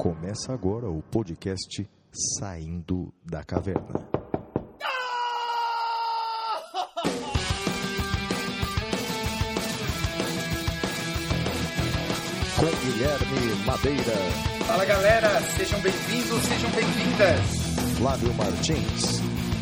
Começa agora o podcast Saindo da Caverna. Com Guilherme Madeira. Fala galera, sejam bem-vindos, sejam bem-vindas. Flávio Martins.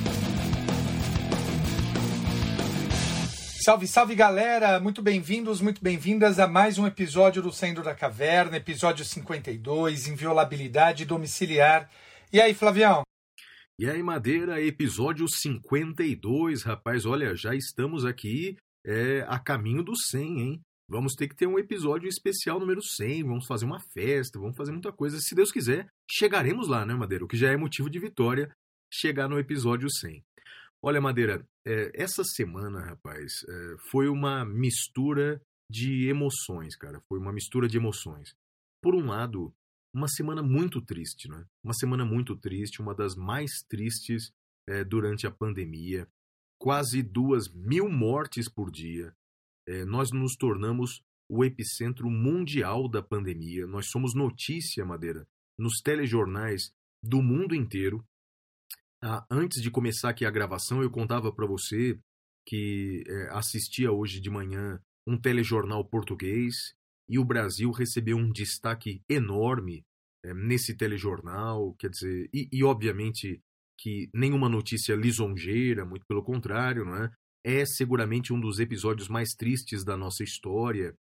Salve, salve galera, muito bem-vindos, muito bem-vindas a mais um episódio do Saindo da Caverna, episódio 52, Inviolabilidade Domiciliar. E aí, Flavião? E aí, Madeira, episódio 52, rapaz, olha, já estamos aqui a caminho do 100, hein? Vamos ter que ter um episódio especial número 100, vamos fazer uma festa, vamos fazer muita coisa. Se Deus quiser, chegaremos lá, né, Madeira? O que já é motivo de vitória, chegar no episódio 100. Olha, Madeira, essa semana, rapaz, foi uma mistura de emoções, cara. Foi uma mistura de emoções. Por um lado, uma semana muito triste, né? Uma semana muito triste, uma das mais tristes durante a pandemia. Quase 2.000 mortes por dia. Nós nos tornamos o epicentro mundial da pandemia. Nós somos notícia, Madeira, nos telejornais do mundo inteiro. Antes de começar aqui a gravação, eu contava para você que assistia hoje de manhã um telejornal português e o Brasil recebeu um destaque enorme nesse telejornal, quer dizer, e obviamente que nenhuma notícia lisonjeira, muito pelo contrário, não é? É seguramente um dos episódios mais tristes da nossa história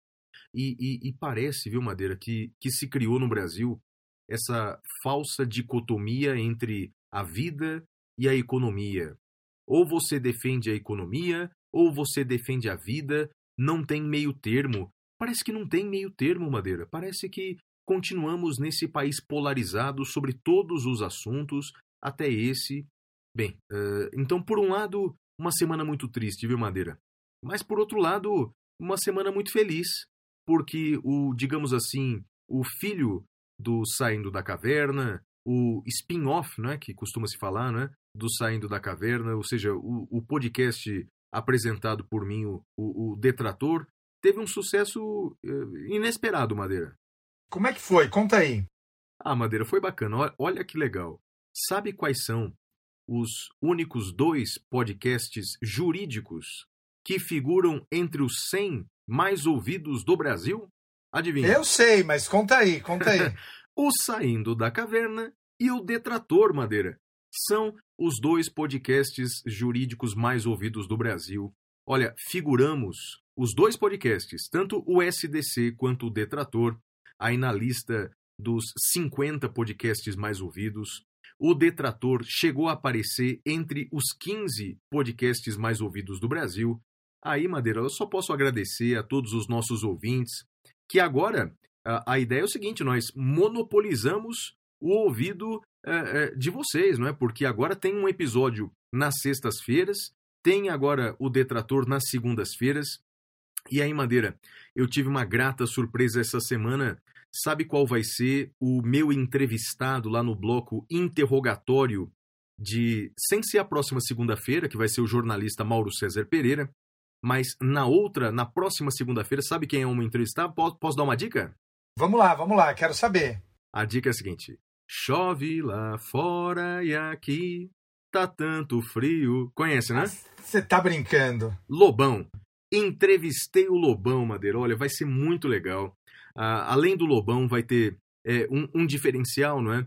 e parece, viu, Madeira, que se criou no Brasil essa falsa dicotomia entre a vida e a economia. Ou você defende a economia, ou você defende a vida, não tem meio termo. Parece que não tem meio termo, Madeira. Parece que continuamos nesse país polarizado sobre todos os assuntos, até esse. Bem, então por um lado, uma semana muito triste, viu, Madeira? Mas por outro lado, uma semana muito feliz, porque digamos assim, o filho do Saindo da Caverna, o spin-off, né, que costuma se falar, né, do Saindo da Caverna, ou seja, o podcast apresentado por mim, o Detrator, teve um sucesso inesperado, Madeira. Como é que foi? Conta aí. Madeira, foi bacana. Olha que legal. Sabe quais são os únicos 2 podcasts jurídicos que figuram entre os 100 mais ouvidos do Brasil? Adivinha? Eu sei, mas conta aí, conta aí. O Saindo da Caverna e o Detrator, Madeira. São os 2 podcasts jurídicos mais ouvidos do Brasil. Olha, figuramos os 2 podcasts, tanto o SDC quanto o Detrator, aí na lista dos 50 podcasts mais ouvidos. O Detrator chegou a aparecer entre os 15 podcasts mais ouvidos do Brasil. Aí, Madeira, eu só posso agradecer a todos os nossos ouvintes, que agora a ideia é o seguinte, nós monopolizamos o ouvido de vocês, não é? Porque agora tem um episódio nas sextas-feiras, tem agora o Detrator nas segundas-feiras. E aí, Madeira, eu tive uma grata surpresa essa semana. Sabe qual vai ser o meu entrevistado lá no bloco interrogatório sem ser a próxima segunda-feira, que vai ser o jornalista Mauro César Pereira, mas na próxima segunda-feira, sabe quem é o meu entrevistado? Posso dar uma dica? Vamos lá, quero saber. A dica é a seguinte: chove lá fora e aqui tá tanto frio. Conhece, né? Você tá brincando. Lobão. Entrevistei o Lobão, Madeira. Olha, vai ser muito legal. Além do Lobão, vai ter um diferencial, não é?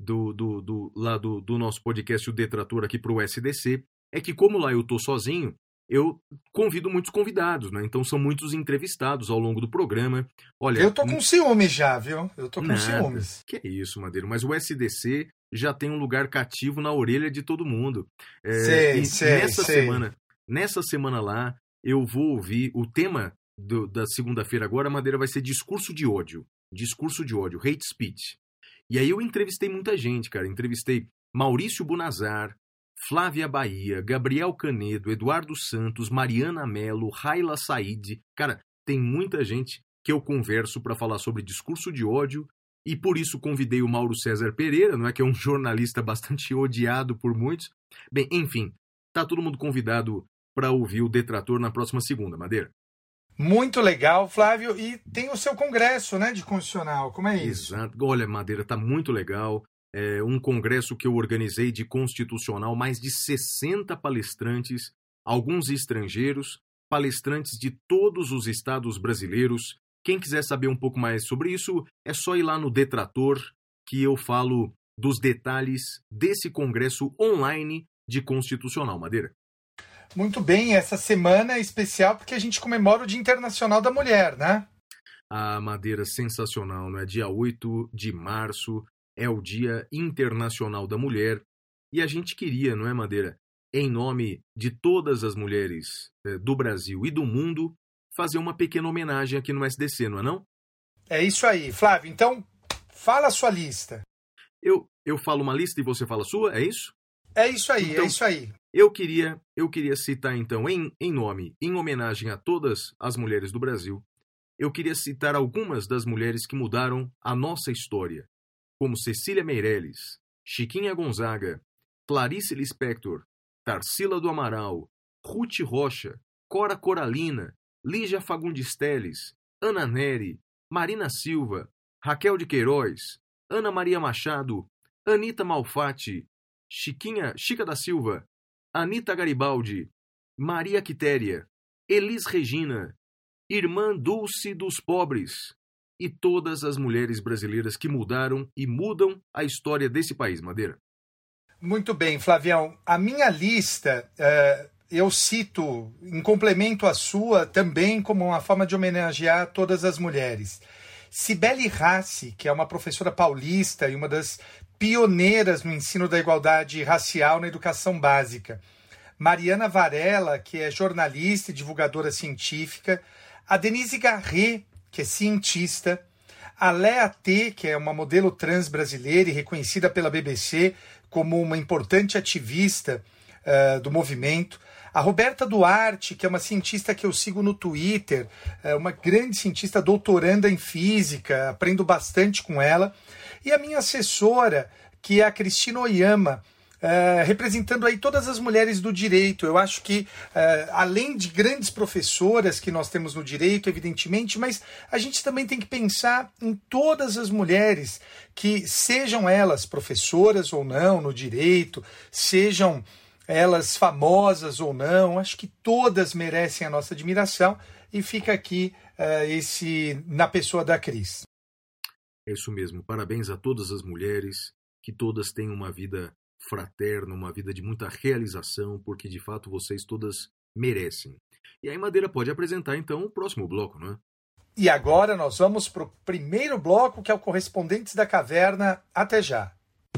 Do nosso podcast, o Detrator, aqui pro SDC. É que como lá eu tô sozinho, eu convido muitos convidados, né? Então são muitos entrevistados ao longo do programa. Olha, eu tô com ciúmes já, viu? Eu tô com ciúmes. Que é isso, Madeira? Mas o SDC já tem um lugar cativo na orelha de todo mundo. Sei. Nessa semana lá, eu vou ouvir o tema da segunda-feira agora, Madeira, vai ser discurso de ódio. Discurso de ódio, hate speech. E aí eu entrevistei muita gente, cara. Entrevistei Maurício Bunazar, Flávia Bahia, Gabriel Canedo, Eduardo Santos, Mariana Mello, Raila Said. Cara, tem muita gente que eu converso para falar sobre discurso de ódio e por isso convidei o Mauro César Pereira, não é, que é um jornalista bastante odiado por muitos. Bem, enfim, tá todo mundo convidado para ouvir o Detrator na próxima segunda, Madeira. Muito legal, Flávio. E tem o seu congresso, né, de constitucional. Como é isso? Exato. Olha, Madeira, tá muito legal. É um congresso que eu organizei de constitucional, mais de 60 palestrantes, alguns estrangeiros, palestrantes de todos os estados brasileiros. Quem quiser saber um pouco mais sobre isso, é só ir lá no Detrator, que eu falo dos detalhes desse congresso online de constitucional, Madeira. Muito bem, essa semana é especial porque a gente comemora o Dia Internacional da Mulher, né? A Madeira, sensacional, não é? Dia 8 de março é o Dia Internacional da Mulher e a gente queria, não é, Madeira, em nome de todas as mulheres do Brasil e do mundo, fazer uma pequena homenagem aqui no SDC, não é não? É isso aí, Flávio. Então, fala a sua lista. Eu falo uma lista e você fala a sua, é isso? É isso aí, então, é isso aí. Eu queria citar, então, em homenagem a todas as mulheres do Brasil, eu queria citar algumas das mulheres que mudaram a nossa história, como Cecília Meirelles, Chiquinha Gonzaga, Clarice Lispector, Tarsila do Amaral, Ruth Rocha, Cora Coralina, Lígia Fagundes Telles, Ana Neri, Marina Silva, Raquel de Queiroz, Ana Maria Machado, Anita Malfatti, Chica da Silva, Anita Garibaldi, Maria Quitéria, Elis Regina, Irmã Dulce dos Pobres e todas as mulheres brasileiras que mudaram e mudam a história desse país, Madeira. Muito bem, Flavião. A minha lista, eu cito, em complemento à sua, também como uma forma de homenagear todas as mulheres. Cibele Rassi, que é uma professora paulista e uma das pioneiras no ensino da igualdade racial na educação básica. Mariana Varela, que é jornalista e divulgadora científica. A Denise Garret, que é cientista. A Léa T., que é uma modelo trans brasileira e reconhecida pela BBC como uma importante ativista do movimento. A Roberta Duarte, que é uma cientista que eu sigo no Twitter, uma grande cientista doutoranda em física, aprendo bastante com ela. E a minha assessora, que é a Cristina Oyama, representando aí todas as mulheres do direito. Eu acho que, além de grandes professoras que nós temos no direito, evidentemente, mas a gente também tem que pensar em todas as mulheres que, sejam elas professoras ou não no direito, sejam elas famosas ou não, acho que todas merecem a nossa admiração e fica aqui na pessoa da Cris. É isso mesmo, parabéns a todas as mulheres, que todas tenham uma vida fraterna, uma vida de muita realização, porque de fato vocês todas merecem. E aí Madeira pode apresentar então o próximo bloco, não é? E agora nós vamos para o primeiro bloco, que é o Correspondentes da Caverna. Até já!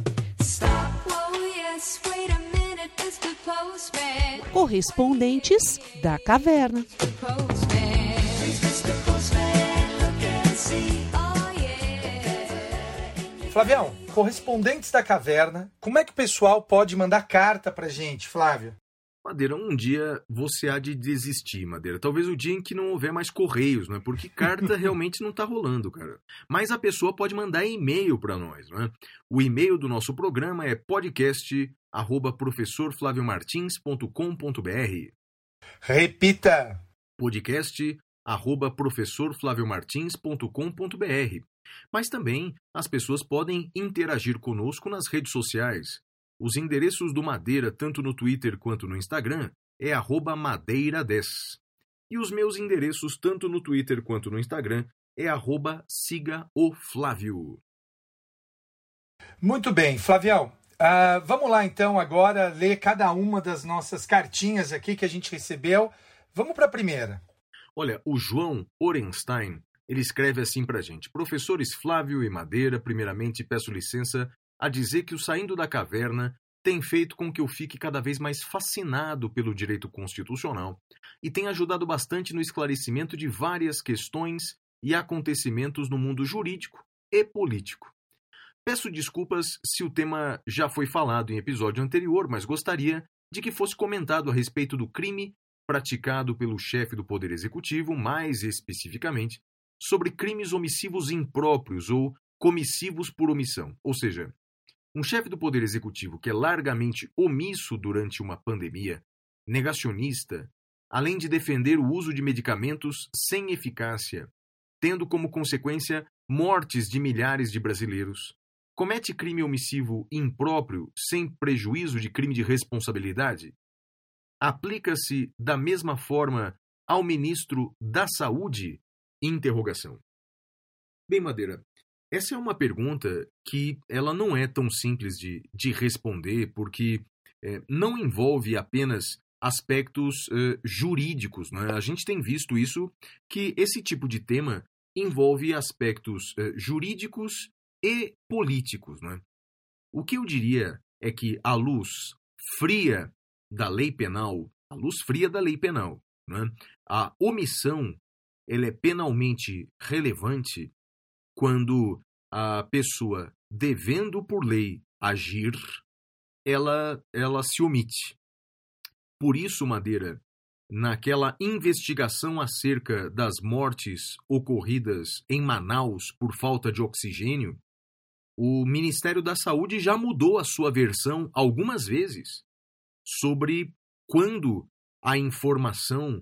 Correspondentes da Caverna. Flavião, Correspondentes da Caverna, como é que o pessoal pode mandar carta pra gente, Flávio? Madeira, um dia você há de desistir, Madeira. Talvez o dia em que não houver mais correios, não é? Porque carta realmente não tá rolando, cara. Mas a pessoa pode mandar e-mail para nós, não é? O e-mail do nosso programa é podcast@professorflaviomartins.com.br. Repita! podcast@professorflaviomartins.com.br. Mas também as pessoas podem interagir conosco nas redes sociais. Os endereços do Madeira, tanto no Twitter quanto no Instagram, é @madeira10. E os meus endereços, tanto no Twitter quanto no Instagram, é @sigaoflávio. Muito bem, Flavião. Vamos lá então agora ler cada uma das nossas cartinhas aqui que a gente recebeu. Vamos para a primeira. Olha, o João Orenstein, ele escreve assim pra gente: Professores Flávio e Madeira, primeiramente peço licença a dizer que o Saindo da Caverna tem feito com que eu fique cada vez mais fascinado pelo direito constitucional e tem ajudado bastante no esclarecimento de várias questões e acontecimentos no mundo jurídico e político. Peço desculpas se o tema já foi falado em episódio anterior, mas gostaria de que fosse comentado a respeito do crime praticado pelo chefe do Poder Executivo, mais especificamente, sobre crimes omissivos impróprios ou comissivos por omissão, ou seja, um chefe do Poder Executivo que é largamente omisso durante uma pandemia, negacionista, além de defender o uso de medicamentos sem eficácia, tendo como consequência mortes de milhares de brasileiros, comete crime omissivo impróprio sem prejuízo de crime de responsabilidade? Aplica-se da mesma forma ao ministro da Saúde? Interrogação. Bem, Madeira, essa é uma pergunta que ela não é tão simples de responder, porque não envolve apenas aspectos jurídicos, né? A gente tem visto isso, que esse tipo de tema envolve aspectos jurídicos e políticos, né? O que eu diria é que a luz fria da lei penal, né? A omissão ela é penalmente relevante quando a pessoa, devendo por lei agir, ela se omite. Por isso, Madeira, naquela investigação acerca das mortes ocorridas em Manaus por falta de oxigênio, o Ministério da Saúde já mudou a sua versão algumas vezes sobre quando a informação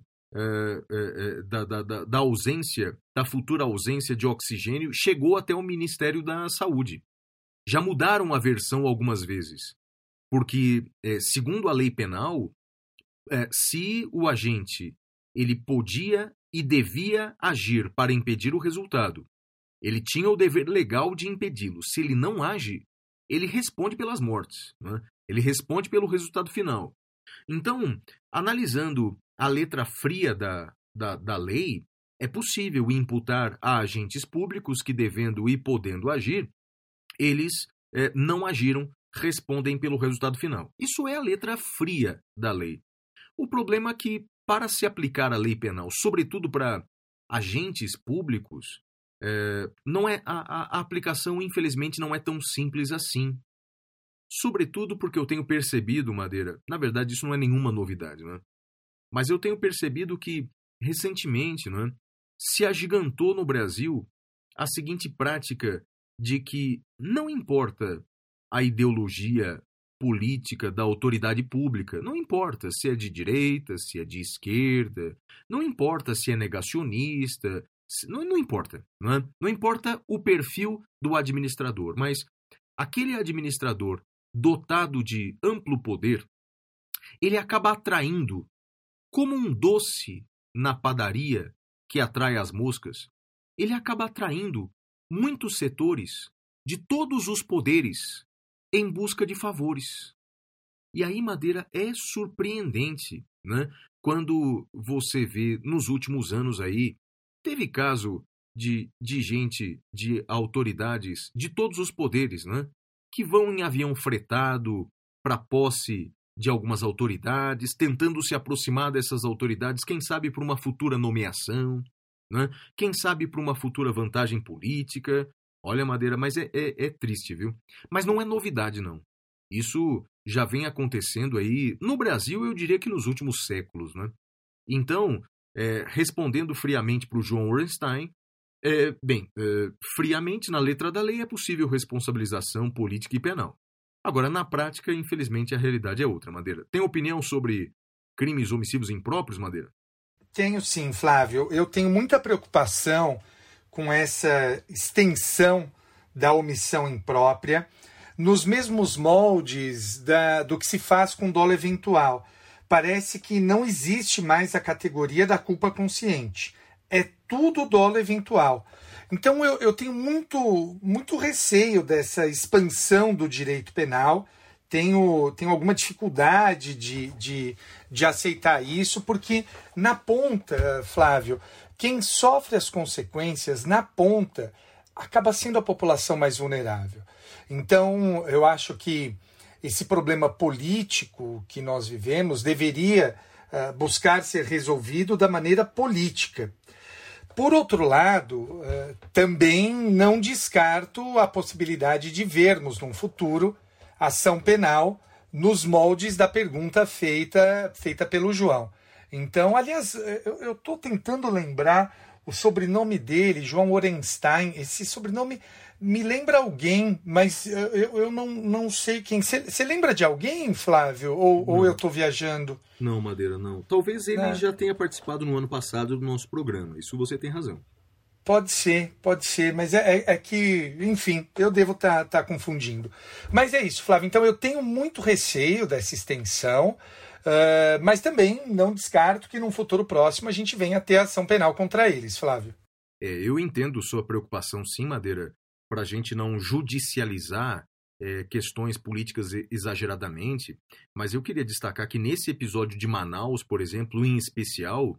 da ausência, da futura ausência de oxigênio chegou até o Ministério da Saúde. Já mudaram a versão algumas vezes, porque, segundo a lei penal, se o agente ele podia e devia agir para impedir o resultado, ele tinha o dever legal de impedi-lo. Se ele não age, ele responde pelas mortes, né? Ele responde pelo resultado final. Então, analisando a letra fria da lei, é possível imputar a agentes públicos que, devendo e podendo agir, eles não agiram, respondem pelo resultado final. Isso é a letra fria da lei. O problema é que, para se aplicar a lei penal, sobretudo para agentes públicos, não é a aplicação, infelizmente, não é tão simples assim. Sobretudo porque eu tenho percebido, Madeira, na verdade isso não é nenhuma novidade, né? Mas eu tenho percebido que, recentemente, né, se agigantou no Brasil a seguinte prática de que não importa a ideologia política da autoridade pública, não importa se é de direita, se é de esquerda, não importa se é negacionista, não importa, não é? Não importa o perfil do administrador, mas aquele administrador dotado de amplo poder, ele acaba atraindo, como um doce na padaria que atrai as moscas, ele acaba atraindo muitos setores de todos os poderes em busca de favores. E aí, Madeira, é surpreendente, né? Quando você vê nos últimos anos aí, teve caso de gente, de autoridades de todos os poderes, né? Que vão em avião fretado para posse de algumas autoridades, tentando se aproximar dessas autoridades, quem sabe para uma futura nomeação, né? Quem sabe para uma futura vantagem política. Olha, Madeira, mas é triste, viu? Mas não é novidade, não. Isso já vem acontecendo aí, no Brasil, eu diria que nos últimos séculos, né? Então, respondendo friamente para o João Ornstein, friamente, na letra da lei, é possível responsabilização política e penal. Agora, na prática, infelizmente, a realidade é outra, Madeira. Tem opinião sobre crimes omissivos impróprios, Madeira? Tenho sim, Flávio. Eu tenho muita preocupação com essa extensão da omissão imprópria nos mesmos moldes do que se faz com dolo eventual. Parece que não existe mais a categoria da culpa consciente. É tudo dolo eventual. Então eu tenho muito receio dessa expansão do direito penal. Tenho alguma dificuldade de aceitar isso, porque na ponta, Flávio, quem sofre as consequências na ponta acaba sendo a população mais vulnerável. Então eu acho que esse problema político que nós vivemos deveria buscar ser resolvido da maneira política. Por outro lado, também não descarto a possibilidade de vermos, num futuro, ação penal nos moldes da pergunta feita pelo João. Então, aliás, eu estou tentando lembrar o sobrenome dele, João Orenstein, esse sobrenome me lembra alguém, mas eu não sei quem. Você lembra de alguém, Flávio? Ou eu estou viajando? Não, Madeira, não. Talvez ele já tenha participado no ano passado do nosso programa. Isso você tem razão. Pode ser, mas é que, enfim, eu devo estar confundindo. Mas é isso, Flávio. Então eu tenho muito receio dessa extensão, mas também não descarto que num futuro próximo a gente venha a ter ação penal contra eles, Flávio. Eu entendo sua preocupação, sim, Madeira, para a gente não judicializar questões políticas exageradamente, mas eu queria destacar que nesse episódio de Manaus, por exemplo, em especial,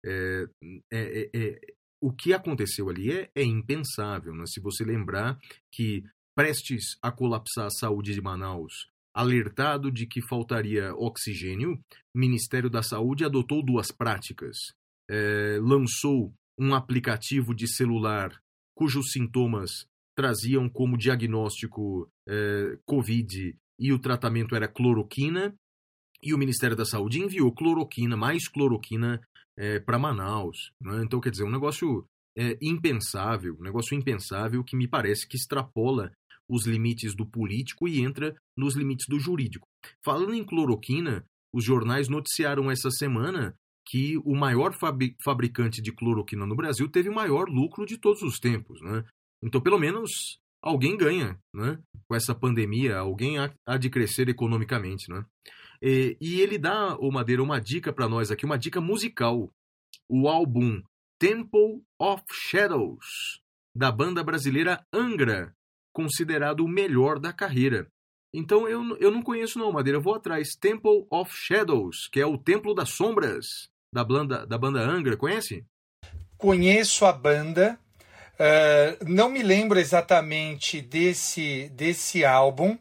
o que aconteceu ali é impensável, né? Se você lembrar que, prestes a colapsar a saúde de Manaus, alertado de que faltaria oxigênio, o Ministério da Saúde adotou 2 práticas. Lançou um aplicativo de celular cujos sintomas traziam como diagnóstico Covid e o tratamento era cloroquina, e o Ministério da Saúde enviou mais cloroquina para Manaus. Né? Então, quer dizer, um negócio impensável que me parece que extrapola os limites do político e entra nos limites do jurídico. Falando em cloroquina, os jornais noticiaram essa semana que o maior fabricante de cloroquina no Brasil teve o maior lucro de todos os tempos. Né? Então, pelo menos, alguém ganha, né? Com essa pandemia, alguém há de crescer economicamente. Né? E ele dá, Madeira, uma dica para nós aqui, uma dica musical. O álbum Temple of Shadows, da banda brasileira Angra, considerado o melhor da carreira. Então eu não conheço não, Madeira, eu vou atrás. Temple of Shadows, que é o Templo das Sombras, da banda Angra, conhece? Conheço a banda, não me lembro exatamente desse álbum.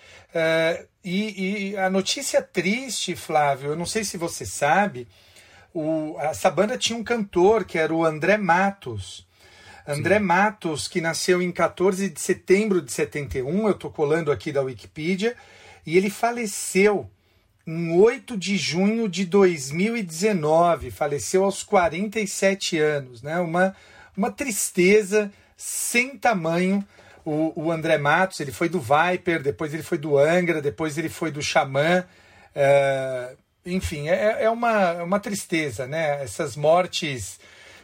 E a notícia triste, Flávio, eu não sei se você sabe, essa banda tinha um cantor que era o André Matos. André Sim. Matos, que nasceu em 14 de setembro de 71, eu estou colando aqui da Wikipedia, e ele faleceu em 8 de junho de 2019, faleceu aos 47 anos, né? Uma tristeza sem tamanho. O André Matos, ele foi do Viper, depois ele foi do Angra, depois ele foi do Xamã. Enfim, é uma tristeza, né? Essas mortes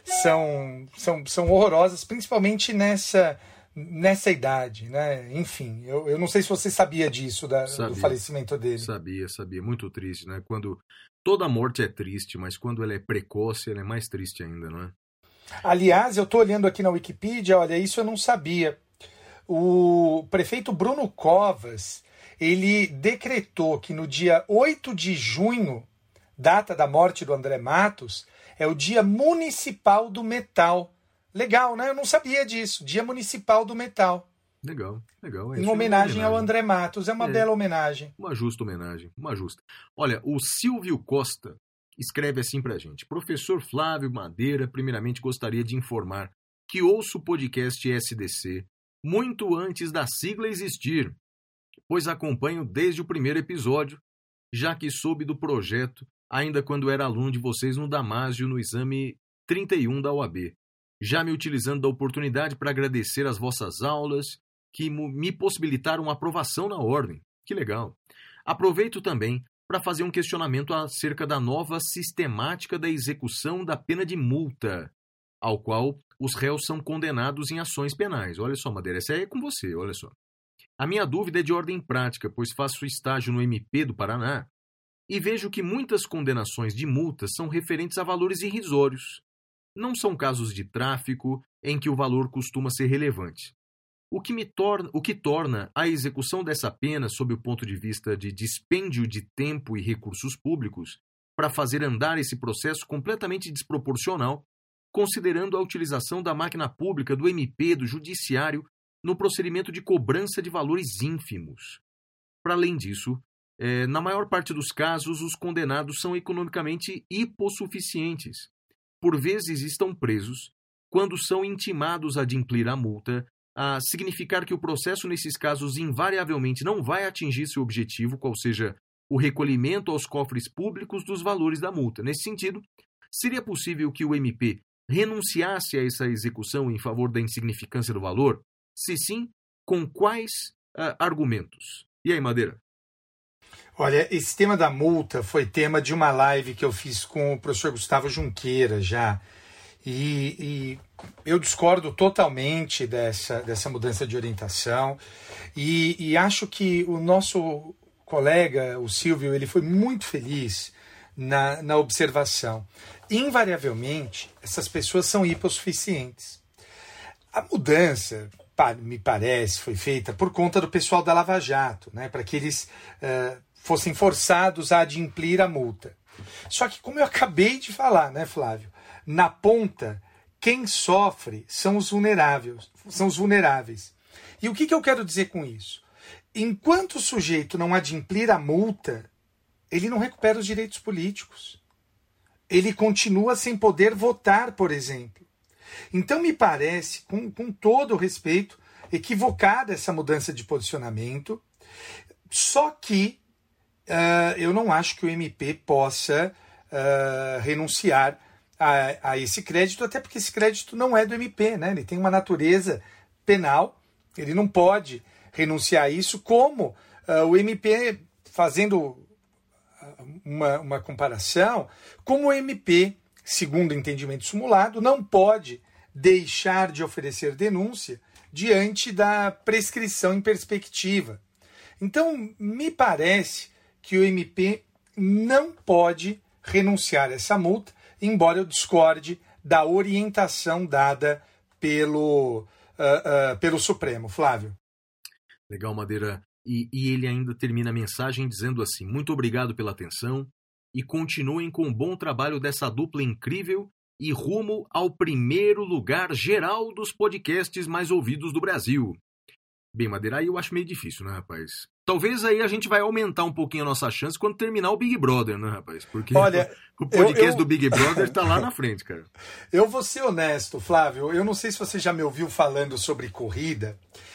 são horrorosas, principalmente nessa idade, né? Enfim, eu não sei se você sabia disso, do falecimento dele. Sabia. Muito triste, né? Quando toda morte é triste, mas quando ela é precoce, ela é mais triste ainda, não é? Aliás, eu estou olhando aqui na Wikipedia, olha, isso eu não sabia. O prefeito Bruno Covas, ele decretou que no dia 8 de junho, data da morte do André Matos, é o Dia Municipal do Metal. Legal, né? Eu não sabia disso. Dia Municipal do Metal. Legal. Em homenagem ao André Matos. É uma bela homenagem. Uma justa homenagem, uma justa. Olha, o Silvio Costa escreve assim pra gente. Professor Flávio Madeira, primeiramente gostaria de informar que ouço o podcast SDC muito antes da sigla existir, pois acompanho desde o primeiro episódio, já que soube do projeto ainda quando era aluno de vocês no Damásio, no exame 31 da OAB. Já me utilizando da oportunidade para agradecer as vossas aulas, que me possibilitaram a aprovação na ordem. Que legal. Aproveito também para fazer um questionamento acerca da nova sistemática da execução da pena de multa, ao qual os réus são condenados em ações penais. Olha só, Madeira, essa aí é com você, olha só. A minha dúvida é de ordem prática, pois faço estágio no MP do Paraná e vejo que muitas condenações de multas são referentes a valores irrisórios. Não são casos de tráfico em que o valor costuma ser relevante. O que torna a execução dessa pena, sob o ponto de vista de dispêndio de tempo e recursos públicos, para fazer andar esse processo completamente desproporcional, considerando a utilização da máquina pública, do MP, do judiciário, no procedimento de cobrança de valores ínfimos. Para além disso, na maior parte dos casos, os condenados são economicamente hipossuficientes. Por vezes estão presos, quando são intimados a adimplir a multa, a significar que o processo nesses casos invariavelmente não vai atingir seu objetivo, qual seja o recolhimento aos cofres públicos dos valores da multa. Nesse sentido, seria possível que o MP renunciasse a essa execução em favor da insignificância do valor? Se sim, com quais argumentos? E aí, Madeira? Olha, esse tema da multa foi tema de uma live que eu fiz com o professor Gustavo Junqueira já. E eu discordo totalmente dessa mudança de orientação e acho que o nosso colega, o Silvio, ele foi muito feliz na observação. Invariavelmente, essas pessoas são hipossuficientes. A mudança, me parece, foi feita por conta do pessoal da Lava Jato, né, para que eles fossem forçados a adimplir a multa. Só que, como eu acabei de falar, né, Flávio, na ponta, quem sofre são os vulneráveis. E o que eu quero dizer com isso? Enquanto o sujeito não adimplir a multa, ele não recupera os direitos políticos. Ele continua sem poder votar, por exemplo. Então, me parece, com todo o respeito, equivocada essa mudança de posicionamento, só que eu não acho que o MP possa renunciar a esse crédito, até porque esse crédito não é do MP, né? Ele tem uma natureza penal, ele não pode renunciar a isso, como o MP, fazendo uma comparação, como o MP, segundo o entendimento simulado, não pode deixar de oferecer denúncia diante da prescrição em perspectiva. Então, me parece que o MP não pode renunciar a essa multa, embora eu discorde da orientação dada pelo Supremo. Flávio. Legal, Madeira. E ele ainda termina a mensagem dizendo assim: muito obrigado pela atenção e continuem com o bom trabalho dessa dupla incrível e rumo ao primeiro lugar geral dos podcasts mais ouvidos do Brasil. Bem, Madeira, aí eu acho meio difícil, né, rapaz? Talvez aí a gente vai aumentar um pouquinho a nossa chance quando terminar o Big Brother, né, rapaz? Porque olha, o podcast do Big Brother tá lá na frente, cara. Eu vou ser honesto, Flávio. Eu não sei se você já me ouviu falando sobre corrida.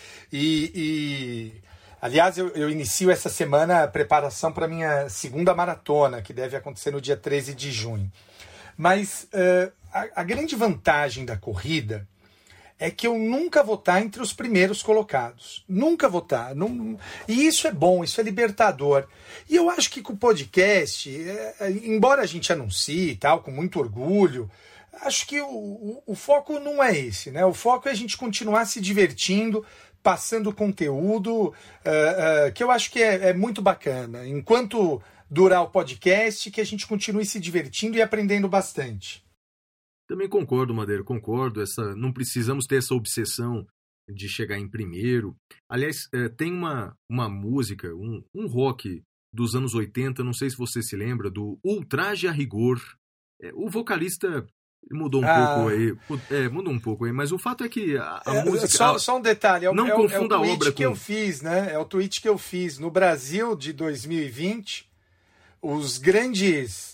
Aliás, eu inicio essa semana a preparação para a minha segunda maratona, que deve acontecer no dia 13 de junho. Mas a grande vantagem da corrida é que eu nunca vou estar entre os primeiros colocados. Nunca vou estar. E isso é bom, isso é libertador. E eu acho que com o podcast, embora a gente anuncie e tal, com muito orgulho, acho que o foco não é esse, né? O foco é a gente continuar se divertindo, passando conteúdo, que eu acho que é muito bacana. Enquanto durar o podcast, que a gente continue se divertindo e aprendendo bastante. Também concordo, Madeira, concordo. Não precisamos ter essa obsessão de chegar em primeiro. Aliás, tem uma música, um rock dos anos 80, não sei se você se lembra, do Ultraje a Rigor. O vocalista mudou um pouco aí, mas o fato é que a música... Só um detalhe, não confunda a obra que eu fiz, né? É o tweet que eu fiz. No Brasil de 2020, os grandes...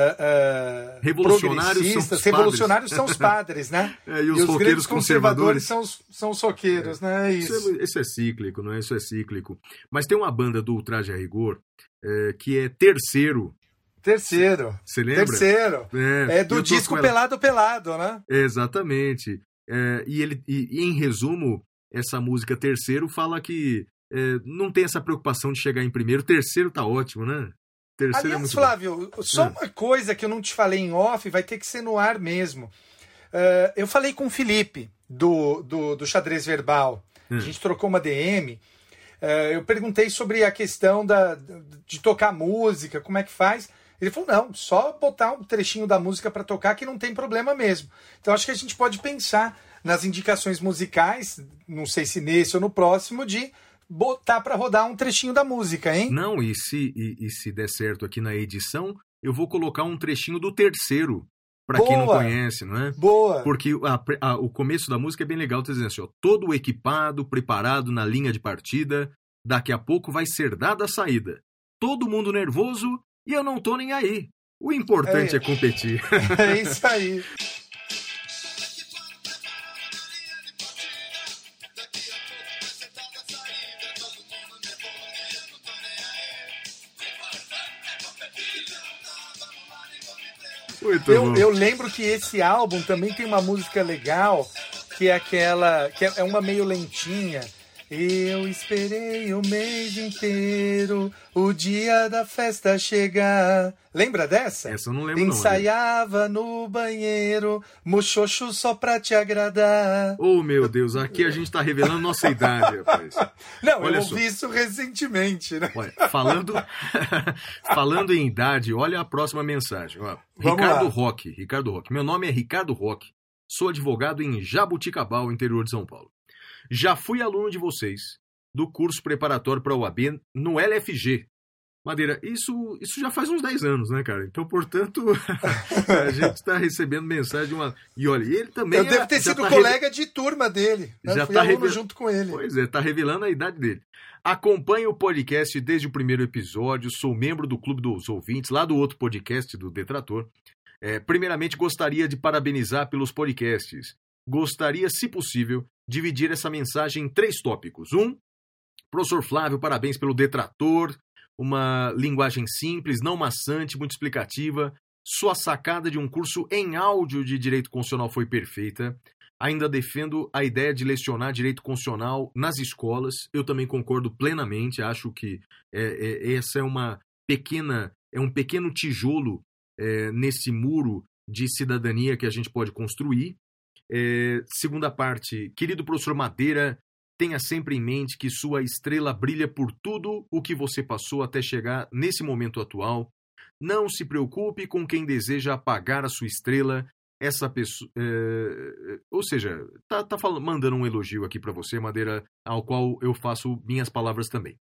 revolucionários são os padres, né? E os roqueiros conservadores são os roqueiros, né? Isso é cíclico, não é? Isso é cíclico. Mas tem uma banda do Ultraje a Rigor que é Terceiro. Você lembra? Terceiro. É do disco Pelado, né? Exatamente. E em resumo, essa música Terceiro fala que não tem essa preocupação de chegar em primeiro. Terceiro tá ótimo, né? Aliás, Flávio, só uma coisa que eu não te falei em off, vai ter que ser no ar mesmo. Eu falei com o Felipe, do Xadrez Verbal. A gente trocou uma DM. Eu perguntei sobre a questão de tocar música, como é que faz. Ele falou, não, só botar um trechinho da música para tocar que não tem problema mesmo. Então acho que a gente pode pensar nas indicações musicais, não sei se nesse ou no próximo, de botar para rodar um trechinho da música, hein? Não, e se der certo aqui na edição, eu vou colocar um trechinho do Terceiro, para quem não conhece, não é? Boa! Porque o começo da música é bem legal, tá dizendo assim, ó, todo equipado, preparado na linha de partida, daqui a pouco vai ser dada a saída. Todo mundo nervoso e eu não tô nem aí. O importante é competir. É isso aí. Eu lembro que esse álbum também tem uma música legal, que é aquela, que é uma meio lentinha. Eu esperei o mês inteiro o dia da festa chegar. Lembra dessa? Essa eu não lembro. Ensaiava no banheiro, muxoxo só pra te agradar. Oh, meu Deus, aqui a gente tá revelando nossa idade, rapaz. Não, olha eu só. ouvi isso recentemente, né? Olha, falando em idade, olha a próxima mensagem. Ó, Vamos Ricardo lá. Roque. Meu nome é Ricardo Roque. Sou advogado em Jabuticabal, interior de São Paulo. Já fui aluno de vocês do curso preparatório para a UAB no LFG. Madeira, isso já faz uns 10 anos, né, cara? Então, portanto, a gente está recebendo mensagem de uma... E olha, ele também... Eu devo ter sido colega de turma dele. Já fui tá aluno junto com ele. Pois é, tá revelando a idade dele. Acompanho o podcast desde o primeiro episódio, sou membro do Clube dos Ouvintes, lá do outro podcast do Detrator. Primeiramente, gostaria de parabenizar pelos podcasts. Gostaria, se possível, dividir essa mensagem em 3 tópicos. 1, professor Flávio, parabéns pelo Detrator, uma linguagem simples, não maçante, muito explicativa. Sua sacada de um curso em áudio de Direito Constitucional foi perfeita. Ainda defendo a ideia de lecionar Direito Constitucional nas escolas. Eu também concordo plenamente, acho que essa é um pequeno tijolo nesse muro de cidadania que a gente pode construir. Segunda parte, querido professor Madeira, tenha sempre em mente que sua estrela brilha por tudo o que você passou até chegar nesse momento atual. Não se preocupe com quem deseja apagar a sua estrela. Essa pessoa, ou seja, mandando um elogio aqui para você, Madeira, ao qual eu faço minhas palavras também.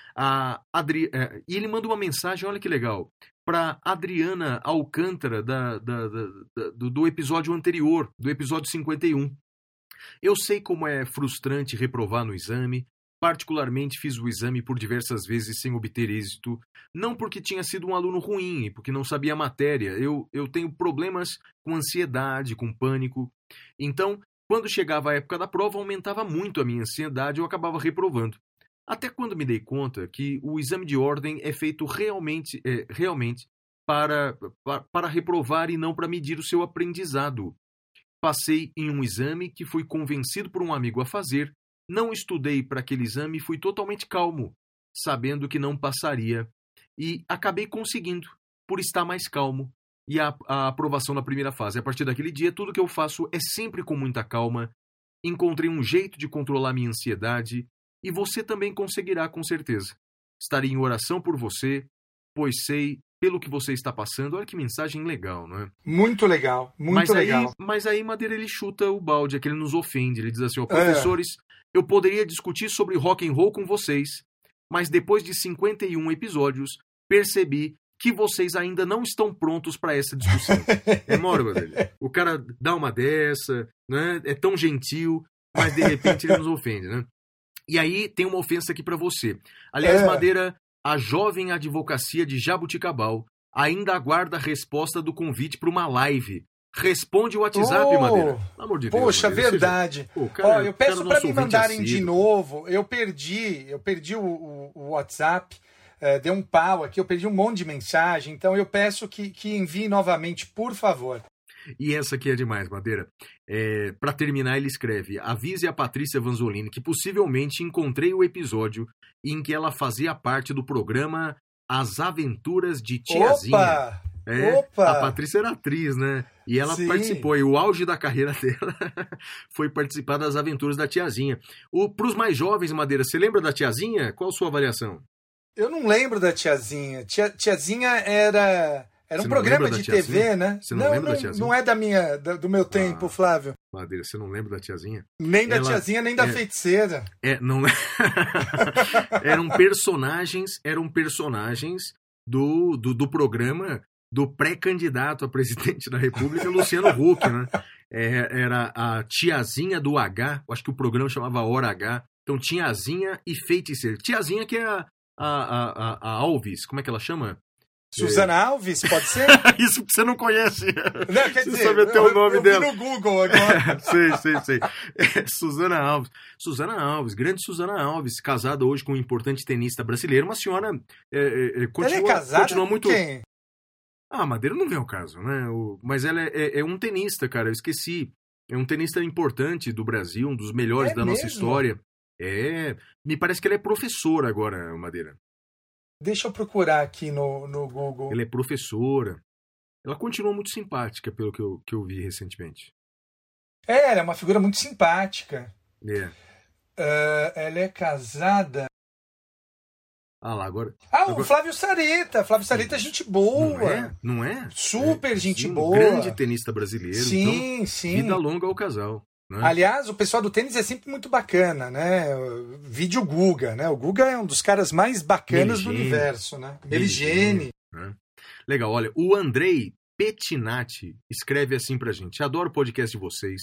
E ele manda uma mensagem, olha que legal, para Adriana Alcântara do episódio anterior, do episódio 51. Eu sei como é frustrante reprovar no exame. Particularmente fiz o exame por diversas vezes sem obter êxito. Não porque tinha sido um aluno ruim, porque não sabia a matéria. Eu tenho problemas com ansiedade, com pânico. Então, quando chegava a época da prova, aumentava muito a minha ansiedade e eu acabava reprovando. Até quando me dei conta que o exame de ordem é feito realmente para reprovar e não para medir o seu aprendizado. Passei em um exame que fui convencido por um amigo a fazer. Não estudei para aquele exame e fui totalmente calmo, sabendo que não passaria. E acabei conseguindo, por estar mais calmo, e a aprovação na primeira fase. A partir daquele dia, tudo que eu faço é sempre com muita calma. Encontrei um jeito de controlar minha ansiedade, e você também conseguirá, com certeza. Estarei em oração por você, pois sei pelo que você está passando. Olha que mensagem legal, não é? Muito legal, muito legal. Mas aí, Madeira, ele chuta o balde, é que ele nos ofende. Ele diz assim, professores, eu poderia discutir sobre rock and roll com vocês, mas depois de 51 episódios, percebi que vocês ainda não estão prontos para essa discussão. Mora, Madeira. O cara dá uma dessa, né? É tão gentil, mas de repente ele nos ofende, né? E aí tem uma ofensa aqui para você. Aliás, Madeira, a jovem advocacia de Jabuticabal ainda aguarda a resposta do convite para uma live. Responde o WhatsApp, Madeira. Pelo amor de Deus. Poxa, Madeira, verdade. Eu peço para me mandarem de novo. Eu perdi o WhatsApp. Deu um pau aqui, eu perdi um monte de mensagem. Então eu peço que envie novamente, por favor. E essa aqui é demais, Madeira. Para terminar, ele escreve: avise a Patrícia Vanzolini que possivelmente encontrei o episódio em que ela fazia parte do programa As Aventuras de Tiazinha. Opa! A Patrícia era atriz, né? E ela participou, e o auge da carreira dela foi participar das Aventuras da Tiazinha. Para os mais jovens, Madeira, você lembra da Tiazinha? Qual a sua avaliação? Eu não lembro da Tiazinha. Tiazinha era um programa de TV, né? Você não lembra da Tiazinha? Não é do meu tempo, Flávio. Madeira, você não lembra da Tiazinha? Nem da Tiazinha, nem da Feiticeira. Não é. Eram personagens do programa do pré-candidato a presidente da República, Luciano Huck, né? Era a Tiazinha do H, acho que o programa chamava Hora H. Então, Tiazinha e Feiticeira. Tiazinha que é a Alves, como é que ela chama? Suzana Alves, pode ser? Isso que você não conhece. Não, quer dizer, você sabe até o nome dela. Eu vi no Google agora. sei. Suzana Alves. Suzana Alves, grande Suzana Alves, casada hoje com um importante tenista brasileiro. Uma senhora Ela é casada continua muito... com quem? Ah, a Madeira não vem ao caso, né? Mas ela é um tenista, cara, eu esqueci. É um tenista importante do Brasil, um dos melhores da nossa história. Me parece que ela é professora agora, Madeira. Deixa eu procurar aqui no Google. Ela é professora. Ela continua muito simpática, pelo que eu vi recentemente. Ela é uma figura muito simpática. Ela é casada... Ah lá, agora... o Flávio Sareta. Flávio Sareta é gente boa. Não é? Super gente boa. Grande tenista brasileiro. Sim, então, sim. Vida longa ao casal. Né? Aliás, o pessoal do tênis é sempre muito bacana, né? Vídeo Guga, né? O Guga é um dos caras mais bacanas do universo, né? Meligene. Né? Legal, olha, o Andrei Pettinati escreve assim pra gente: adoro o podcast de vocês.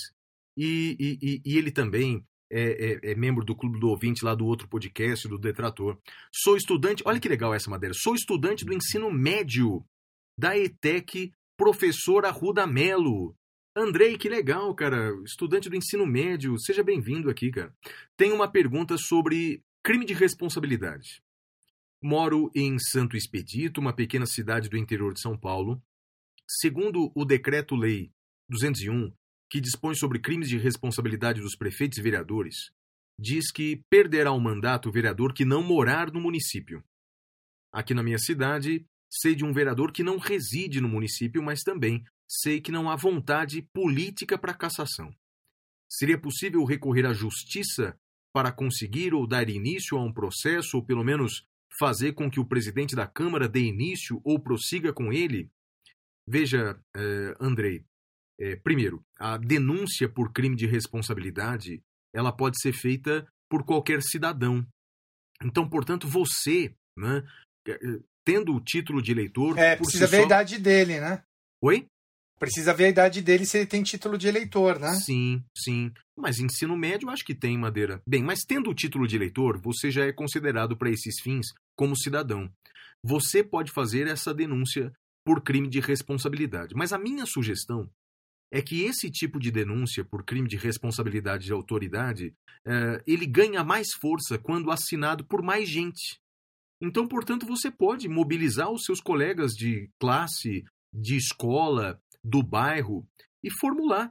E ele também é membro do Clube do Ouvinte lá do outro podcast, do Detrator. Sou estudante, olha que legal essa matéria, sou estudante do ensino médio da ETEC, professor Arruda Melo. Andrei, que legal, cara, estudante do ensino médio, seja bem-vindo aqui, cara. Tenho uma pergunta sobre crime de responsabilidade. Moro em Santo Expedito, uma pequena cidade do interior de São Paulo. Segundo o Decreto-Lei 201, que dispõe sobre crimes de responsabilidade dos prefeitos e vereadores, diz que perderá o mandato o vereador que não morar no município. Aqui na minha cidade, sei de um vereador que não reside no município, mas também sei que não há vontade política para cassação. Seria possível recorrer à justiça para conseguir ou dar início a um processo, ou pelo menos fazer com que o presidente da Câmara dê início ou prossiga com ele? Veja, Andrei, primeiro, a denúncia por crime de responsabilidade, ela pode ser feita por qualquer cidadão. Então, portanto, você, né, tendo o título de eleitor... precisa ver a idade dele, né? Oi? Precisa ver a idade dele se ele tem título de eleitor, né? Sim. Mas ensino médio acho que tem, Madeira. Bem, mas tendo o título de eleitor, você já é considerado para esses fins como cidadão. Você pode fazer essa denúncia por crime de responsabilidade. Mas a minha sugestão é que esse tipo de denúncia por crime de responsabilidade de autoridade, ele ganha mais força quando assinado por mais gente. Então, portanto, você pode mobilizar os seus colegas de classe, de escola, do bairro e formular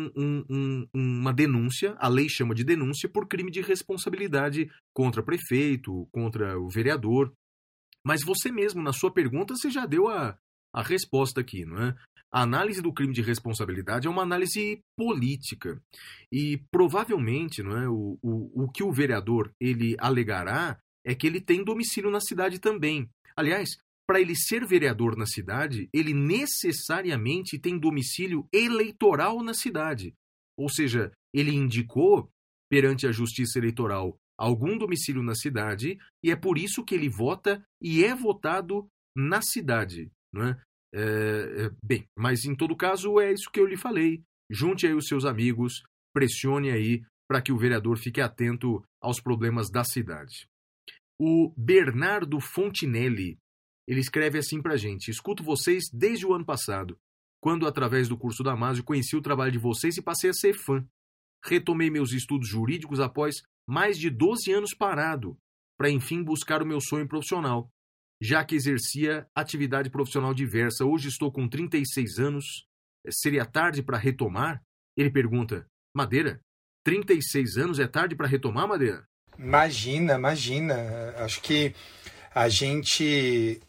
uma denúncia, a lei chama de denúncia, por crime de responsabilidade contra prefeito, contra o vereador. Mas você mesmo, na sua pergunta, você já deu a resposta aqui, não é? A análise do crime de responsabilidade é uma análise política e provavelmente, não é, o que o vereador ele alegará é que ele tem domicílio na cidade também. Aliás, para ele ser vereador na cidade, ele necessariamente tem domicílio eleitoral na cidade. Ou seja, ele indicou perante a Justiça Eleitoral algum domicílio na cidade e é por isso que ele vota e é votado na cidade, não é? Bem, mas em todo caso é isso que eu lhe falei. Junte aí os seus amigos, pressione aí para que o vereador fique atento aos problemas da cidade. O Bernardo Fontinelli, ele escreve assim pra gente: escuto vocês desde o ano passado, quando através do curso da Amásio conheci o trabalho de vocês e passei a ser fã. Retomei meus estudos jurídicos após mais de 12 anos parado, para enfim buscar o meu sonho profissional. Já que exercia atividade profissional diversa, hoje estou com 36 anos, seria tarde para retomar? Ele pergunta: Madeira, 36 anos é tarde para retomar, Madeira? Imagina. Acho que a gente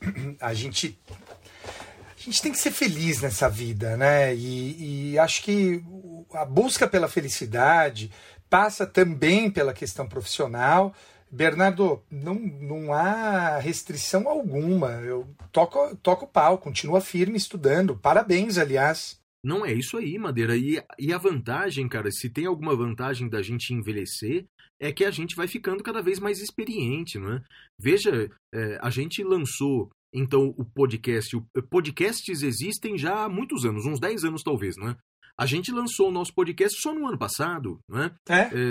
tem que ser feliz nessa vida, né? E acho que a busca pela felicidade passa também pela questão profissional. Bernardo, não há restrição alguma. Eu toco o pau, continua firme estudando. Parabéns, aliás. Não, é isso aí, Madeira. E a vantagem, cara, se tem alguma vantagem da gente envelhecer, é que a gente vai ficando cada vez mais experiente, não é? Veja, a gente lançou, então, o podcast. Podcasts existem já há muitos anos, uns 10 anos talvez, não é? A gente lançou o nosso podcast só no ano passado, não é?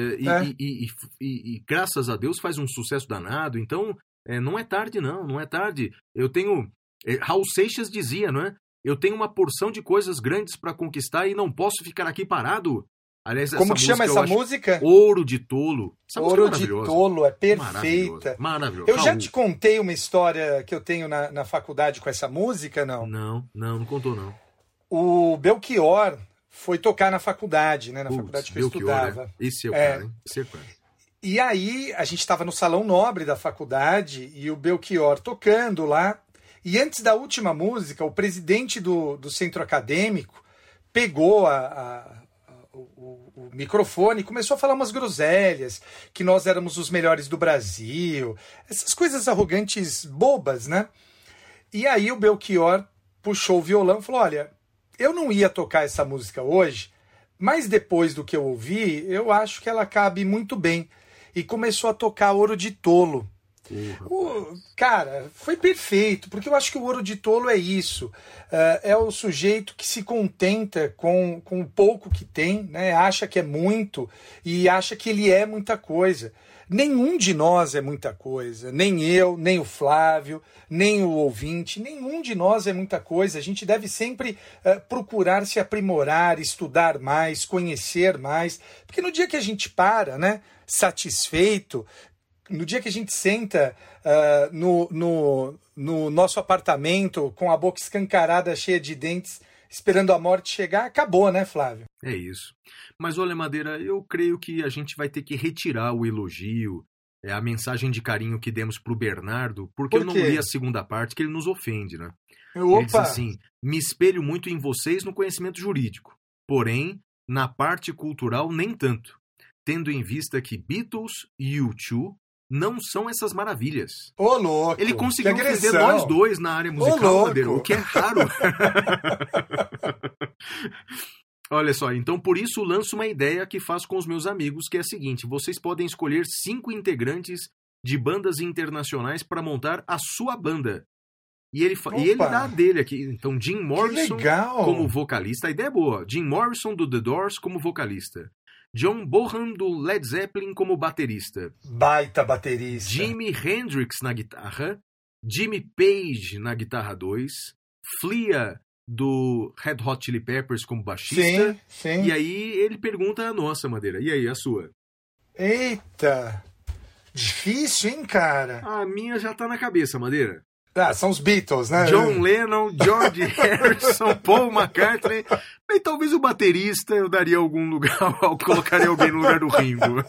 E graças a Deus faz um sucesso danado. Então, não é tarde, não é tarde. Eu tenho... Raul Seixas dizia, não é? Eu tenho uma porção de coisas grandes para conquistar e não posso ficar aqui parado. Aliás, Como que chama essa música? Ouro de Tolo. Essa Ouro de Tolo, é perfeita. Maravilhosa. Eu já te contei uma história que eu tenho na faculdade com essa música, não? Não contou, não. O Belchior foi tocar na faculdade, né? Na faculdade que eu estudava. Né? Esse é o cara, hein? Esse é o cara. E aí, a gente estava no salão nobre da faculdade e o Belchior tocando lá. E antes da última música, o presidente do centro acadêmico pegou o microfone e começou a falar umas groselhas, que nós éramos os melhores do Brasil, essas coisas arrogantes bobas, né? E aí o Belchior puxou o violão e falou, olha, eu não ia tocar essa música hoje, mas depois do que eu ouvi, eu acho que ela cabe muito bem. E começou a tocar Ouro de Tolo. Cara, foi perfeito, porque eu acho que o Ouro de Tolo é isso. É o sujeito que se contenta com o pouco que tem, né? Acha que é muito e acha que ele é muita coisa. Nenhum de nós é muita coisa, nem eu, nem o Flávio, nem o ouvinte, nenhum de nós é muita coisa. A gente deve sempre procurar se aprimorar, estudar mais, conhecer mais, porque no dia que a gente para, né, satisfeito, no dia que a gente senta no nosso apartamento com a boca escancarada, cheia de dentes, esperando a morte chegar, acabou, né, Flávio? É isso. Mas olha, Madeira, eu creio que a gente vai ter que retirar o elogio, a mensagem de carinho que demos pro Bernardo, porque eu não li a segunda parte, que ele nos ofende, né? Ele diz assim, me espelho muito em vocês no conhecimento jurídico, porém, na parte cultural nem tanto, tendo em vista que Beatles e U2 não são essas maravilhas. Ô, louco! Ele conseguiu fazer nós dois na área musical, Madeira, o que é raro. Olha só, então por isso lanço uma ideia que faço com os meus amigos, que é a seguinte, vocês podem escolher 5 integrantes de bandas internacionais para montar a sua banda. E ele dá a dele aqui. Então, Jim Morrison como vocalista, a ideia é boa. Jim Morrison do The Doors como vocalista. John Bonham do Led Zeppelin como baterista. Baita baterista. Jimi Hendrix na guitarra. Jimmy Page na guitarra 2. Flea do Red Hot Chili Peppers como baixista. Sim. E aí ele pergunta a nossa, Madeira. E aí, a sua? Eita! Difícil, hein, cara? A minha já tá na cabeça, Madeira. São os Beatles, né? John Lennon, George Harrison, Paul McCartney. E talvez o baterista eu daria algum lugar, colocaria alguém no lugar do Ringo.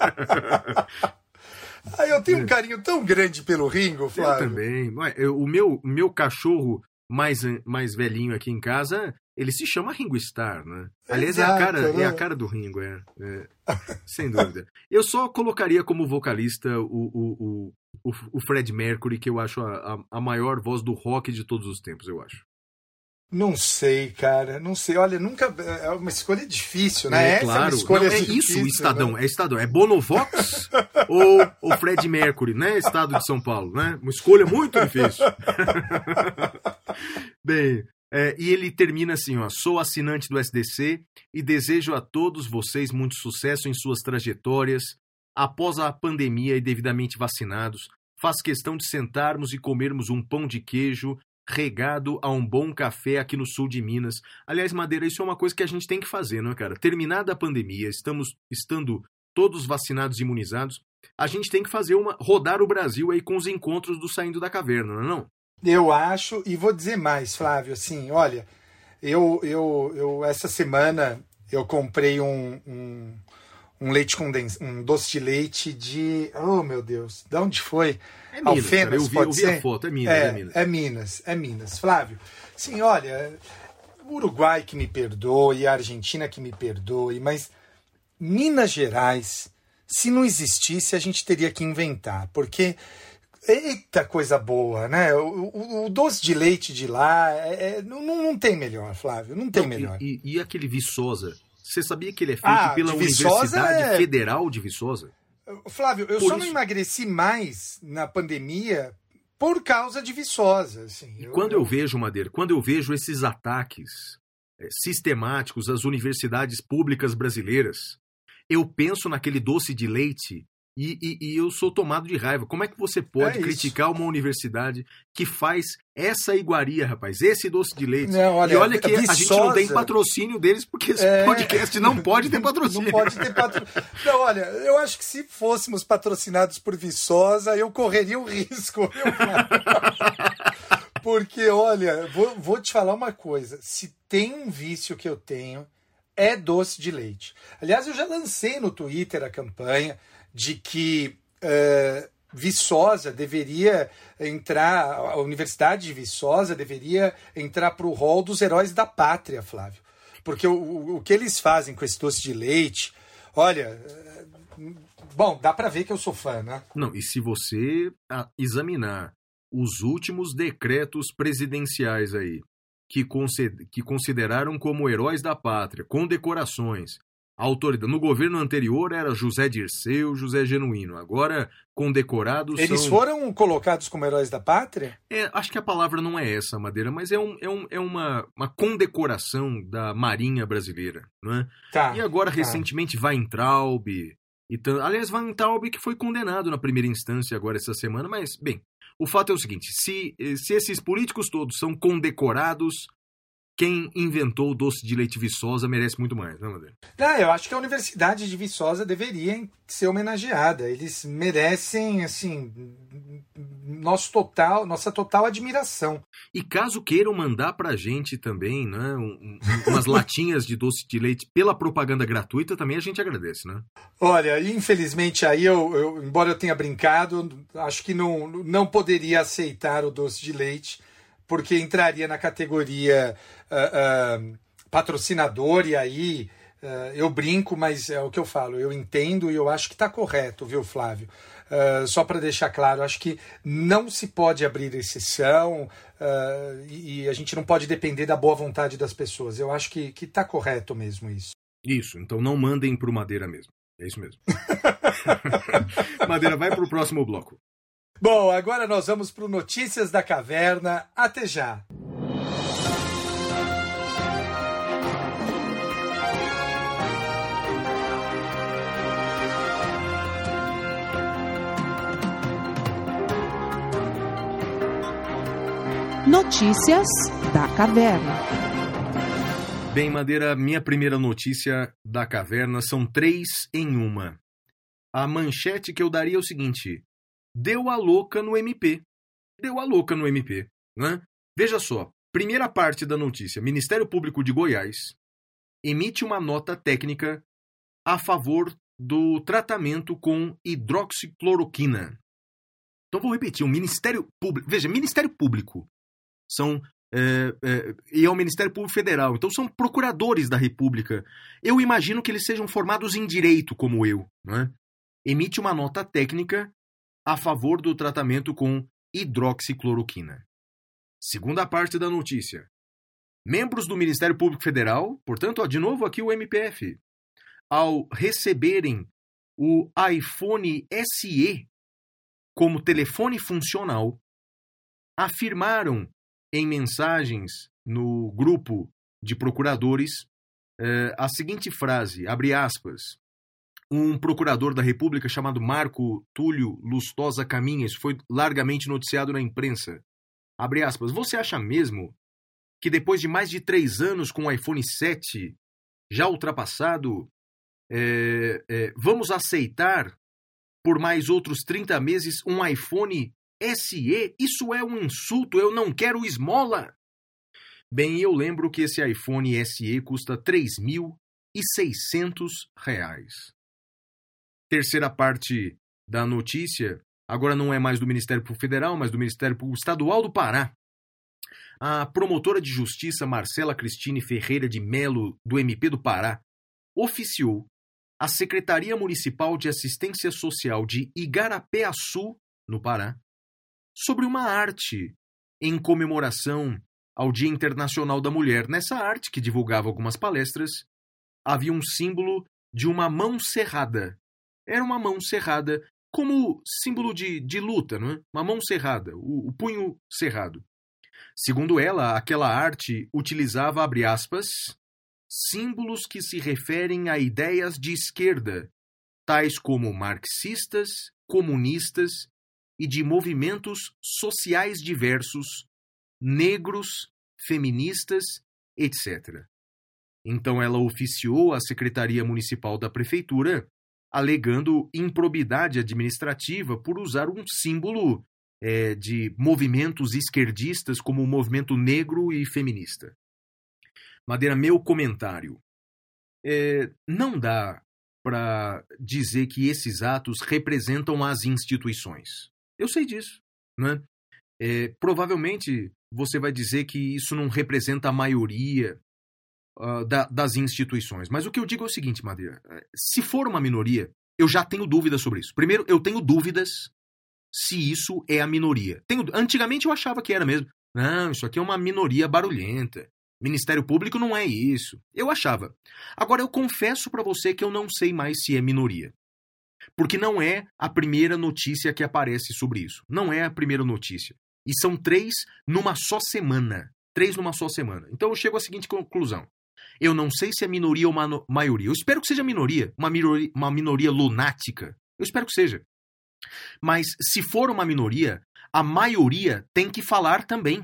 Eu tenho um carinho tão grande pelo Ringo, Flávio. Eu também. O meu cachorro mais velhinho aqui em casa, ele se chama Ringo Starr, né? Aliás, Exato, é a cara do Ringo, sem dúvida. Eu só colocaria como vocalista o Fred Mercury, que eu acho a maior voz do rock de todos os tempos, eu acho. Não sei, cara, não sei. Olha, nunca. É uma escolha difícil, né? Claro. É uma escolha difícil, isso, Estadão. Né? É Estadão. É Bonovox ou Fred Mercury, né? Estado de São Paulo, né? Uma escolha muito difícil. Bem, e ele termina assim, ó. Sou assinante do SDC e desejo a todos vocês muito sucesso em suas trajetórias. Após a pandemia e devidamente vacinados, faço questão de sentarmos e comermos um pão de queijo regado a um bom café aqui no sul de Minas. Aliás, Madeira, isso é uma coisa que a gente tem que fazer, não é, cara? Terminada a pandemia, estando todos vacinados e imunizados, a gente tem que fazer rodar o Brasil aí com os encontros do Saindo da Caverna, não é não? Eu acho, e vou dizer mais, Flávio, assim, olha, eu essa semana eu comprei um leite condensado, um doce de leite de... Oh, meu Deus, de onde foi? É Minas, Alfenas, cara, eu vi a foto, é Minas. É Minas. Flávio, sim, olha, o Uruguai que me perdoe, a Argentina que me perdoe, mas Minas Gerais, se não existisse, a gente teria que inventar, porque... Eita, coisa boa, né? O doce de leite de lá não tem melhor, Flávio, não tem melhor. E aquele Viçosa? Você sabia que ele é feito pela Universidade Federal de Viçosa? Flávio, eu só não emagreci mais na pandemia por causa de Viçosa. Assim, quando eu vejo, Madeira, quando eu vejo esses ataques sistemáticos às universidades públicas brasileiras, eu penso naquele doce de leite E eu sou tomado de raiva. Como é que você pode criticar uma universidade que faz essa iguaria, rapaz? Esse doce de leite. Não, olha, e olha que Viçosa... a gente não tem patrocínio deles, porque esse podcast não pode ter patrocínio. Não pode ter patrocínio. Não, olha, eu acho que se fôssemos patrocinados por Viçosa, eu correria o risco. Porque, olha, vou te falar uma coisa. Se tem um vício que eu tenho, é doce de leite. Aliás, eu já lancei no Twitter a campanha de que Viçosa deveria entrar, a Universidade de Viçosa deveria entrar para o rol dos heróis da pátria, Flávio. Porque o que eles fazem com esse doce de leite, olha... Bom, dá para ver que eu sou fã, né? Não, e se você examinar os últimos decretos presidenciais aí, que consideraram como heróis da pátria, condecorações, a autoridade. No governo anterior era José Dirceu, José Genuíno. Agora, condecorados Eles foram colocados como heróis da pátria? Acho que a palavra não é essa, Madeira, mas é uma condecoração da Marinha Brasileira, não é? Tá, e agora, recentemente, Weintraub. Aliás, Weintraub que foi condenado na primeira instância agora essa semana, mas, bem, o fato é o seguinte, se esses políticos todos são condecorados, quem inventou o doce de leite Viçosa merece muito mais, não, Madeira? Eu acho que a Universidade de Viçosa deveria ser homenageada. Eles merecem, assim, nossa total admiração. E caso queiram mandar pra gente também, né, umas latinhas de doce de leite pela propaganda gratuita, também a gente agradece, né? Olha, infelizmente aí, embora eu tenha brincado, acho que não poderia aceitar o doce de leite, porque entraria na categoria patrocinador, e aí eu brinco, mas é o que eu falo, eu entendo e eu acho que está correto, viu, Flávio? Só para deixar claro, acho que não se pode abrir exceção e a gente não pode depender da boa vontade das pessoas. Eu acho que está correto mesmo isso. Isso, então não mandem pro Madeira mesmo. É isso mesmo. Madeira, vai pro próximo bloco. Bom, agora nós vamos para o Notícias da Caverna. Até já! Notícias da Caverna. Bem, Madeira, minha primeira notícia da caverna são 3 em uma. A manchete que eu daria é o seguinte: deu a louca no MP. Deu a louca no MP, né? Veja só, primeira parte da notícia. Ministério Público de Goiás emite uma nota técnica a favor do tratamento com hidroxicloroquina. Então vou repetir, o Ministério Público... Veja, Ministério Público e é o Ministério Público Federal, então são procuradores da República. Eu imagino que eles sejam formados em direito, como eu, né? Emite uma nota técnica a favor do tratamento com hidroxicloroquina. Segunda parte da notícia. Membros do Ministério Público Federal, portanto, de novo aqui o MPF, ao receberem o iPhone SE como telefone funcional, afirmaram em mensagens no grupo de procuradores a seguinte frase, abre aspas: um procurador da República chamado Marco Túlio Lustosa Caminha, isso foi largamente noticiado na imprensa, abre aspas, você acha mesmo que depois de mais de 3 anos com o iPhone 7 já ultrapassado, vamos aceitar por mais outros 30 meses um iPhone SE? Isso é um insulto, eu não quero esmola. Bem, eu lembro que esse iPhone SE custa R$3.600. Terceira parte da notícia, agora não é mais do Ministério Público Federal, mas do Ministério Público Estadual do Pará. A promotora de justiça Marcela Cristine Ferreira de Melo, do MP do Pará, oficiou a Secretaria Municipal de Assistência Social de Igarapé-Açu, no Pará, sobre uma arte em comemoração ao Dia Internacional da Mulher. Nessa arte, que divulgava algumas palestras, havia um símbolo de uma mão cerrada. Era uma mão cerrada como símbolo de luta, não é? Uma mão cerrada, o punho cerrado. Segundo ela, aquela arte utilizava, abre aspas, símbolos que se referem a ideias de esquerda, tais como marxistas, comunistas e de movimentos sociais diversos, negros, feministas, etc. Então ela oficiou à Secretaria Municipal da Prefeitura, alegando improbidade administrativa por usar um símbolo de movimentos esquerdistas como o movimento negro e feminista. Madeira, meu comentário. Não dá para dizer que esses atos representam as instituições. Eu sei disso, né? Provavelmente você vai dizer que isso não representa a maioria das instituições. Mas o que eu digo é o seguinte, Madeira. Se for uma minoria, eu já tenho dúvidas sobre isso. Primeiro, eu tenho dúvidas se isso é a minoria. Antigamente eu achava que era mesmo. Não, isso aqui é uma minoria barulhenta. Ministério Público não é isso. Eu achava. Agora, eu confesso para você que eu não sei mais se é minoria. Porque não é a primeira notícia que aparece sobre isso. Não é a primeira notícia. E são 3 numa só semana. 3 numa só semana. Então eu chego à seguinte conclusão. Eu não sei se é minoria ou maioria. Eu espero que seja minoria. Uma minoria lunática. Eu espero que seja. Mas se for uma minoria, a maioria tem que falar também.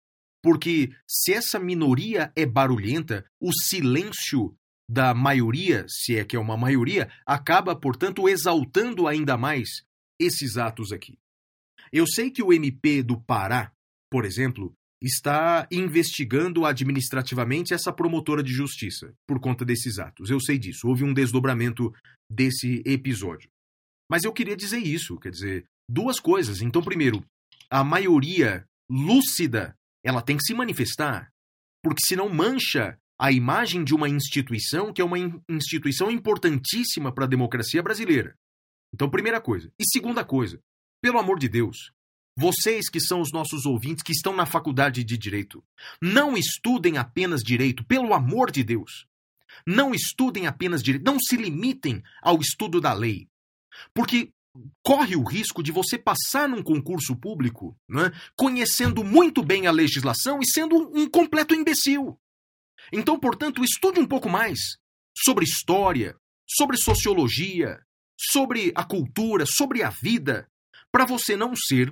Porque se essa minoria é barulhenta, o silêncio da maioria, se é que é uma maioria, acaba, portanto, exaltando ainda mais esses atos aqui. Eu sei que o MP do Pará, por exemplo, está investigando administrativamente essa promotora de justiça por conta desses atos. Eu sei disso. Houve um desdobramento desse episódio. Mas eu queria dizer isso, quer dizer, 2 coisas. Então, primeiro, a maioria lúcida, ela tem que se manifestar, porque senão mancha a imagem de uma instituição que é uma instituição importantíssima para a democracia brasileira. Então, primeira coisa. E segunda coisa, pelo amor de Deus, vocês que são os nossos ouvintes, que estão na faculdade de Direito, não estudem apenas Direito, pelo amor de Deus. Não estudem apenas Direito, não se limitem ao estudo da lei. Porque corre o risco de você passar num concurso público, né, conhecendo muito bem a legislação e sendo um completo imbecil. Então, portanto, estude um pouco mais sobre história, sobre sociologia, sobre a cultura, sobre a vida, para você não ser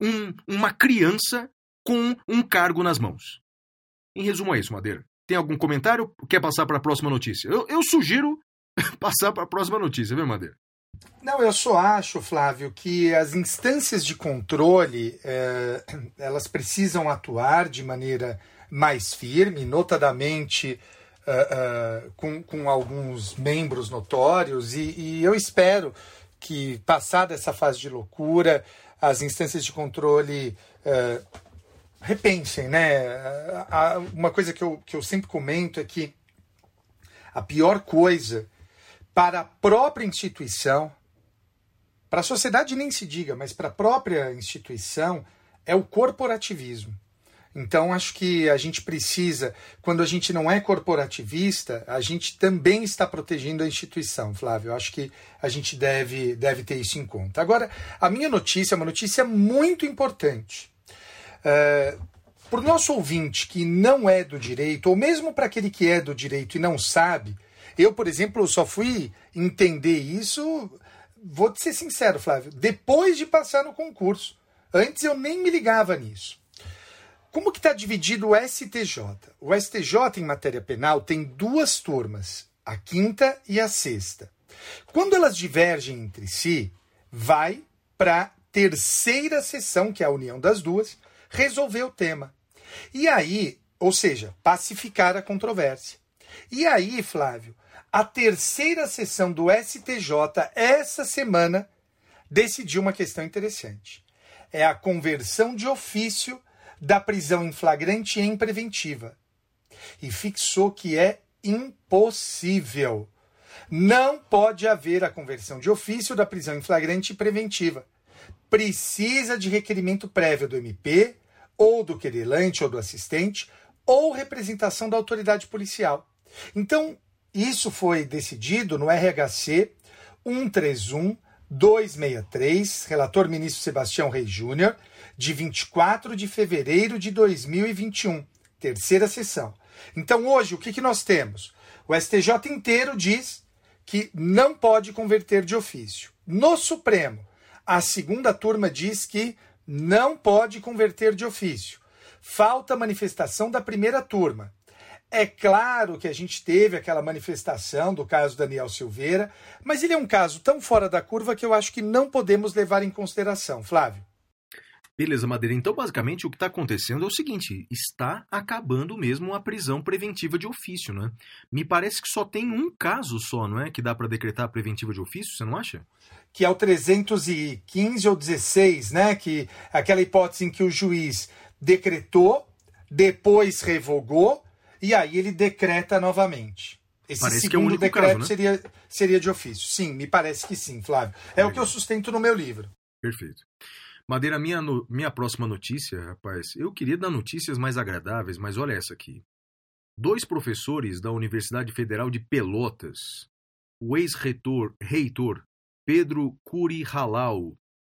uma criança com um cargo nas mãos. Em resumo é isso, Madeira. Tem algum comentário? Quer passar para a próxima notícia? Eu sugiro passar para a próxima notícia, viu, Madeira? Não, eu só acho, Flávio, que as instâncias de controle, elas precisam atuar de maneira mais firme, notadamente com alguns membros notórios, e eu espero que, passada essa fase de loucura, as instâncias de controle repensem, né? Uma coisa que eu sempre comento é que a pior coisa para a própria instituição, para a sociedade nem se diga, mas para a própria instituição, é o corporativismo. Então, acho que a gente precisa, quando a gente não é corporativista, a gente também está protegendo a instituição, Flávio. Acho que a gente deve ter isso em conta. Agora, a minha notícia é uma notícia muito importante. Para o nosso ouvinte que não é do direito, ou mesmo para aquele que é do direito e não sabe, eu, por exemplo, só fui entender isso, vou te ser sincero, Flávio, depois de passar no concurso. Antes eu nem me ligava nisso. Como que está dividido o STJ? O STJ, em matéria penal, tem 2 turmas, a 5ª e a 6ª. Quando elas divergem entre si, vai para a 3ª sessão, que é a união das 2, resolver o tema. E aí, ou seja, pacificar a controvérsia. E aí, Flávio, a 3ª sessão do STJ, essa semana, decidiu uma questão interessante. É a conversão de ofício da prisão em flagrante em preventiva. E fixou que é impossível. Não pode haver a conversão de ofício da prisão em flagrante e preventiva. Precisa de requerimento prévio do MP, ou do querelante, ou do assistente, ou representação da autoridade policial. Então, isso foi decidido no RHC 131263, relator ministro Sebastião Reis Júnior, de 24 de fevereiro de 2021, 3ª sessão. Então, hoje, o que nós temos? O STJ inteiro diz que não pode converter de ofício. No Supremo, a segunda turma diz que não pode converter de ofício. Falta manifestação da primeira turma. É claro que a gente teve aquela manifestação do caso Daniel Silveira, mas ele é um caso tão fora da curva que eu acho que não podemos levar em consideração. Flávio. Beleza, Madeira. Então, basicamente, o que está acontecendo é o seguinte: está acabando mesmo a prisão preventiva de ofício, né? Me parece que só tem um caso só, não é? Que dá para decretar a preventiva de ofício, você não acha? Que é o 315 ou 16, né? Que aquela hipótese em que o juiz decretou, depois revogou, e aí ele decreta novamente. Esse parece segundo que é o único decreto caso, né? seria de ofício. Sim, me parece que sim, Flávio. É o que eu sustento no meu livro. Perfeito. Madeira, minha próxima notícia, rapaz, eu queria dar notícias mais agradáveis, mas olha essa aqui. 2 professores da Universidade Federal de Pelotas, o ex-reitor Pedro Curi Halal,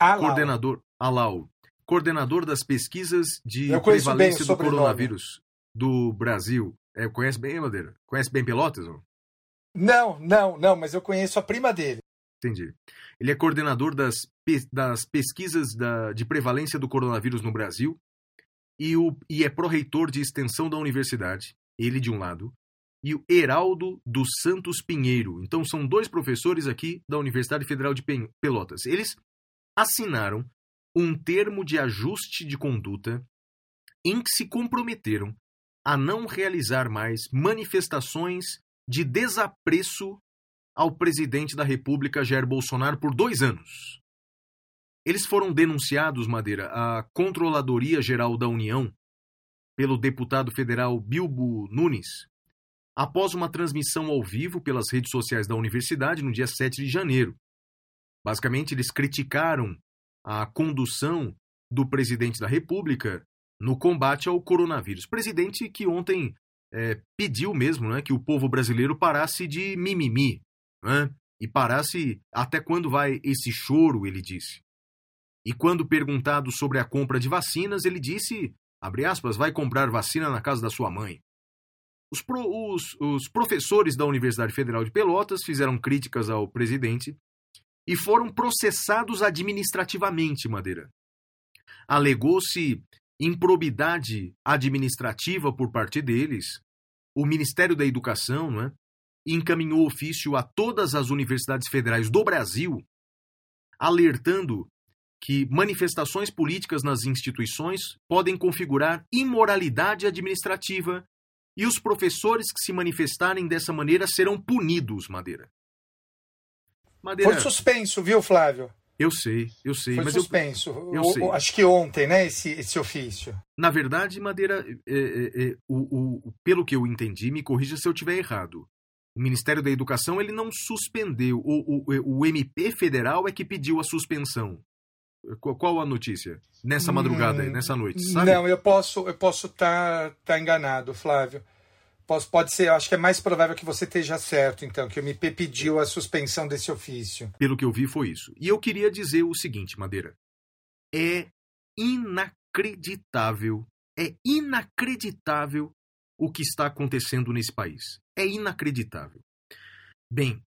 coordenador das pesquisas de prevalência do coronavírus do Brasil. Conhece bem, Madeira? Conhece bem Pelotas? Ou? Não, mas eu conheço a prima dele. Entendi. Ele é coordenador das pesquisas de prevalência do coronavírus no Brasil e é pró-reitor de extensão da universidade, ele de um lado, e o Heraldo dos Santos Pinheiro. Então são 2 professores aqui da Universidade Federal de Pelotas. Eles assinaram um termo de ajuste de conduta em que se comprometeram a não realizar mais manifestações de desapreço ao presidente da República, Jair Bolsonaro, por 2 anos. Eles foram denunciados, Madeira, à Controladoria Geral da União, pelo deputado federal Bilbo Nunes, após uma transmissão ao vivo pelas redes sociais da universidade no dia 7 de janeiro. Basicamente, eles criticaram a condução do presidente da República no combate ao coronavírus. Presidente que ontem pediu mesmo, né, que o povo brasileiro parasse de mimimi, né, e parasse até quando vai esse choro, ele disse. E quando perguntado sobre a compra de vacinas, ele disse, abre aspas, vai comprar vacina na casa da sua mãe. Os professores da Universidade Federal de Pelotas fizeram críticas ao presidente e foram processados administrativamente, Madeira. Alegou-se improbidade administrativa por parte deles. O Ministério da Educação, não é, encaminhou ofício a todas as universidades federais do Brasil, alertando que manifestações políticas nas instituições podem configurar imoralidade administrativa e os professores que se manifestarem dessa maneira serão punidos, Madeira. Foi suspenso, viu, Flávio? Eu sei. Foi mas suspenso. Eu sei. Acho que ontem, né, esse ofício. Na verdade, Madeira, pelo que eu entendi, me corrija se eu estiver errado. O Ministério da Educação ele não suspendeu. O MP federal é que pediu a suspensão. Qual a notícia? Nessa madrugada, nessa noite, sabe? Não, eu posso tá enganado, Flávio. Pode ser, eu acho que é mais provável que você esteja certo, então, que o MP pediu a suspensão desse ofício. Pelo que eu vi, foi isso. E eu queria dizer o seguinte, Madeira. É inacreditável o que está acontecendo nesse país. É inacreditável. Bem,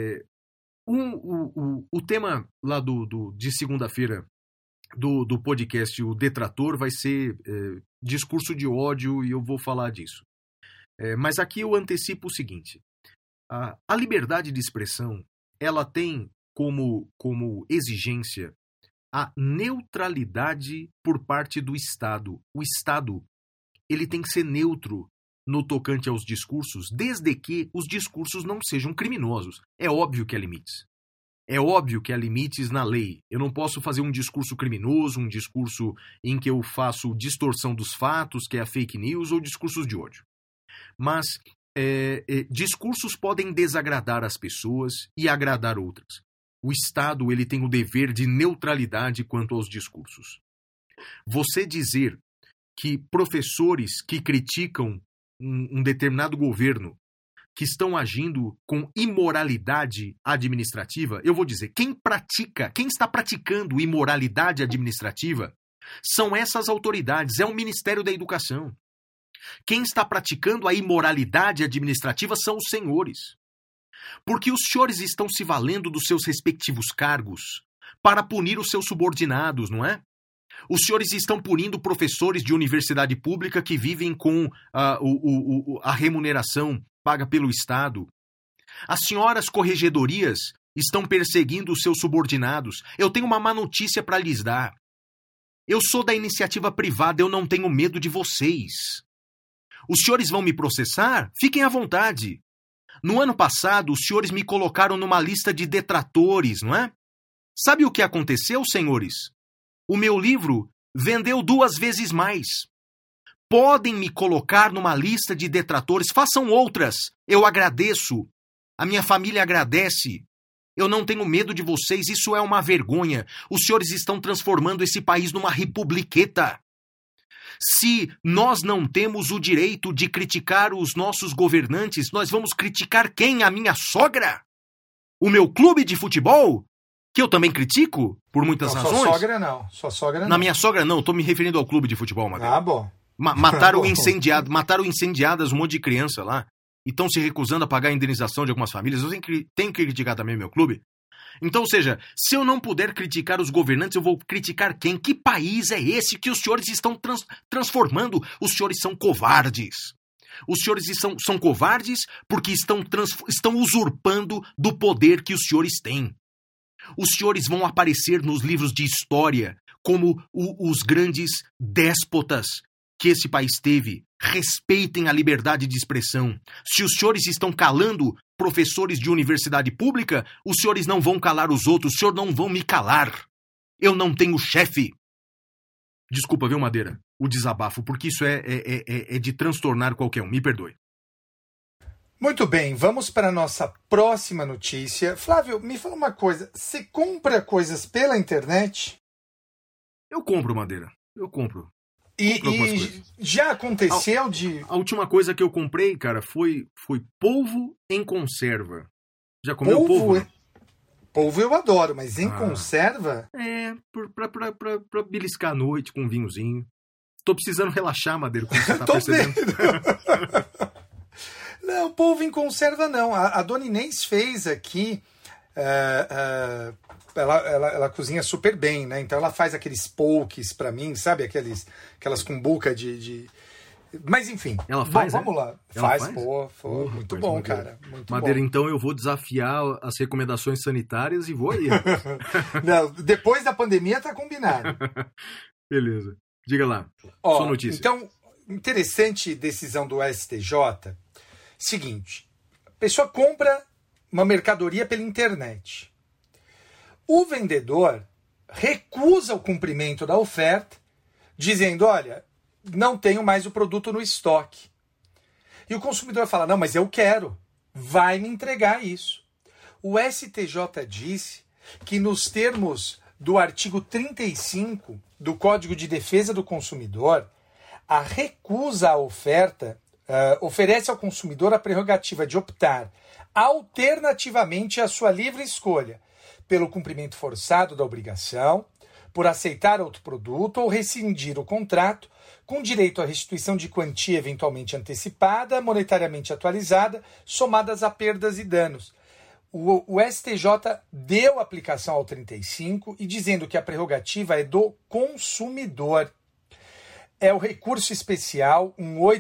o tema lá de segunda-feira do podcast, o Detrator, vai ser discurso de ódio e eu vou falar disso. Mas aqui eu antecipo o seguinte. A liberdade de expressão, ela tem como exigência a neutralidade por parte do Estado. O Estado, ele tem que ser neutro no tocante aos discursos, desde que os discursos não sejam criminosos. É óbvio que há limites. É óbvio que há limites na lei. Eu não posso fazer um discurso criminoso, um discurso em que eu faço distorção dos fatos, que é a fake news, ou discursos de ódio. Mas discursos podem desagradar as pessoas e agradar outras. O Estado ele tem o dever de neutralidade quanto aos discursos. Você dizer que professores que criticam um determinado governo, que estão agindo com imoralidade administrativa, eu vou dizer, quem está praticando imoralidade administrativa são essas autoridades, é o Ministério da Educação. Quem está praticando a imoralidade administrativa são os senhores. Porque os senhores estão se valendo dos seus respectivos cargos para punir os seus subordinados, não é? Os senhores estão punindo professores de universidade pública que vivem com a remuneração paga pelo Estado. As senhoras corregedorias estão perseguindo os seus subordinados. Eu tenho uma má notícia para lhes dar. Eu sou da iniciativa privada, eu não tenho medo de vocês. Os senhores vão me processar? Fiquem à vontade. No ano passado, os senhores me colocaram numa lista de detratores, não é? Sabe o que aconteceu, senhores? O meu livro vendeu 2 vezes mais. Podem me colocar numa lista de detratores, façam outras. Eu agradeço. A minha família agradece. Eu não tenho medo de vocês, isso é uma vergonha. Os senhores estão transformando esse país numa republiqueta. Se nós não temos o direito de criticar os nossos governantes, nós vamos criticar quem? A minha sogra? O meu clube de futebol? Que eu também critico, por muitas razões. Sua sogra não. Sua sogra não. Na minha sogra não, tô me referindo ao clube de futebol, Madeira. Ah, bom. Mataram incendiadas um monte de criança lá. E estão se recusando a pagar a indenização de algumas famílias. Eu tenho que criticar também o meu clube. Então, ou seja, se eu não puder criticar os governantes, eu vou criticar quem? Que país é esse que os senhores estão transformando? Os senhores são covardes. Os senhores são covardes porque estão usurpando do poder que os senhores têm. Os senhores vão aparecer nos livros de história como os grandes déspotas que esse país teve. Respeitem a liberdade de expressão. Se os senhores estão calando professores de universidade pública, os senhores não vão calar os outros, os senhores não vão me calar. Eu não tenho chefe. Desculpa, viu, Madeira? O desabafo, porque isso é de transtornar qualquer um. Me perdoe. Muito bem, vamos para a nossa próxima notícia. Flávio, me fala uma coisa. Você compra coisas pela internet? Eu compro, Madeira. Eu compro. E já aconteceu de... A última coisa que eu comprei, cara, foi polvo em conserva. Já comeu polvo? Polvo eu adoro, mas em conserva? Pra beliscar à noite com um vinhozinho. Tô precisando relaxar, Madeira, como você tá Tô percebendo. Não, polvo em conserva não. A Dona Inês fez aqui... Ela cozinha super bem, né? Então ela faz aqueles poques pra mim, sabe? Aquelas cumbuca de... Mas enfim. Ela faz, vamos lá. Ela faz? Pô, muito rapaz, bom, Madeira. cara. Muito Madeira, bom. então eu vou desafiar as recomendações sanitárias e vou aí. Não, depois da pandemia tá combinado. Beleza. Diga lá. Sua notícia. Então, interessante decisão do STJ. Seguinte, a pessoa compra uma mercadoria pela internet. O vendedor recusa o cumprimento da oferta, dizendo, olha, não tenho mais o produto no estoque. E o consumidor fala, não, mas eu quero, vai me entregar isso. O STJ disse que nos termos do artigo 35 do Código de Defesa do Consumidor, a recusa à oferta oferece ao consumidor a prerrogativa de optar alternativamente à sua livre escolha pelo cumprimento forçado da obrigação, por aceitar outro produto ou rescindir o contrato, com direito à restituição de quantia eventualmente antecipada, monetariamente atualizada, somadas a perdas e danos. O STJ deu aplicação ao 35 e dizendo que a prerrogativa é do consumidor. É o recurso especial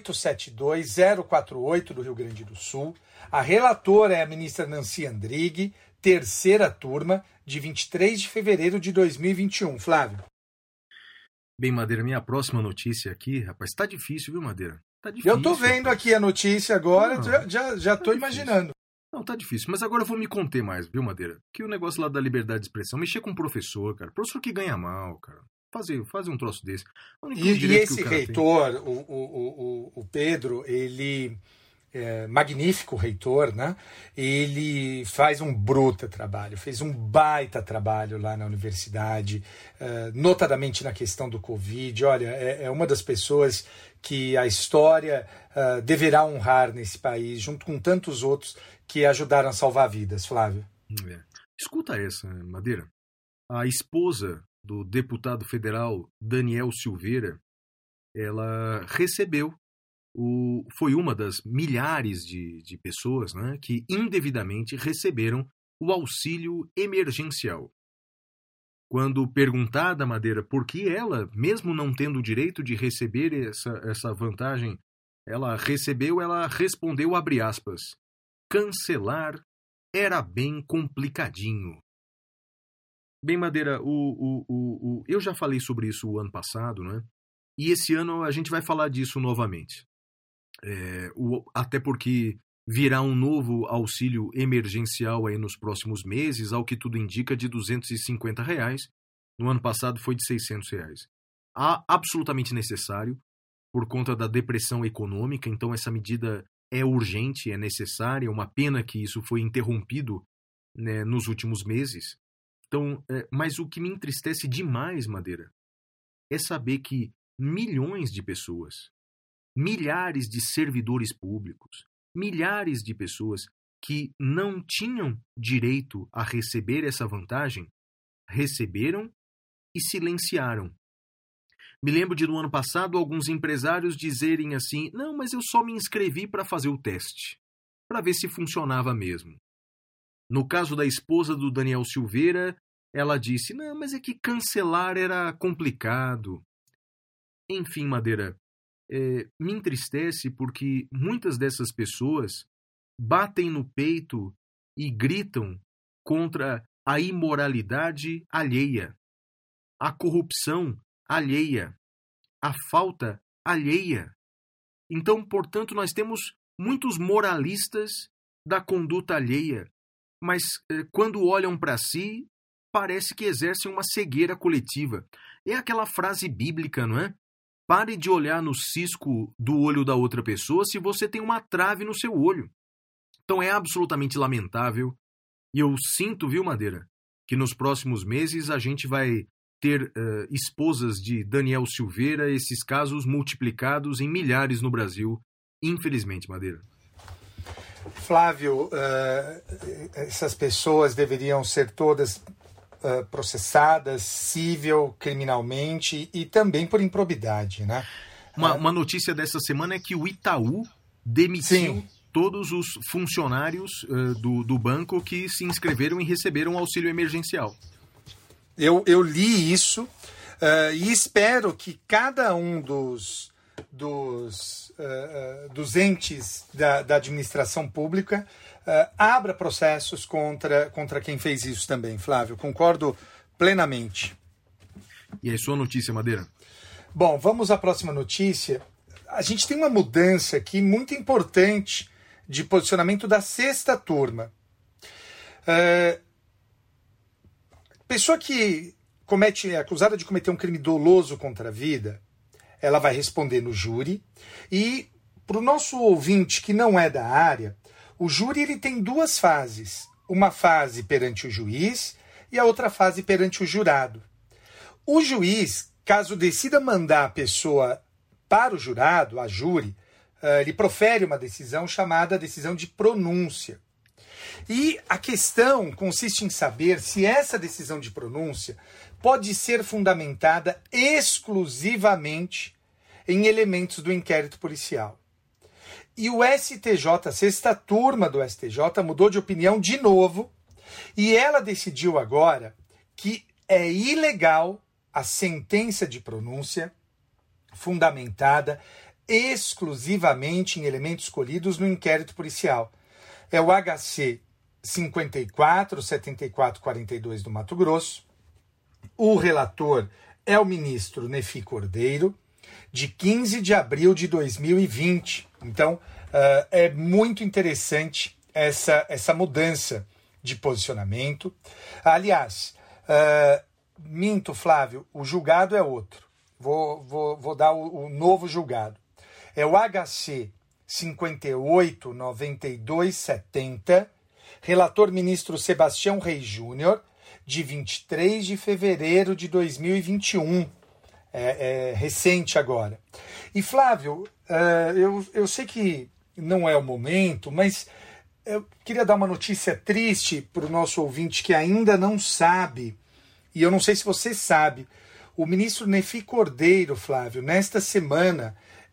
1872048 do Rio Grande do Sul. A relatora é a ministra Nancy Andrighi, terceira turma, de 23 de fevereiro de 2021. Flávio. Bem, Madeira, minha próxima notícia aqui, rapaz, tá difícil, viu, Madeira? Tá difícil. Eu tô vendo aqui a notícia agora, já tô imaginando. Não, tá difícil, mas agora eu vou me conter mais, viu, Madeira? Que o negócio lá da liberdade de expressão, mexer com um professor, cara. Professor que ganha mal, cara. Fazer um troço desse. E esse reitor, o Pedro, ele... magnífico reitor, né? Ele faz um bruto trabalho, fez um baita trabalho lá na universidade, notadamente na questão do Covid. Olha, é uma das pessoas que a história deverá honrar nesse país, junto com tantos outros que ajudaram a salvar vidas, Flávio. Escuta essa, Madeira. A esposa do deputado federal Daniel Silveira, ela recebeu foi uma das milhares de pessoas, né, que indevidamente receberam o auxílio emergencial. Quando perguntada, Madeira, por que ela, mesmo não tendo o direito de receber essa vantagem, ela respondeu, abre aspas, cancelar era bem complicadinho. Bem, Madeira, eu já falei sobre isso o ano passado, né? E esse ano a gente vai falar disso novamente. Até porque virá um novo auxílio emergencial aí nos próximos meses, ao que tudo indica, de R$250. No ano passado foi de R$600. Absolutamente necessário, por conta da depressão econômica, então essa medida é urgente, é necessária, é uma pena que isso foi interrompido, né, nos últimos meses. Então, mas o que me entristece demais, Madeira, é saber que milhões de pessoas, milhares de servidores públicos, milhares de pessoas que não tinham direito a receber essa vantagem, receberam e silenciaram. Me lembro de, no ano passado, alguns empresários dizerem assim, não, mas eu só me inscrevi para fazer o teste, para ver se funcionava mesmo. No caso da esposa do Daniel Silveira, ela disse, não, mas é que cancelar era complicado. Enfim, Madeira, me entristece porque muitas dessas pessoas batem no peito e gritam contra a imoralidade alheia, a corrupção alheia, a falta alheia. Então, portanto, nós temos muitos moralistas da conduta alheia, mas quando olham para si, parece que exercem uma cegueira coletiva. É aquela frase bíblica, não é? Pare de olhar no cisco do olho da outra pessoa se você tem uma trave no seu olho. Então é absolutamente lamentável. E eu sinto, viu, Madeira, que nos próximos meses a gente vai ter esposas de Daniel Silveira, esses casos multiplicados em milhares no Brasil, infelizmente, Madeira. Flávio, essas pessoas deveriam ser todas processadas civil, criminalmente e também por improbidade, né? Uma notícia dessa semana é que o Itaú demitiu todos os funcionários do banco que se inscreveram e receberam o auxílio emergencial. Eu li isso e espero que cada um dos entes da administração pública abra processos contra quem fez isso também, Flávio. Concordo plenamente. E aí, sua notícia, Madeira? Bom, vamos à próxima notícia. A gente tem uma mudança aqui muito importante de posicionamento da sexta turma. Pessoa que é acusada de cometer um crime doloso contra a vida, ela vai responder no júri. E para o nosso ouvinte que não é da área, o júri ele tem duas fases. Uma fase perante o juiz e a outra fase perante o jurado. O juiz, caso decida mandar a pessoa para o jurado, a júri, ele profere uma decisão chamada decisão de pronúncia. E a questão consiste em saber se essa decisão de pronúncia pode ser fundamentada exclusivamente em elementos do inquérito policial. E o STJ, a sexta turma do STJ, mudou de opinião de novo e ela decidiu agora que é ilegal a sentença de pronúncia fundamentada exclusivamente em elementos colhidos no inquérito policial. É o HC 54-7442 do Mato Grosso. O relator é o ministro Nefi Cordeiro, de 15 de abril de 2020. Então, é muito interessante essa mudança de posicionamento. Aliás, minto, Flávio, o julgado é outro. Vou dar o novo julgado. É o HC 58-9270, relator ministro Sebastião Reis Júnior, de 23 de fevereiro de 2021. É recente agora. E, Flávio, eu sei que não é o momento, mas eu queria dar uma notícia triste para o nosso ouvinte que ainda não sabe, e eu não sei se você sabe. O ministro Nefi Cordeiro, Flávio, nesta semana,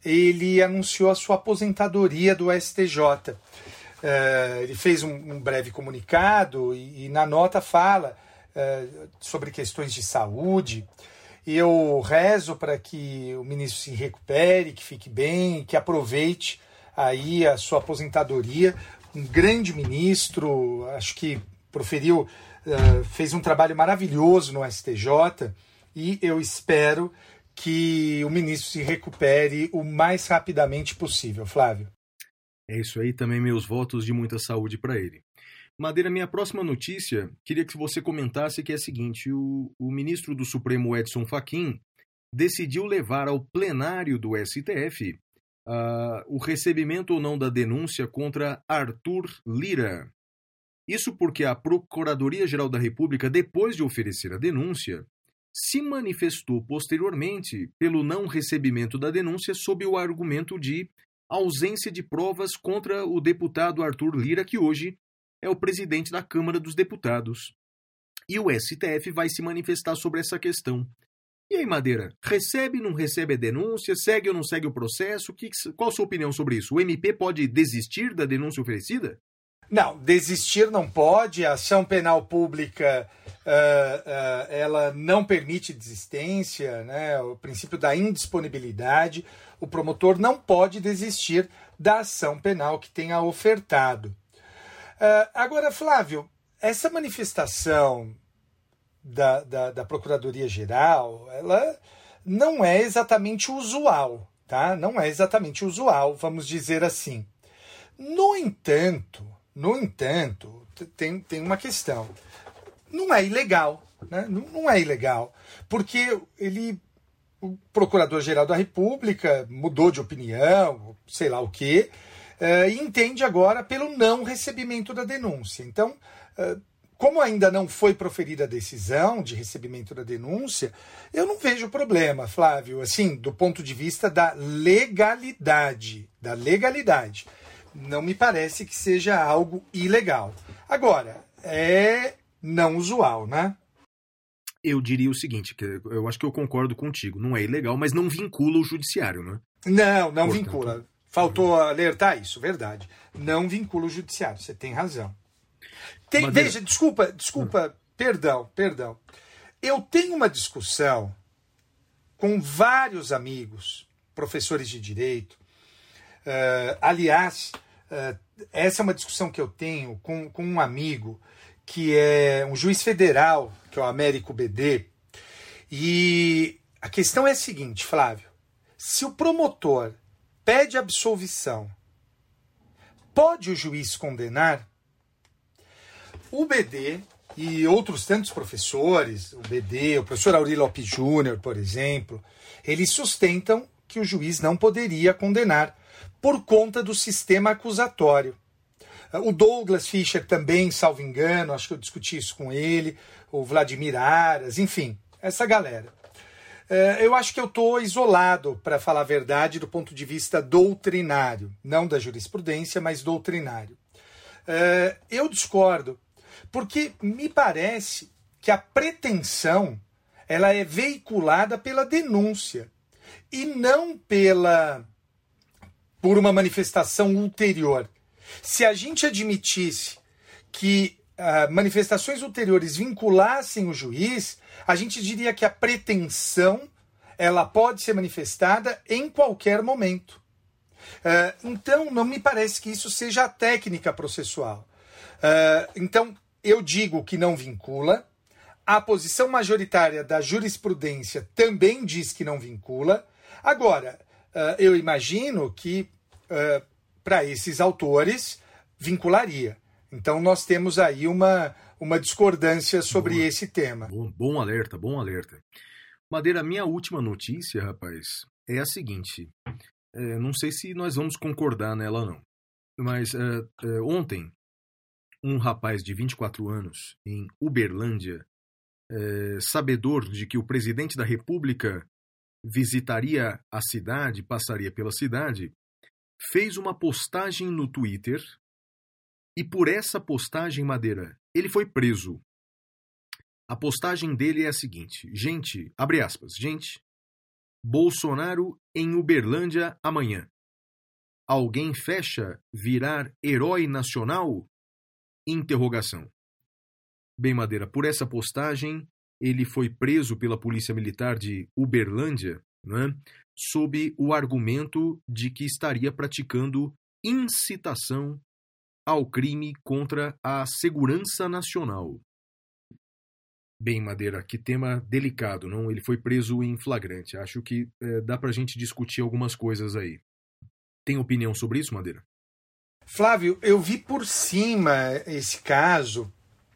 ele anunciou a sua aposentadoria do STJ. Ele fez um breve comunicado e na nota fala sobre questões de saúde. Eu rezo para que o ministro se recupere, que fique bem, que aproveite aí a sua aposentadoria. Um grande ministro, acho que fez um trabalho maravilhoso no STJ e eu espero que o ministro se recupere o mais rapidamente possível. Flávio. É isso aí, também meus votos de muita saúde para ele. Madeira, minha próxima notícia, queria que você comentasse que é a seguinte: o ministro do Supremo Edson Fachin decidiu levar ao plenário do STF o recebimento ou não da denúncia contra Arthur Lira. Isso porque a Procuradoria-Geral da República, depois de oferecer a denúncia, se manifestou posteriormente pelo não recebimento da denúncia sob o argumento de ausência de provas contra o deputado Arthur Lira, que hoje é o presidente da Câmara dos Deputados. E o STF vai se manifestar sobre essa questão. E aí, Madeira, recebe, não recebe a denúncia? Segue ou não segue o processo? Qual a sua opinião sobre isso? O MP pode desistir da denúncia oferecida? Não, desistir não pode. A ação penal pública ela não permite desistência, né? O princípio da indisponibilidade. O promotor não pode desistir da ação penal que tenha ofertado. Agora, Flávio, essa manifestação da Procuradoria-Geral, ela não é exatamente usual, tá? Não é exatamente usual, vamos dizer assim. No entanto, tem uma questão. Não é ilegal, né? Não é ilegal, porque o Procurador-Geral da República mudou de opinião, sei lá o quê, e entende agora pelo não recebimento da denúncia. Então, como ainda não foi proferida a decisão de recebimento da denúncia, eu não vejo problema, Flávio, assim, do ponto de vista da legalidade. Não me parece que seja algo ilegal. Agora, é não usual, né? Eu diria o seguinte, que eu acho que eu concordo contigo. Não é ilegal, mas não vincula o judiciário, né? Não vincula. Faltou alertar isso, verdade. Não vincula o judiciário, você tem razão. Veja, desculpa, perdão. Eu tenho uma discussão com vários amigos, professores de direito. Aliás, essa é uma discussão que eu tenho com um amigo que é um juiz federal, que é o Américo BD. E a questão é a seguinte, Flávio. Se o promotor pede absolvição, pode o juiz condenar? O BD e outros tantos professores, o professor Auri Lopes Júnior, por exemplo, eles sustentam que o juiz não poderia condenar por conta do sistema acusatório. O Douglas Fischer também, salvo engano, acho que eu discuti isso com ele, o Vladimir Aras, enfim, essa galera. Eu acho que eu estou isolado, para falar a verdade, do ponto de vista doutrinário, não da jurisprudência, mas doutrinário. Eu discordo, porque me parece que a pretensão ela é veiculada pela denúncia e não por uma manifestação ulterior. Se a gente admitisse que manifestações ulteriores vinculassem o juiz, a gente diria que a pretensão ela pode ser manifestada em qualquer momento. Então, não me parece que isso seja a técnica processual. Então, eu digo que não vincula. A posição majoritária da jurisprudência também diz que não vincula. Agora, eu imagino que para esses autores vincularia. Então nós temos aí uma discordância sobre esse tema. Bom alerta. Madeira, minha última notícia, rapaz, é a seguinte. Não sei se nós vamos concordar nela não. Mas ontem, um rapaz de 24 anos, em Uberlândia, sabedor de que o presidente da República visitaria a cidade, passaria pela cidade, fez uma postagem no Twitter e por essa postagem, Madeira, ele foi preso. A postagem dele é a seguinte: gente, abre aspas, gente, Bolsonaro em Uberlândia amanhã. Alguém fecha virar herói nacional? Interrogação. Bem, Madeira, por essa postagem, ele foi preso pela Polícia Militar de Uberlândia, né, sob o argumento de que estaria praticando incitação ao crime contra a segurança nacional. Bem, Madeira, que tema delicado, não? Ele foi preso em flagrante. Acho que dá pra gente discutir algumas coisas aí. Tem opinião sobre isso, Madeira? Flávio, eu vi por cima esse caso.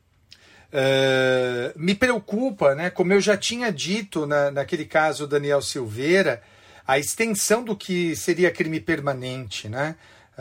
Me preocupa, né? Como eu já tinha dito naquele caso Daniel Silveira, a extensão do que seria crime permanente, né?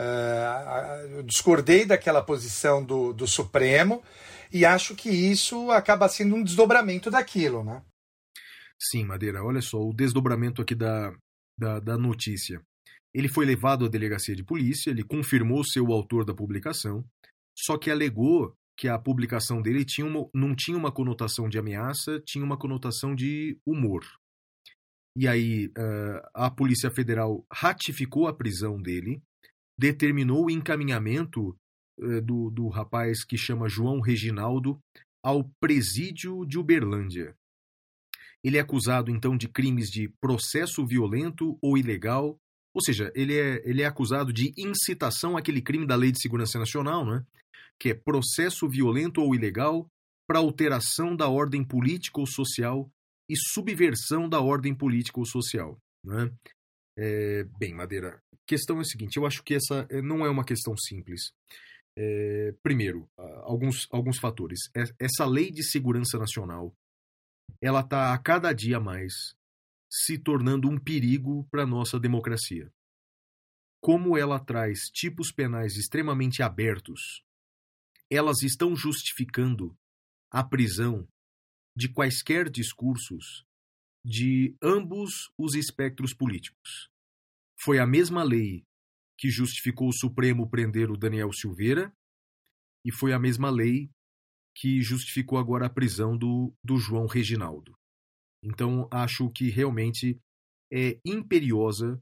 Eu discordei daquela posição do Supremo e acho que isso acaba sendo um desdobramento daquilo, né? Sim, Madeira, olha só, o desdobramento aqui da notícia. Ele foi levado à delegacia de polícia, ele confirmou ser o autor da publicação, só que alegou que a publicação dele não tinha uma conotação de ameaça, tinha uma conotação de humor. E aí a Polícia Federal ratificou a prisão dele, determinou o encaminhamento do rapaz que chama João Reginaldo ao presídio de Uberlândia. Ele é acusado, então, de crimes de processo violento ou ilegal, ou seja, ele é acusado de incitação àquele crime da Lei de Segurança Nacional, né? Que é processo violento ou ilegal para alteração da ordem política ou social e subversão da ordem política ou social, né? Bem, Madeira, a questão é a seguinte, eu acho que essa não é uma questão simples. Primeiro, alguns fatores. Essa Lei de Segurança Nacional, ela está a cada dia mais se tornando um perigo para a nossa democracia. Como ela traz tipos penais extremamente abertos, elas estão justificando a prisão de quaisquer discursos de ambos os espectros políticos. Foi a mesma lei que justificou o Supremo prender o Daniel Silveira e foi a mesma lei que justificou agora a prisão do João Reginaldo. Então, acho que realmente é imperiosa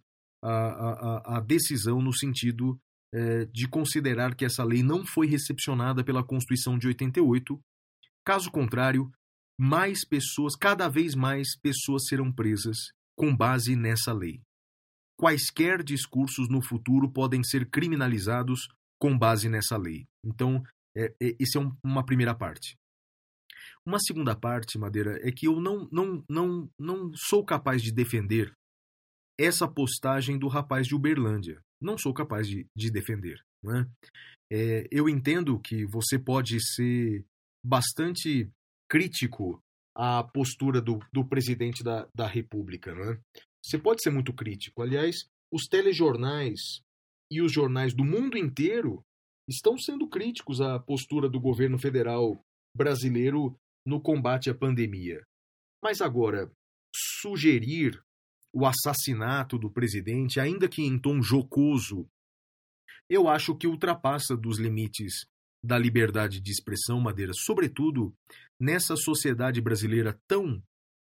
a decisão no sentido de considerar que essa lei não foi recepcionada pela Constituição de 88. Caso contrário, cada vez mais pessoas serão presas com base nessa lei. Quaisquer discursos no futuro podem ser criminalizados com base nessa lei. Então, isso é uma primeira parte. Uma segunda parte, Madeira, é que eu não sou capaz de defender essa postagem do rapaz de Uberlândia. Não sou capaz de defender, né? Eu entendo que você pode ser bastante crítico à postura do presidente da República, né? Você pode ser muito crítico. Aliás, os telejornais e os jornais do mundo inteiro estão sendo críticos à postura do governo federal brasileiro no combate à pandemia. Mas agora, sugerir o assassinato do presidente, ainda que em tom jocoso, eu acho que ultrapassa dos limites da liberdade de expressão, Madeira, sobretudo nessa sociedade brasileira tão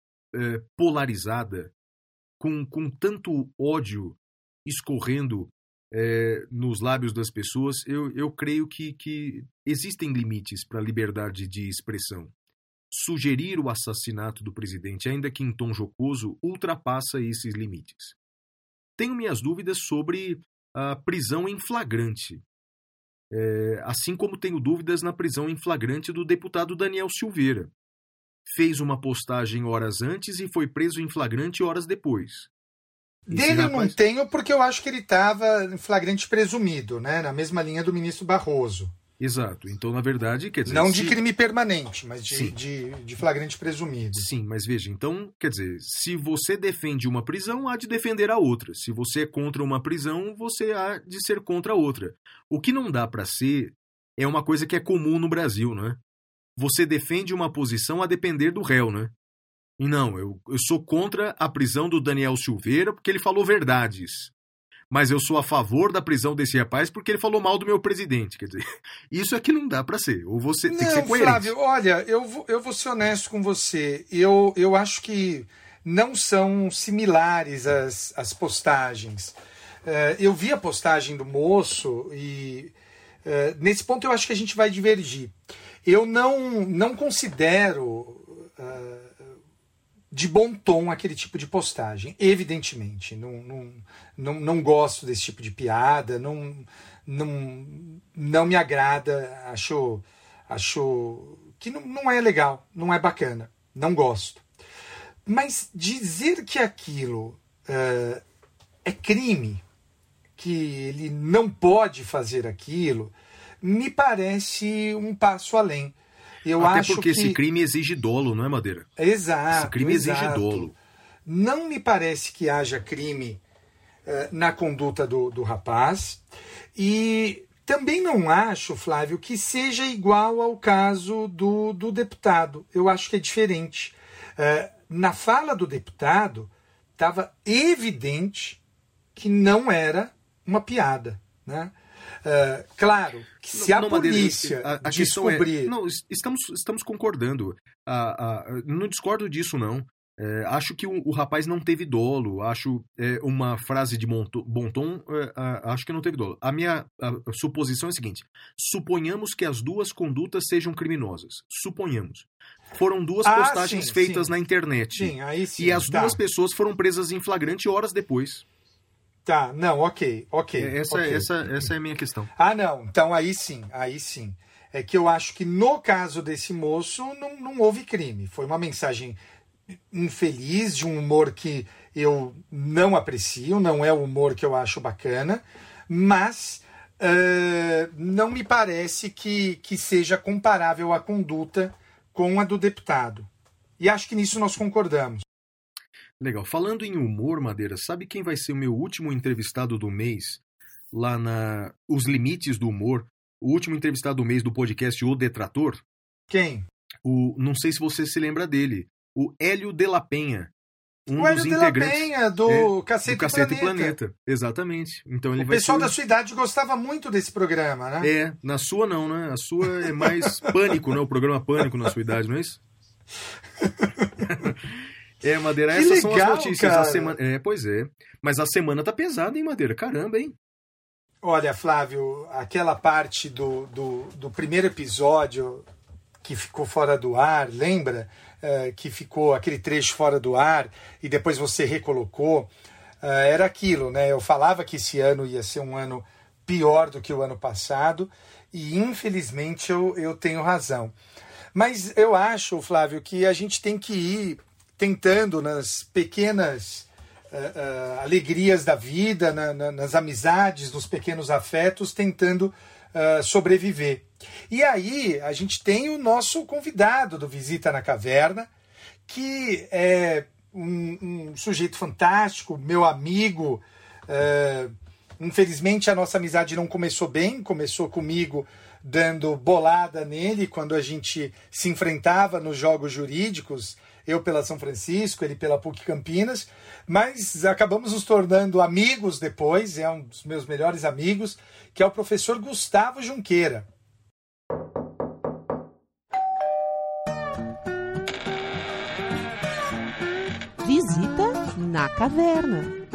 polarizada, com tanto ódio escorrendo nos lábios das pessoas. Eu creio que existem limites para a liberdade de expressão. Sugerir o assassinato do presidente, ainda que em tom jocoso, ultrapassa esses limites. Tenho minhas dúvidas sobre a prisão em flagrante, assim como tenho dúvidas na prisão em flagrante do deputado Daniel Silveira. Fez uma postagem horas antes e foi preso em flagrante horas depois. Dele eu não tenho, porque eu acho que ele estava em flagrante presumido, né? Na mesma linha do ministro Barroso. Exato. Então, na verdade, quer dizer... Não de crime permanente, mas de flagrante presumido. Sim, mas veja, então, quer dizer, se você defende uma prisão, há de defender a outra. Se você é contra uma prisão, você há de ser contra a outra. O que não dá para ser é uma coisa que é comum no Brasil, né? Você defende uma posição a depender do réu, né? E não, eu sou contra a prisão do Daniel Silveira porque ele falou verdades. Mas eu sou a favor da prisão desse rapaz porque ele falou mal do meu presidente. Quer dizer, isso é que não dá pra ser. Ou você tem que ser coerente. Flávio, olha, eu vou ser honesto com você. Eu acho que não são similares às postagens. Eu vi a postagem do moço e nesse ponto eu acho que a gente vai divergir. Eu não considero de bom tom aquele tipo de postagem, evidentemente. Não gosto desse tipo de piada, não me agrada, acho que não é legal, não é bacana, não gosto. Mas dizer que aquilo é crime, que ele não pode fazer aquilo, me parece um passo além. Até porque esse crime exige dolo, não é, Madeira? Exato. Esse crime exige dolo. Não me parece que haja crime na conduta do rapaz. E também não acho, Flávio, que seja igual ao caso do deputado. Eu acho que é diferente. Na fala do deputado, estava evidente que não era uma piada, né? Claro, que se a polícia descobrir... Estamos concordando. Não discordo disso, não. Acho que o rapaz não teve dolo. Acho uma frase de bom tom, acho que não teve dolo. A minha suposição é a seguinte: suponhamos que as duas condutas sejam criminosas. Suponhamos. Foram duas postagens feitas na internet. Sim, aí sim, e as duas pessoas foram presas em flagrante horas depois. Tá, não, ok. Essa é a minha questão. Não, então aí sim. É que eu acho que no caso desse moço não houve crime. Foi uma mensagem infeliz, de um humor que eu não aprecio, não é o humor que eu acho bacana, mas não me parece que seja comparável a conduta com a do deputado. E acho que nisso nós concordamos. Legal. Falando em humor, Madeira, sabe quem vai ser o meu último entrevistado do mês? Lá Os Limites do Humor. O último entrevistado do mês do podcast O Detrator? Quem? Não sei se você se lembra dele. O Hélio de la Penha. O Hélio de la Penha, do Cacete e Planeta. Exatamente. Então, o pessoal da sua idade gostava muito desse programa, né? Na sua não, né? A sua é mais Pânico, né? O programa Pânico na sua idade, não é isso? Madeira, que essas legal, são as notícias. Cara. A semana... Pois é. Mas a semana tá pesada, hein, Madeira? Caramba, hein? Olha, Flávio, aquela parte do primeiro episódio que ficou fora do ar, lembra? Que ficou aquele trecho fora do ar e depois você recolocou. Era aquilo, né? Eu falava que esse ano ia ser um ano pior do que o ano passado e, infelizmente, eu tenho razão. Mas eu acho, Flávio, que a gente tem que ir tentando nas pequenas alegrias da vida, nas amizades, nos pequenos afetos, tentando sobreviver. E aí a gente tem o nosso convidado do Visita na Caverna, que é um sujeito fantástico, meu amigo. Infelizmente a nossa amizade não começou bem, começou comigo dando bolada nele quando a gente se enfrentava nos jogos jurídicos, eu pela São Francisco, ele pela PUC Campinas, mas acabamos nos tornando amigos depois, é um dos meus melhores amigos, que é o professor Gustavo Junqueira. Visita na Caverna.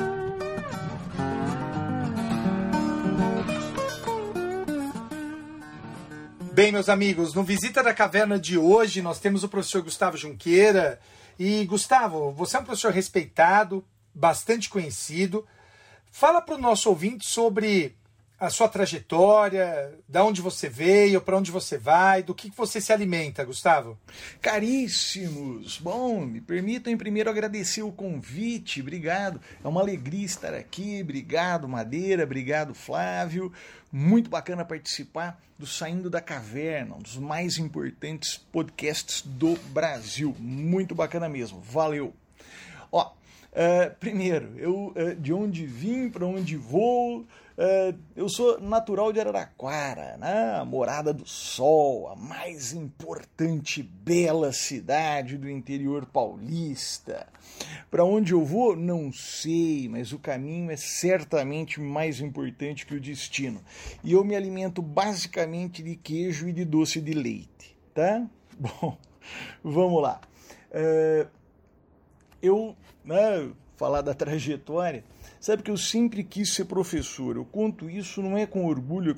Bem, meus amigos, no Visita da Caverna de hoje nós temos o professor Gustavo Junqueira. E, Gustavo, você é um professor respeitado, bastante conhecido. Fala para o nosso ouvinte sobre a sua trajetória, da onde você veio, para onde você vai, do que você se alimenta, Gustavo. Caríssimos, bom, me permitam primeiro agradecer o convite, obrigado, é uma alegria estar aqui, obrigado Madeira, obrigado Flávio, muito bacana participar do Saindo da Caverna, um dos mais importantes podcasts do Brasil, muito bacana mesmo, valeu. Primeiro, eu de onde vim, para onde vou... eu sou natural de Araraquara, né? A Morada do Sol, a mais importante, bela cidade do interior paulista. Para onde eu vou, não sei, mas o caminho é certamente mais importante que o destino. E eu me alimento basicamente de queijo e de doce de leite, tá? Bom, vamos lá. eu, falar da trajetória, sabe que eu sempre quis ser professor. Eu conto isso não é com orgulho,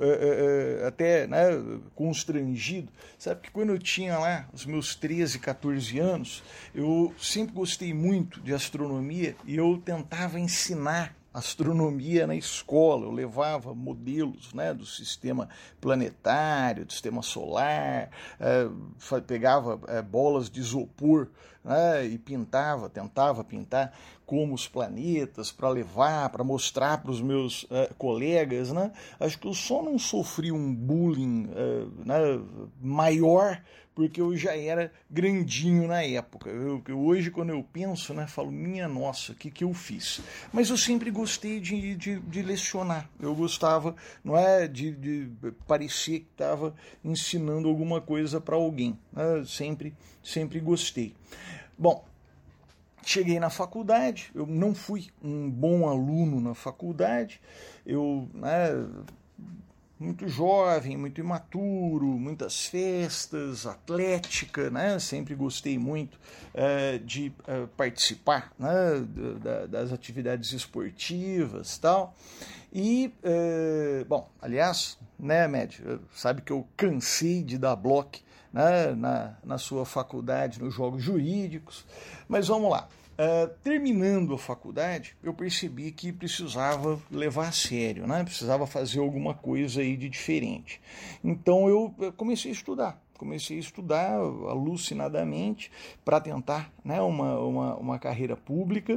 até constrangido. Sabe que quando eu tinha lá os meus 13, 14 anos, eu sempre gostei muito de astronomia e eu tentava ensinar astronomia na escola. Eu levava modelos do sistema planetário, do sistema solar, pegava bolas de isopor e tentava pintar como os planetas para levar, para mostrar para os meus colegas. Acho que eu só não sofri um bullying maior porque eu já era grandinho na época. Hoje, quando eu penso, falo, minha nossa, o que eu fiz? Mas eu sempre gostei de lecionar. Eu gostava, de parecer que estava ensinando alguma coisa para alguém. Sempre gostei. Bom, cheguei na faculdade, eu não fui um bom aluno na faculdade, eu... muito jovem, muito imaturo, muitas festas, atlética, sempre gostei muito de participar das atividades esportivas e tal. E, aliás, Médio, sabe que eu cansei de dar bloco na sua faculdade, nos jogos jurídicos, mas vamos lá. Terminando a faculdade, eu percebi que precisava levar a sério, precisava fazer alguma coisa aí de diferente. Então eu comecei a estudar alucinadamente para tentar uma carreira pública.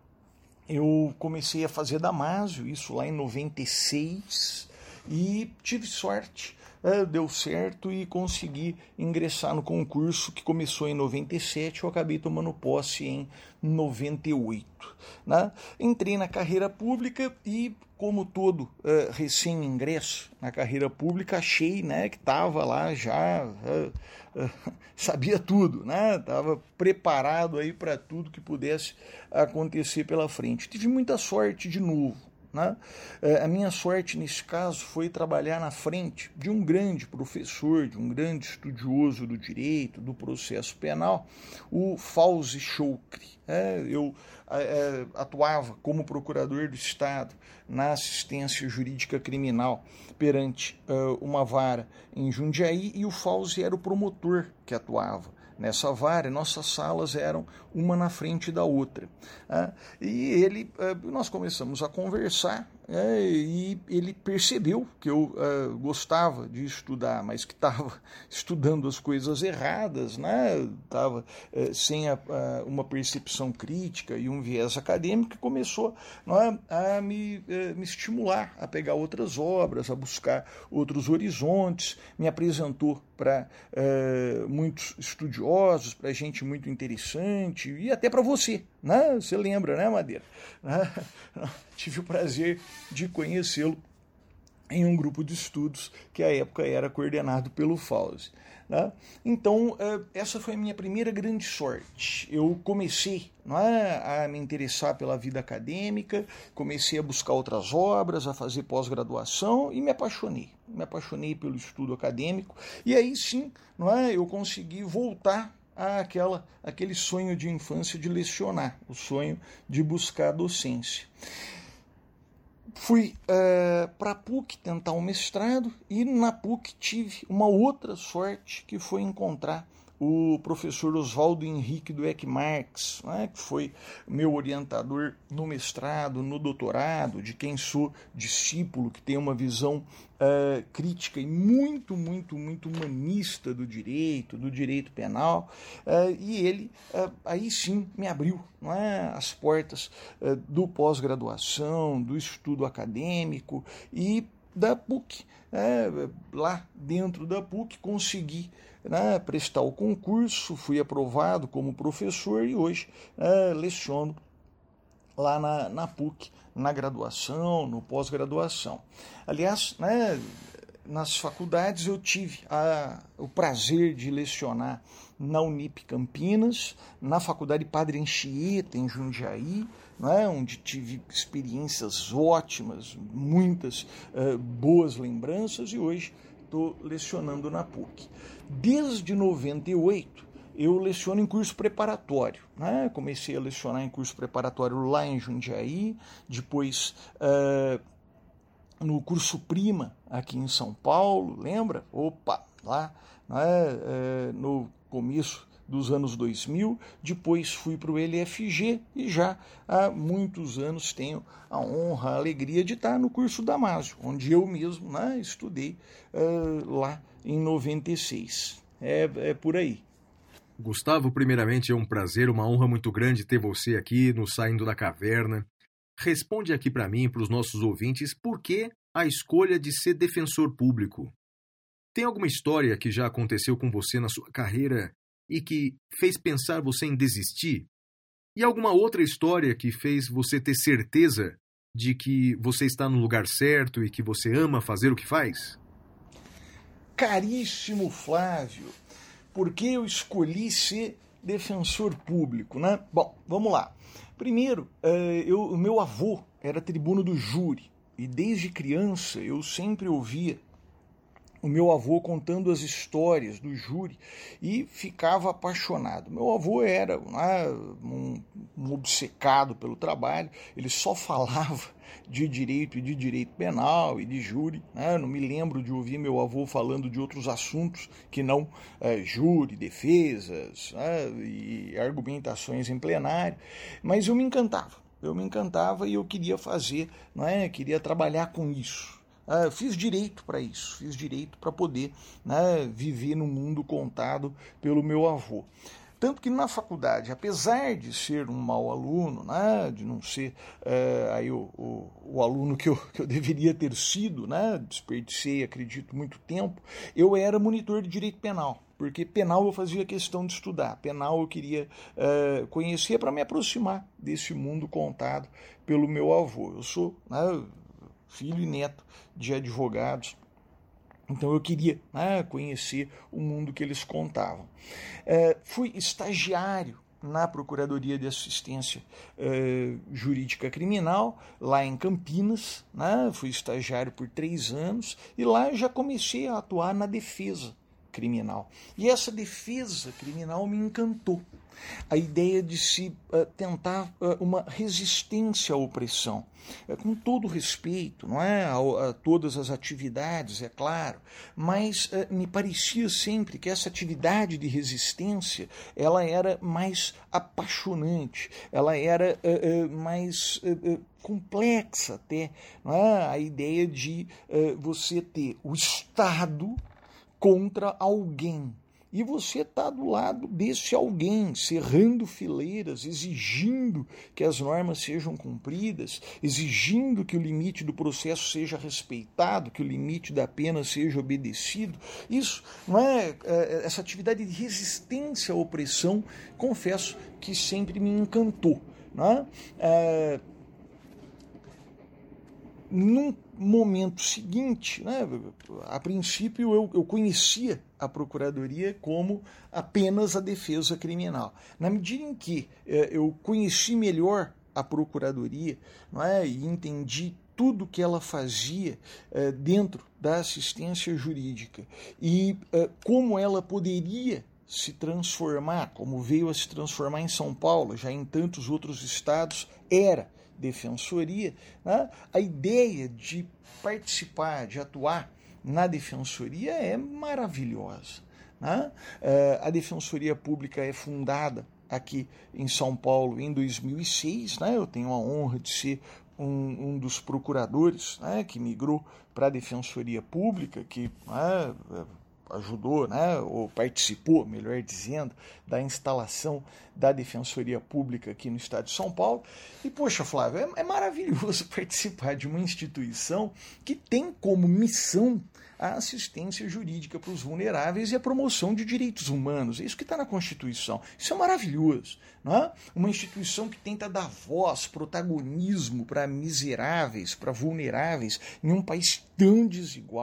Eu comecei a fazer Damásio, isso lá em 96, e tive sorte. Deu certo e consegui ingressar no concurso que começou em 97, eu acabei tomando posse em 98. Entrei na carreira pública e, como todo recém-ingresso na carreira pública, achei que estava lá já, sabia tudo, estava preparado aí para tudo que pudesse acontecer pela frente. Tive muita sorte de novo. A minha sorte nesse caso foi trabalhar na frente de um grande professor, de um grande estudioso do direito, do processo penal, o Fauzi Choukri. Eu atuava como procurador do Estado na assistência jurídica criminal perante uma vara em Jundiaí, e o Fauzi era o promotor que atuava nessa vara. Nossas salas eram uma na frente da outra. E nós começamos a conversar, e ele percebeu que eu gostava de estudar, mas que estava estudando as coisas erradas, estava sem uma percepção crítica e um viés acadêmico, e começou a me estimular a pegar outras obras, a buscar outros horizontes, me apresentou para muitos estudiosos, para gente muito interessante, e até para você, Você lembra, Madeira? Tive o prazer de conhecê-lo em um grupo de estudos que à época era coordenado pelo Fauzi. Então, essa foi a minha primeira grande sorte. Eu comecei a me interessar pela vida acadêmica, comecei a buscar outras obras, a fazer pós-graduação e me apaixonei pelo estudo acadêmico, e aí sim eu consegui voltar aquele sonho de infância de lecionar, o sonho de buscar a docência. Fui para a PUC tentar um mestrado, e na PUC tive uma outra sorte, que foi encontrar o professor Oswaldo Henrique Dueck Marx, que foi meu orientador no mestrado, no doutorado, de quem sou discípulo, que tem uma visão crítica e muito, muito, muito humanista do direito penal, e ele aí sim me abriu as portas do pós-graduação, do estudo acadêmico e da PUC. Lá dentro da PUC consegui prestar o concurso, fui aprovado como professor e hoje leciono lá na PUC, na graduação, no pós-graduação. Aliás, nas faculdades eu tive o prazer de lecionar na Unip Campinas, na Faculdade Padre Anchieta, em Jundiaí, onde tive experiências ótimas, muitas boas lembranças, e hoje estou lecionando na PUC. Desde 98, eu leciono em curso preparatório, né? Comecei a lecionar em curso preparatório lá em Jundiaí, depois no curso Prima aqui em São Paulo, lembra? Opa, lá, né? No começo dos anos 2000, depois fui para o LFG e já há muitos anos tenho a honra, a alegria de estar no curso Damásio, onde eu mesmo, né, estudei lá em 96. É por aí. Gustavo, primeiramente é um prazer, uma honra muito grande ter você aqui no Saindo da Caverna. Responde aqui para mim e para os nossos ouvintes por que a escolha de ser defensor público. Tem alguma história que já aconteceu com você na sua carreira e que fez pensar você em desistir? E alguma outra história que fez você ter certeza de que você está no lugar certo e que você ama fazer o que faz? Caríssimo Flávio, por que eu escolhi ser defensor público, né? Bom, vamos lá. Primeiro, o meu avô era tribuno do júri e desde criança eu sempre ouvia o meu avô contando as histórias do júri e ficava apaixonado. Meu avô era um obcecado pelo trabalho, ele só falava de direito e de direito penal e de júri, né? Não me lembro de ouvir meu avô falando de outros assuntos que não júri, defesas, né? E argumentações em plenário, mas eu me encantava e eu queria fazer, queria trabalhar com isso. Fiz direito para isso, fiz direito para poder, viver no mundo contado pelo meu avô. Tanto que na faculdade, apesar de ser um mau aluno, de não ser o aluno que eu deveria ter sido, desperdicei, acredito, muito tempo, eu era monitor de direito penal. Porque penal eu fazia questão de estudar, penal eu queria conhecer para me aproximar desse mundo contado pelo meu avô. Eu sou filho e neto de advogados, então eu queria conhecer o mundo que eles contavam. Fui estagiário na Procuradoria de Assistência Jurídica Criminal, lá em Campinas, fui estagiário por 3 anos, e lá já comecei a atuar na defesa criminal. E essa defesa criminal me encantou. A ideia de se tentar uma resistência à opressão, com todo respeito, a todas as atividades, é claro, mas me parecia sempre que essa atividade de resistência ela era mais apaixonante, ela era mais complexa até, a ideia de você ter o Estado contra alguém. E você está do lado desse alguém, cerrando fileiras, exigindo que as normas sejam cumpridas, exigindo que o limite do processo seja respeitado, que o limite da pena seja obedecido. Isso, essa atividade de resistência à opressão, confesso que sempre me encantou. Num momento seguinte, a princípio eu conhecia a Procuradoria como apenas a defesa criminal. Na medida em que eu conheci melhor a Procuradoria, e entendi tudo que ela fazia dentro da assistência jurídica e como ela poderia se transformar, como veio a se transformar em São Paulo, já em tantos outros estados, era defensoria, a ideia de participar, de atuar na defensoria é maravilhosa. A Defensoria Pública é fundada aqui em São Paulo em 2006, eu tenho a honra de ser um dos procuradores que migrou para a Defensoria Pública, que ajudou, ou participou, melhor dizendo, da instalação da Defensoria Pública aqui no estado de São Paulo. E, poxa, Flávio, é maravilhoso participar de uma instituição que tem como missão a assistência jurídica para os vulneráveis e a promoção de direitos humanos. É isso que está na Constituição. Isso é maravilhoso. Uma instituição que tenta dar voz, protagonismo para miseráveis, para vulneráveis, em um país tão desigual,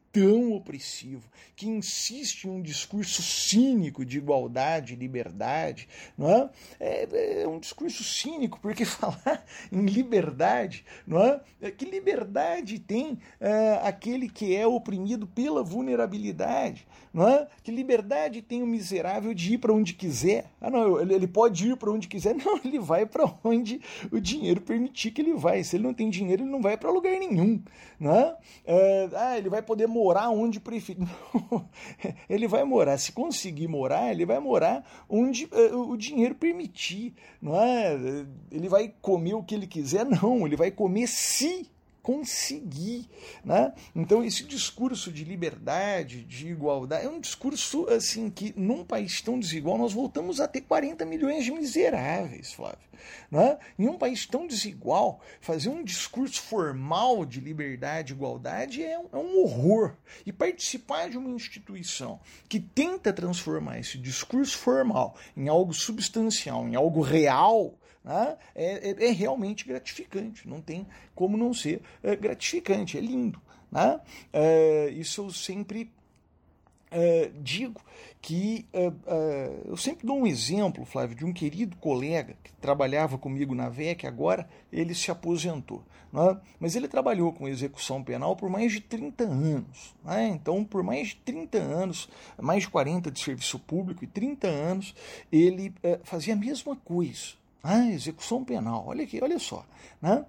tão opressivo, que insiste em um discurso cínico de igualdade e liberdade, não é? É um discurso cínico, porque falar em liberdade, não é? Que liberdade tem aquele que é oprimido pela vulnerabilidade, não é? Que liberdade tem o miserável de ir para onde quiser? Ah, não, ele pode ir para onde quiser? Não, ele vai para onde o dinheiro permitir que ele vai. Se ele não tem dinheiro, ele não vai para lugar nenhum, não é? Ele vai poder morar onde preferir. Ele vai morar, se conseguir morar, ele vai morar onde o dinheiro permitir, não é? Ele vai comer o que ele quiser? Não, ele vai comer se conseguir, né? Então esse discurso de liberdade, de igualdade, é um discurso assim que num país tão desigual nós voltamos a ter 40 milhões de miseráveis, Flávio, né? Em um país tão desigual, fazer um discurso formal de liberdade e igualdade é um horror. E participar de uma instituição que tenta transformar esse discurso formal em algo substancial, em algo real, é realmente gratificante, não tem como não ser gratificante, é lindo, né? Isso eu sempre digo que eu sempre dou um exemplo, Flávio, de um querido colega que trabalhava comigo na VEC, agora ele se aposentou, né? Mas ele trabalhou com execução penal por mais de 30 anos, né? Então por mais de 30 anos, mais de 40 de serviço público e 30 anos, ele fazia a mesma coisa. Execução penal, olha aqui, olha só, né?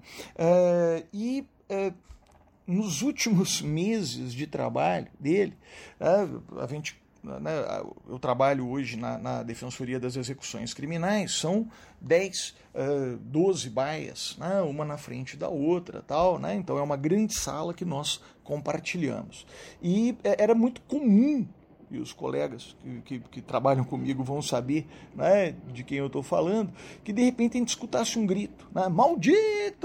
Nos últimos meses de trabalho dele, eu trabalho hoje na Defensoria das Execuções Criminais, são 12 baias, né? Uma na frente da outra, tal, né? Então é uma grande sala que nós compartilhamos. E era muito comum, e os colegas que trabalham comigo vão saber, né, de quem eu estou falando, que de repente a gente escutasse um grito, né, maldito!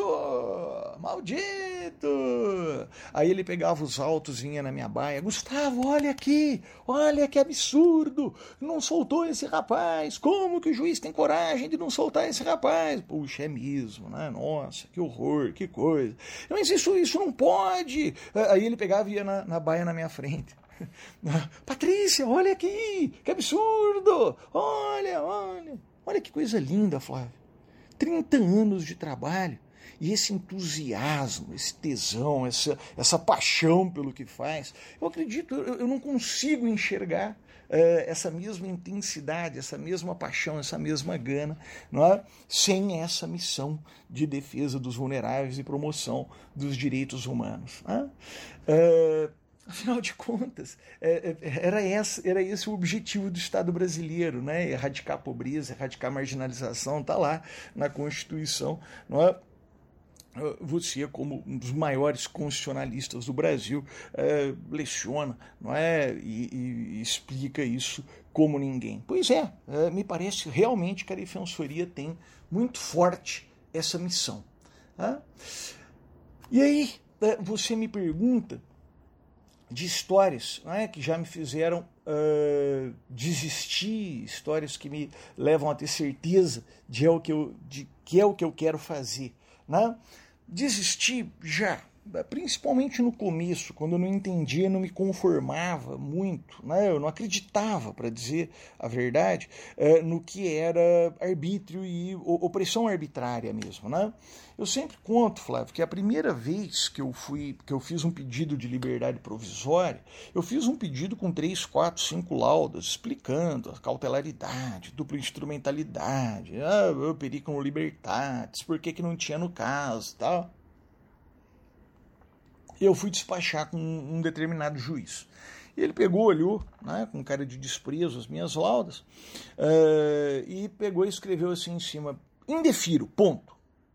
Maldito! Aí ele pegava os autos, vinha na minha baia, Gustavo, olha aqui, olha que absurdo, não soltou esse rapaz, como que o juiz tem coragem de não soltar esse rapaz? Puxa, é mesmo, né, nossa, que horror, que coisa, mas isso não pode. Aí ele pegava e ia na baia na minha frente. Patrícia, olha aqui, que absurdo, olha que coisa linda, Flávio, 30 anos de trabalho, e esse entusiasmo, esse tesão, essa paixão pelo que faz, eu acredito, eu não consigo enxergar essa mesma intensidade, essa mesma paixão, essa mesma gana, não é? Sem essa missão de defesa dos vulneráveis e promoção dos direitos humanos, não é? Afinal de contas, era esse o objetivo do Estado brasileiro, né? Erradicar a pobreza, erradicar a marginalização, está lá na Constituição, não é? Você, como um dos maiores constitucionalistas do Brasil, leciona, não é? E explica isso como ninguém. Pois me parece realmente que a Defensoria tem muito forte essa missão. Tá? E aí, você me pergunta de histórias, né, que já me fizeram desistir, histórias que me levam a ter certeza de que é o que eu quero fazer, né? Desistir já, principalmente no começo, quando eu não entendia, não me conformava muito, né? Eu não acreditava, para dizer a verdade, no que era arbítrio e opressão arbitrária mesmo, né? Eu sempre conto, Flávio, que a primeira vez que eu fiz um pedido de liberdade provisória, eu fiz um pedido com 3, 4, 5 laudas, explicando a cautelaridade, dupla instrumentalidade, periculum libertatis, por que não tinha no caso, tal. Eu fui despachar com um determinado juiz. E ele pegou, olhou, né, com cara de desprezo as minhas laudas, e pegou e escreveu assim em cima, indefiro, ponto.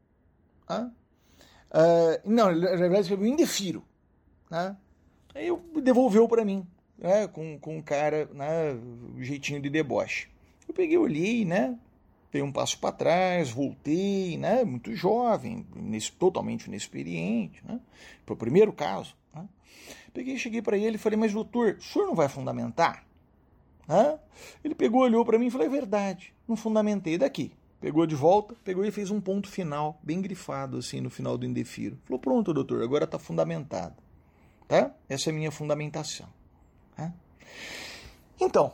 Não, na verdade escreveu indefiro. Né? Aí devolveu para mim, né, com um cara, né, um jeitinho de deboche. Eu peguei, olhei, né, dei um passo para trás, voltei, né, muito jovem, totalmente inexperiente, né, foi o primeiro caso. Né. Peguei, cheguei para ele e falei, mas doutor, o senhor não vai fundamentar? Ele pegou, olhou para mim e falou, é verdade, não fundamentei, daqui. Pegou de volta, pegou e fez um ponto final, bem grifado assim no final do indefiro. Falou, pronto, doutor, agora está fundamentado. Tá? Essa é a minha fundamentação. Tá? Então,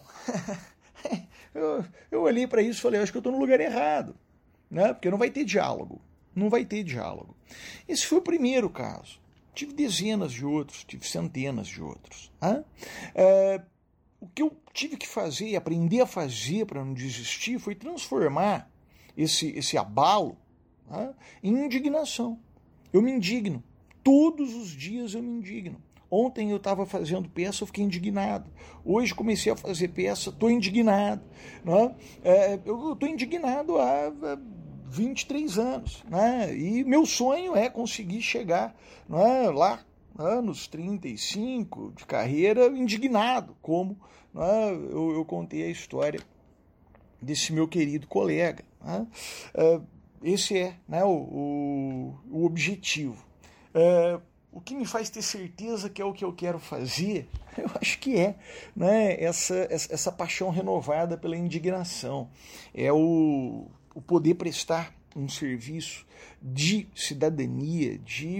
eu olhei para isso e falei, acho que eu estou no lugar errado, né? Porque não vai ter diálogo. Não vai ter diálogo. Esse foi o primeiro caso. Tive dezenas de outros, tive centenas de outros. Tá? O que eu tive que fazer e aprender a fazer para não desistir foi transformar esse abalo, tá, em indignação. Eu me indigno. Todos os dias eu me indigno. Ontem eu estava fazendo peça, eu fiquei indignado. Hoje comecei a fazer peça, estou indignado. Né? Eu estou indignado há 23 anos. Né? E meu sonho é conseguir chegar, né, lá, anos 35 de carreira, indignado, como, né, eu contei a história desse meu querido colega. Né? Esse é, né, o objetivo. O que me faz ter certeza que é o que eu quero fazer, eu acho que é, né, essa paixão renovada pela indignação. É o poder prestar um serviço de cidadania, de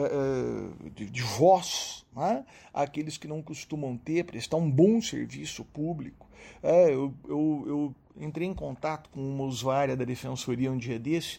voz, né, àqueles que não costumam ter, prestar um bom serviço público. Eu entrei em contato com uma usuária da Defensoria um dia desse,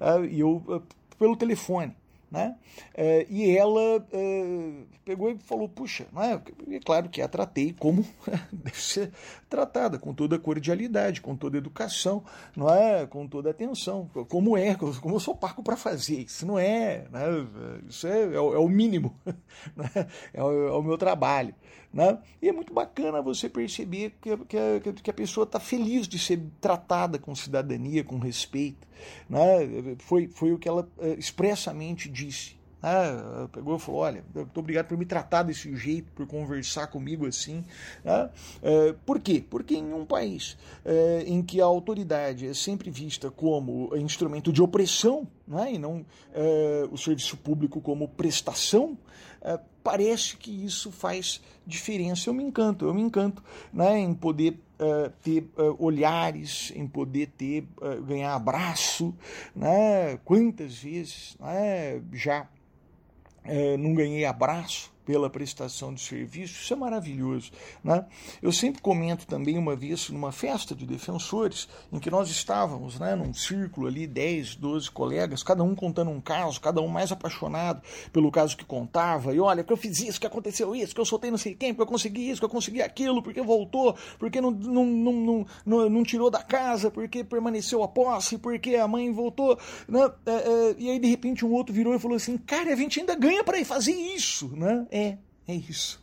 pelo telefone. Né? E ela pegou e falou, puxa, né? É claro que a tratei como deve ser tratada, com toda a cordialidade, com toda a educação, não é? Com toda a atenção, como eu sou pago para fazer, isso não é, né? Isso é o mínimo, né? É o meu trabalho. Né? E é muito bacana você perceber que a pessoa está feliz de ser tratada com cidadania, com respeito. Né? Foi o que ela expressamente disse. Né? Pegou e falou, olha, muito obrigado por me tratar desse jeito, por conversar comigo assim. Né? Por quê? Porque em um país em que a autoridade é sempre vista como instrumento de opressão, né? E não o serviço público como prestação, parece que isso faz diferença. Eu me encanto, né, em poder ter olhares, em poder ganhar abraço, né? Quantas vezes, né, já não ganhei abraço pela prestação de serviço, isso é maravilhoso. Né? Eu sempre comento também uma vez numa festa de defensores, em que nós estávamos, né, num círculo ali, 10, 12 colegas, cada um contando um caso, cada um mais apaixonado pelo caso que contava, e olha, que eu fiz isso, que aconteceu isso, que eu soltei não sei quem, porque eu consegui isso, que eu consegui aquilo, porque voltou, porque não tirou da casa, porque permaneceu a posse, porque a mãe voltou, né? E aí de repente um outro virou e falou assim, cara, a gente ainda ganha para ir fazer isso, né? É isso.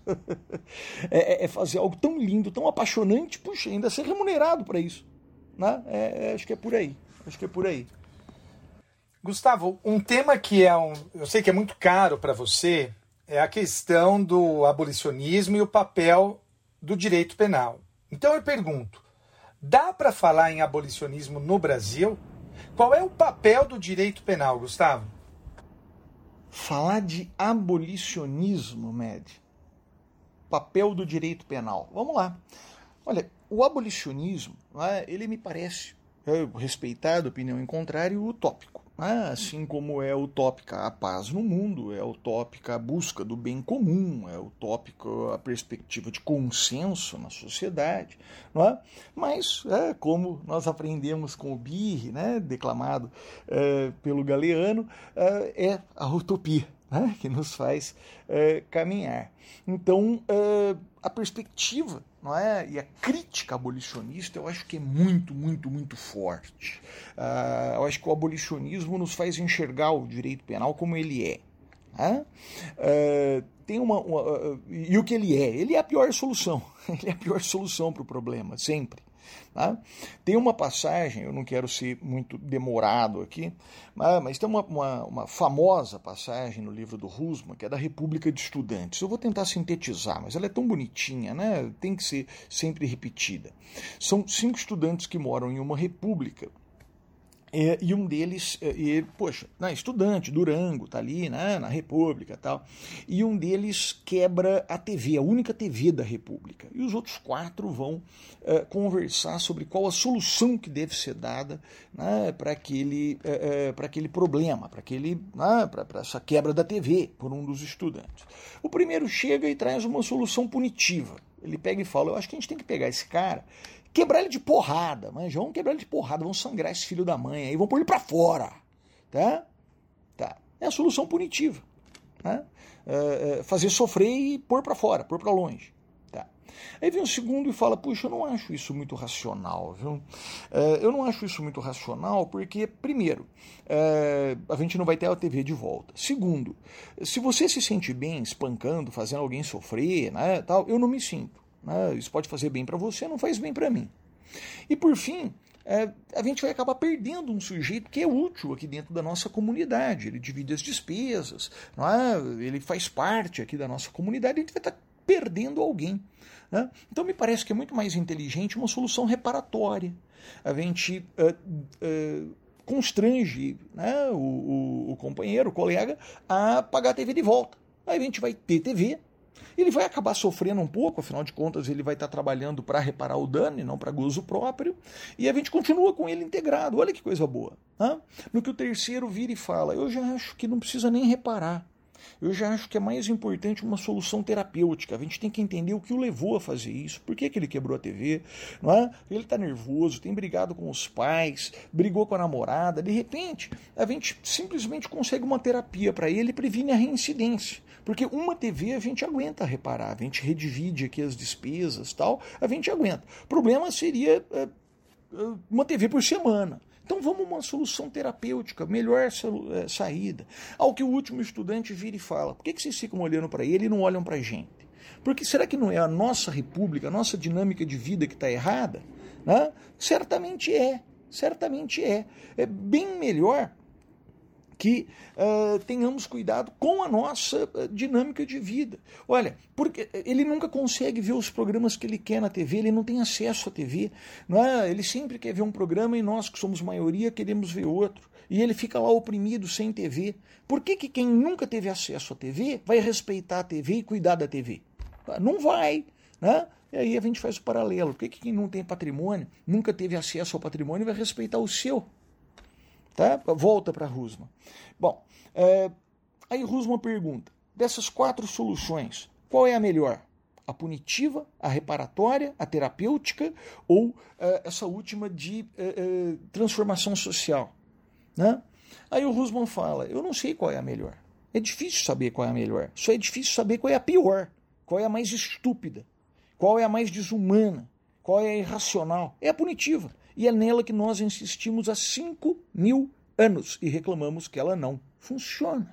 É fazer algo tão lindo, tão apaixonante, puxa, ainda ser remunerado para isso. Né? Acho que é por aí. Gustavo, um tema que eu sei que é muito caro para você é a questão do abolicionismo e o papel do direito penal. Então eu pergunto, dá para falar em abolicionismo no Brasil? Qual é o papel do direito penal, Gustavo? Falar de abolicionismo, Med, papel do direito penal. Vamos lá. Olha, o abolicionismo, né, ele me parece, respeitado, opinião em contrário, utópico. Né? Assim como é utópica a paz no mundo, é utópica a busca do bem comum, é utópica a perspectiva de consenso na sociedade. Não é? Mas, como nós aprendemos com o Birre, né, declamado pelo Galeano, é a utopia, né, que nos faz caminhar. Então, a perspectiva, não é? E a crítica abolicionista eu acho que é muito, muito, muito forte. Eu acho que o abolicionismo nos faz enxergar o direito penal como ele é. Né? Tem e o que ele é? Ele é a pior solução. Ele é a pior solução para o problema, sempre. Tá? Tem uma passagem, eu não quero ser muito demorado aqui, mas tem uma famosa passagem no livro do Husserl, que é da República de Estudantes. Eu vou tentar sintetizar, mas ela é tão bonitinha, né? Tem que ser sempre repetida. São 5 estudantes que moram em uma república E um deles, estudante, Durango, tá ali, né, na República e tal, e um deles quebra a TV, a única TV da República. E os outros 4 vão conversar sobre qual a solução que deve ser dada, né, para aquele problema, para essa quebra da TV por um dos estudantes. O primeiro chega e traz uma solução punitiva. Ele pega e fala, eu acho que a gente tem que pegar esse cara, quebrar ele de porrada, mas vamos quebrar ele de porrada, vamos sangrar esse filho da mãe aí, vamos pôr ele pra fora, tá? É a solução punitiva, né? Fazer sofrer e pôr pra fora, pôr pra longe, tá? Aí vem o segundo e fala, puxa, eu não acho isso muito racional, viu? Eu não acho isso muito racional porque, primeiro, a gente não vai ter a TV de volta. Segundo, se você se sente bem espancando, fazendo alguém sofrer, né, tal, eu não me sinto. Isso pode fazer bem para você, não faz bem para mim. E por fim, a gente vai acabar perdendo um sujeito que é útil aqui dentro da nossa comunidade. Ele divide as despesas, não é? Ele faz parte aqui da nossa comunidade, a gente vai estar perdendo alguém, né? Então me parece que é muito mais inteligente uma solução reparatória. A gente constrange, né, o companheiro, o colega, a pagar a TV de volta. Aí a gente vai ter TV. Ele vai acabar sofrendo um pouco, afinal de contas ele vai estar trabalhando para reparar o dano e não para gozo próprio, e a gente continua com ele integrado. Olha que coisa boa. Né? No que o terceiro vira e fala, eu já acho que não precisa nem reparar. Eu já acho que é mais importante uma solução terapêutica. A gente tem que entender o que o levou a fazer isso, por que ele quebrou a TV, não é? Ele está nervoso, tem brigado com os pais, brigou com a namorada. De repente, a gente simplesmente consegue uma terapia para ele e previne a reincidência. Porque uma TV a gente aguenta reparar, a gente redivide aqui as despesas, tal, a gente aguenta. O problema seria uma TV por semana. Então vamos uma solução terapêutica, melhor saída. Ao que o último estudante vira e fala, por que vocês ficam olhando para ele e não olham para a gente? Porque será que não é a nossa república, a nossa dinâmica de vida que está errada? Né? Certamente é. É bem melhor que tenhamos cuidado com a nossa dinâmica de vida. Olha, porque ele nunca consegue ver os programas que ele quer na TV, ele não tem acesso à TV, não é? Ele sempre quer ver um programa e nós, que somos maioria, queremos ver outro. E ele fica lá oprimido, sem TV. Por que quem nunca teve acesso à TV vai respeitar a TV e cuidar da TV? Não vai, né? E aí a gente faz o paralelo. Por que quem não tem patrimônio, nunca teve acesso ao patrimônio, vai respeitar o seu? Tá? Volta para Rusman. Bom, aí Rusman pergunta, dessas 4 soluções, qual é a melhor? A punitiva, a reparatória, a terapêutica ou essa última de transformação social? Né? Aí o Rusman fala, eu não sei qual é a melhor. É difícil saber qual é a melhor. Só é difícil saber qual é a pior, qual é a mais estúpida, qual é a mais desumana, qual é a irracional. É a punitiva. E é nela que nós insistimos há 5.000 anos e reclamamos que ela não funciona.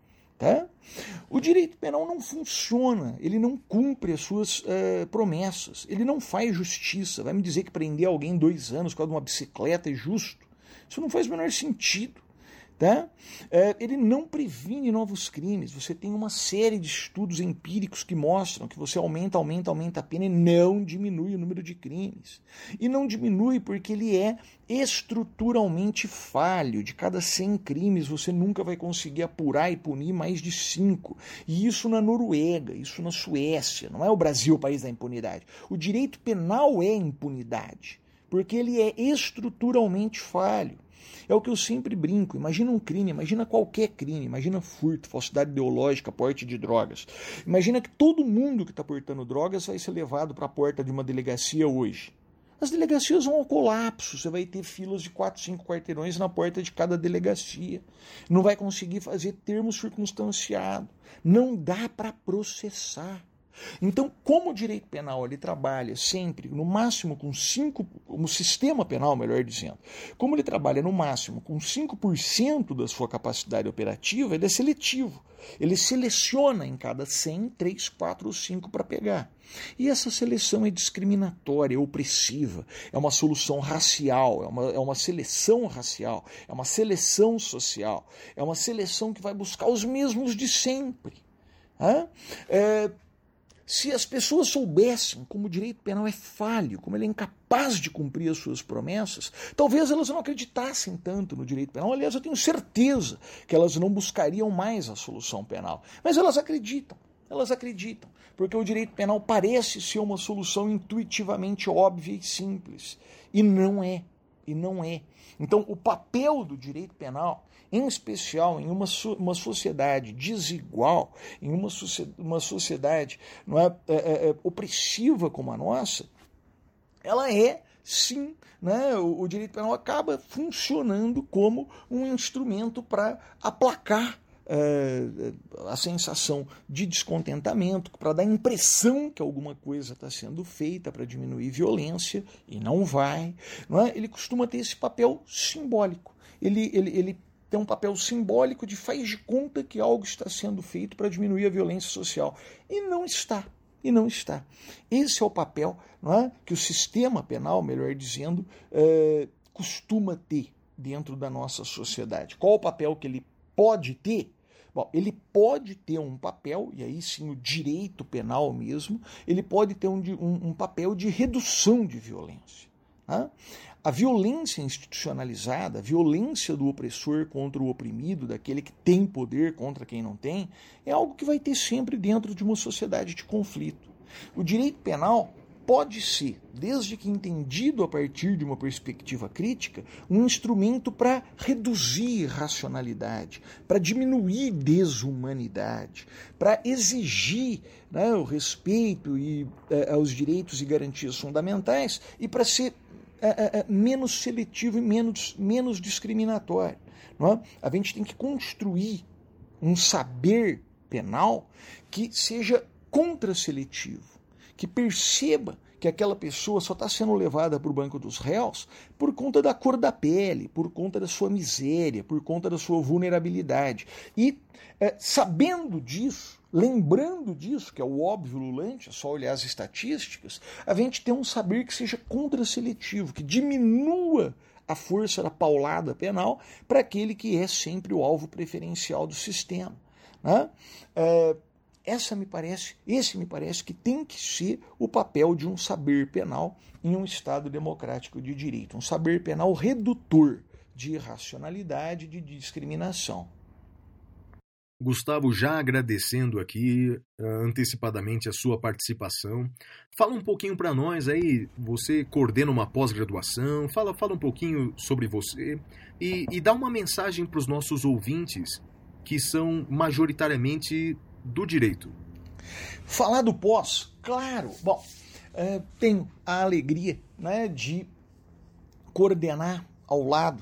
Tá? O direito penal não funciona, ele não cumpre as suas promessas, ele não faz justiça. Vai me dizer que prender alguém 2 anos por causa de uma bicicleta é justo? Isso não faz o menor sentido. Tá? Ele não previne novos crimes. Você tem uma série de estudos empíricos que mostram que você aumenta a pena e não diminui o número de crimes. E não diminui porque ele é estruturalmente falho. De cada 100 crimes você nunca vai conseguir apurar e punir mais de 5. E isso na Noruega, isso na Suécia. Não é o Brasil o país da impunidade. O direito penal é impunidade, porque ele é estruturalmente falho. É o que eu sempre brinco. Imagina um crime, imagina qualquer crime, imagina furto, falsidade ideológica, porte de drogas. Imagina que todo mundo que está portando drogas vai ser levado para a porta de uma delegacia hoje. As delegacias vão ao colapso, você vai ter filas de 4, 5 quarteirões na porta de cada delegacia. Não vai conseguir fazer termo circunstanciado. Não dá para processar. Então, como o direito penal ele trabalha sempre, no máximo com 5%, como sistema penal, melhor dizendo, como ele trabalha no máximo com 5% da sua capacidade operativa, ele é seletivo. Ele seleciona em cada 100, 3, 4 ou 5 para pegar. E essa seleção é discriminatória, é opressiva, é uma solução racial, é uma seleção racial, é uma seleção social, é uma seleção que vai buscar os mesmos de sempre. Se as pessoas soubessem como o direito penal é falho, como ele é incapaz de cumprir as suas promessas, talvez elas não acreditassem tanto no direito penal. Aliás, eu tenho certeza que elas não buscariam mais a solução penal. Mas elas acreditam, porque o direito penal parece ser uma solução intuitivamente óbvia e simples. E não é. Então, o papel do direito penal, em especial em uma sociedade desigual, em uma sociedade não é, opressiva como a nossa, ela é, sim, né, o direito penal acaba funcionando como um instrumento para aplacar a sensação de descontentamento, para dar a impressão que alguma coisa está sendo feita para diminuir violência, e não vai. Não é? Ele costuma ter esse papel simbólico. Ele tem um papel simbólico de faz de conta que algo está sendo feito para diminuir a violência social. E não está. Esse é o papel, não é, que o sistema penal, melhor dizendo, costuma ter dentro da nossa sociedade. Qual o papel que ele pode ter? Bom, ele pode ter um papel, e aí sim o direito penal mesmo, ele pode ter um papel de redução de violência. Tá? A violência institucionalizada, a violência do opressor contra o oprimido, daquele que tem poder contra quem não tem, é algo que vai ter sempre dentro de uma sociedade de conflito. O direito penal pode ser, desde que entendido a partir de uma perspectiva crítica, um instrumento para reduzir racionalidade, para diminuir desumanidade, para exigir, né, o respeito aos direitos e garantias fundamentais e para ser menos seletivo e menos discriminatório. Não é? A gente tem que construir um saber penal que seja contra-seletivo, que perceba que aquela pessoa só está sendo levada para o banco dos réus por conta da cor da pele, por conta da sua miséria, por conta da sua vulnerabilidade. E sabendo disso, lembrando disso, que é o óbvio lulante, é só olhar as estatísticas, a gente tem um saber que seja contra-seletivo, que diminua a força da paulada penal para aquele que é sempre o alvo preferencial do sistema. Né? Esse me parece que tem que ser o papel de um saber penal em um Estado democrático de direito. Um saber penal redutor de irracionalidade e de discriminação. Gustavo, já agradecendo aqui antecipadamente a sua participação, fala um pouquinho para nós aí, você coordena uma pós-graduação, fala um pouquinho sobre você e dá uma mensagem para os nossos ouvintes que são majoritariamente do direito. Falar do pós, claro. Bom, tenho a alegria, né, de coordenar ao lado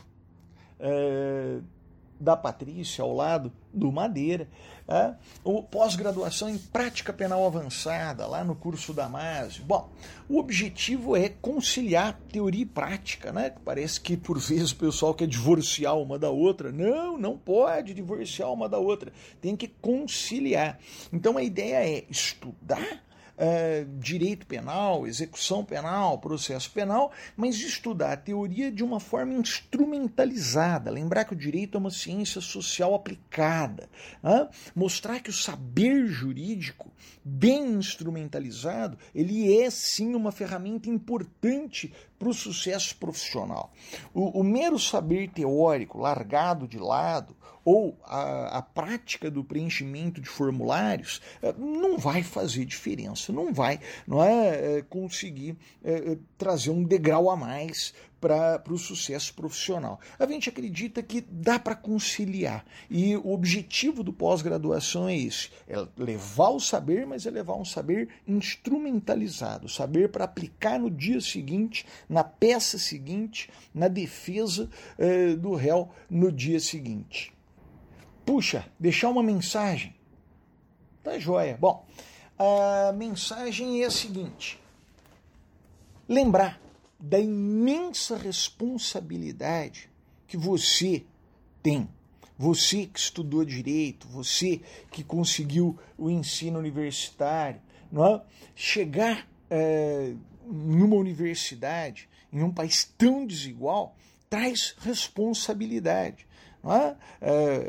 da Patrícia, ao lado do Madeira, o pós-graduação em prática penal avançada, lá no curso da MASE. Bom, o objetivo é conciliar teoria e prática, né? Parece que por vezes o pessoal quer divorciar uma da outra. Não pode divorciar uma da outra. Tem que conciliar. Então a ideia é estudar direito penal, execução penal, processo penal, mas estudar a teoria de uma forma instrumentalizada. Lembrar que o direito é uma ciência social aplicada. Mostrar que o saber jurídico, bem instrumentalizado, ele é sim uma ferramenta importante para o sucesso profissional. O mero saber teórico largado de lado ou a prática do preenchimento de formulários não vai fazer diferença, não é conseguir trazer um degrau a mais para o sucesso profissional. A gente acredita que dá para conciliar e o objetivo do pós-graduação é esse, é levar o saber, mas é levar um saber instrumentalizado, saber para aplicar no dia seguinte, na peça seguinte, na defesa do réu no dia seguinte. Puxa, deixar uma mensagem. Tá joia. Bom, a mensagem é a seguinte: lembrar da imensa responsabilidade que você tem. Você que estudou direito, você que conseguiu o ensino universitário, não é? Chegar numa universidade, em um país tão desigual, traz responsabilidade. Não é?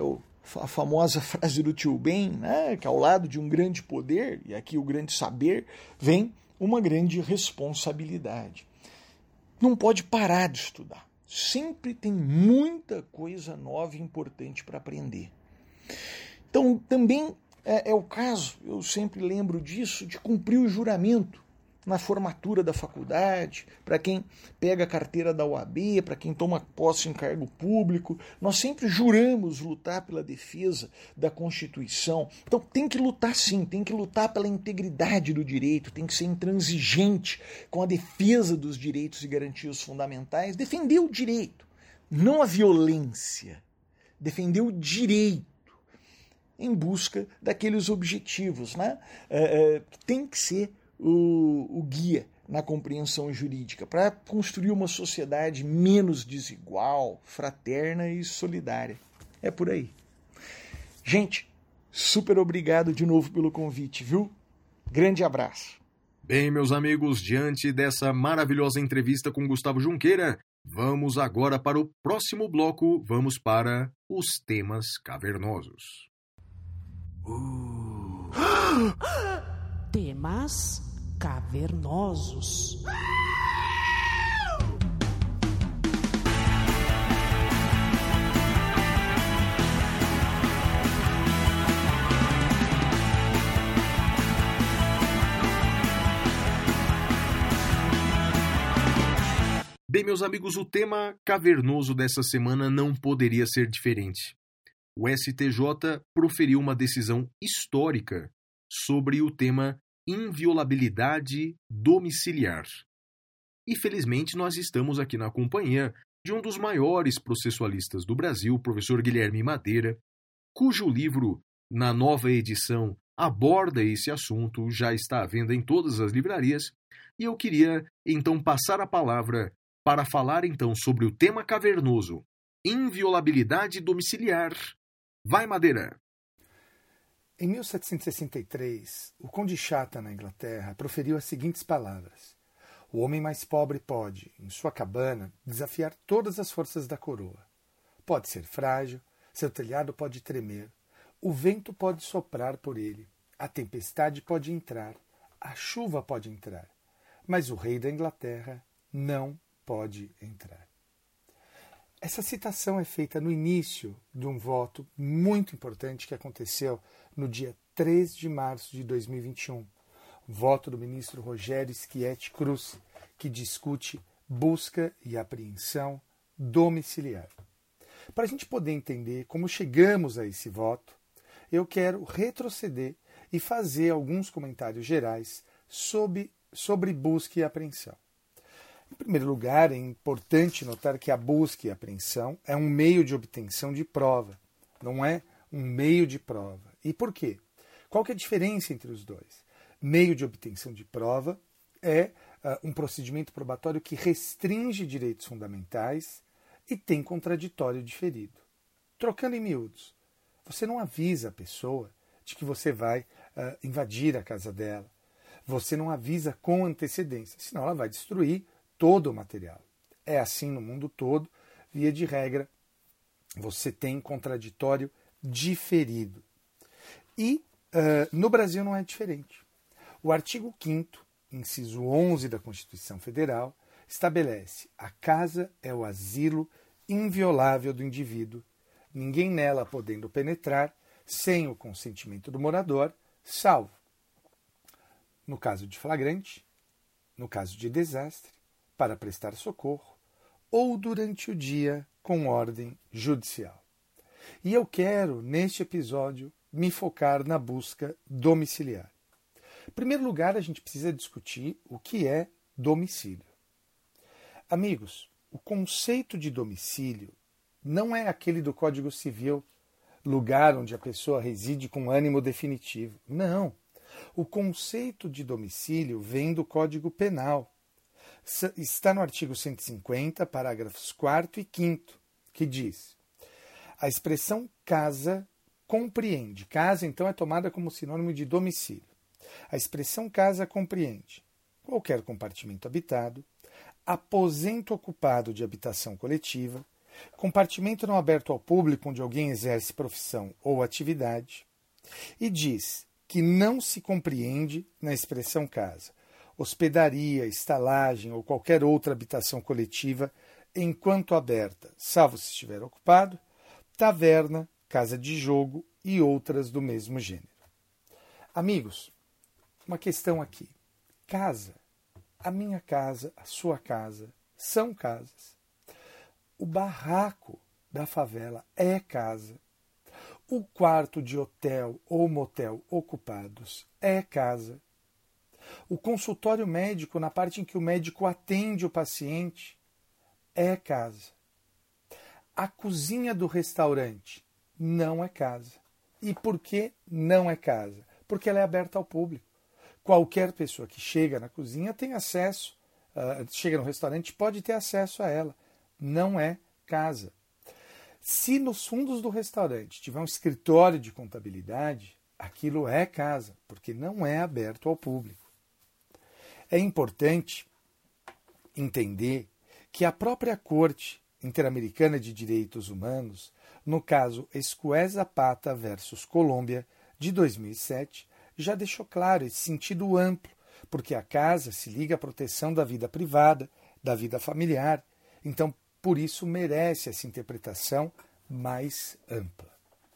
a famosa frase do tio Ben, né, que ao lado de um grande poder, e aqui o grande saber, vem uma grande responsabilidade. Não pode parar de estudar. Sempre tem muita coisa nova e importante para aprender. Então, também é o caso, eu sempre lembro disso, de cumprir o juramento na formatura da faculdade, para quem pega a carteira da OAB, para quem toma posse em cargo público. Nós sempre juramos lutar pela defesa da Constituição. Então tem que lutar sim, tem que lutar pela integridade do direito, tem que ser intransigente com a defesa dos direitos e garantias fundamentais, defender o direito, não a violência, defender o direito em busca daqueles objetivos, né? Tem que ser o guia na compreensão jurídica para construir uma sociedade menos desigual, fraterna e solidária. É por aí. Gente, super obrigado de novo pelo convite, viu? Grande abraço. Bem, meus amigos, diante dessa maravilhosa entrevista com Gustavo Junqueira, vamos agora para o próximo bloco, vamos para os temas cavernosos. Temas cavernosos. Bem, meus amigos, o tema cavernoso dessa semana não poderia ser diferente. O STJ proferiu uma decisão histórica sobre o tema inviolabilidade domiciliar. E felizmente nós estamos aqui na companhia de um dos maiores processualistas do Brasil, o professor Guilherme Madeira, cujo livro, na nova edição, aborda esse assunto, já está à venda em todas as livrarias, e eu queria então passar a palavra para falar então sobre o tema cavernoso, inviolabilidade domiciliar. Vai, Madeira! Em 1763, o conde Chata, na Inglaterra, proferiu as seguintes palavras: o homem mais pobre pode, em sua cabana, desafiar todas as forças da coroa. Pode ser frágil, seu telhado pode tremer, o vento pode soprar por ele, a tempestade pode entrar, a chuva pode entrar, mas o rei da Inglaterra não pode entrar. Essa citação é feita no início de um voto muito importante que aconteceu no dia 3 de março de 2021. Voto do ministro Rogério Schietti Cruz, que discute busca e apreensão domiciliar. Para a gente poder entender como chegamos a esse voto, eu quero retroceder e fazer alguns comentários gerais sobre busca e apreensão. Em primeiro lugar, é importante notar que a busca e a apreensão é um meio de obtenção de prova, não é um meio de prova. E por quê? Qual que é a diferença entre os dois? Meio de obtenção de prova é um procedimento probatório que restringe direitos fundamentais e tem contraditório diferido. Trocando em miúdos, você não avisa a pessoa de que você vai invadir a casa dela. Você não avisa com antecedência, senão ela vai destruir todo o material. É assim no mundo todo, via de regra, você tem contraditório diferido. E no Brasil não é diferente. O artigo 5º, inciso 11 da Constituição Federal, estabelece: a casa é o asilo inviolável do indivíduo, ninguém nela podendo penetrar sem o consentimento do morador, salvo no caso de flagrante, no caso de desastre, para prestar socorro, ou durante o dia com ordem judicial. E eu quero, neste episódio, me focar na busca domiciliar. Em primeiro lugar, a gente precisa discutir o que é domicílio. Amigos, o conceito de domicílio não é aquele do Código Civil, lugar onde a pessoa reside com ânimo definitivo. Não. O conceito de domicílio vem do Código Penal. Está no artigo 150, parágrafos 4º e 5º, que diz: a expressão casa compreende. Casa, então, é tomada como sinônimo de domicílio. A expressão casa compreende qualquer compartimento habitado, aposento ocupado de habitação coletiva, compartimento não aberto ao público onde alguém exerce profissão ou atividade, e diz que não se compreende na expressão casa, hospedaria, estalagem ou qualquer outra habitação coletiva enquanto aberta, salvo se estiver ocupado, taverna, casa de jogo e outras do mesmo gênero. Amigos, uma questão aqui. Casa, a minha casa, a sua casa, são casas. O barraco da favela é casa. O quarto de hotel ou motel ocupados é casa. O consultório médico, na parte em que o médico atende o paciente, é casa. A cozinha do restaurante não é casa. E por que não é casa? Porque ela é aberta ao público. Qualquer pessoa que chega na cozinha tem acesso, chega no restaurante, pode ter acesso a ela. Não é casa. Se nos fundos do restaurante tiver um escritório de contabilidade, aquilo é casa, porque não é aberto ao público. É importante entender que a própria Corte Interamericana de Direitos Humanos, no caso Escué Zapata versus Colômbia, de 2007, já deixou claro esse sentido amplo, porque a casa se liga à proteção da vida privada, da vida familiar, então por isso merece essa interpretação mais ampla.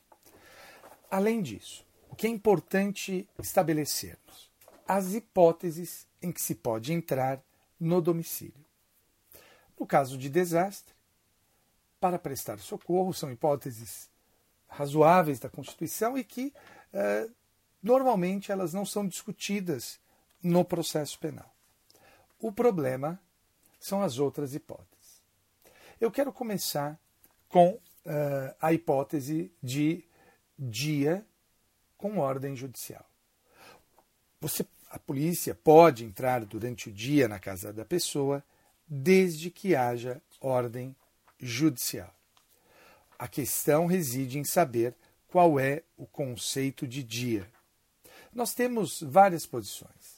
Além disso, o que é importante estabelecermos? As hipóteses em que se pode entrar no domicílio. No caso de desastre, para prestar socorro, são hipóteses razoáveis da Constituição e que normalmente elas não são discutidas no processo penal. O problema são as outras hipóteses. Eu quero começar com a hipótese de dia com ordem judicial. A polícia pode entrar durante o dia na casa da pessoa desde que haja ordem judicial. A questão reside em saber qual é o conceito de dia. Nós temos várias posições.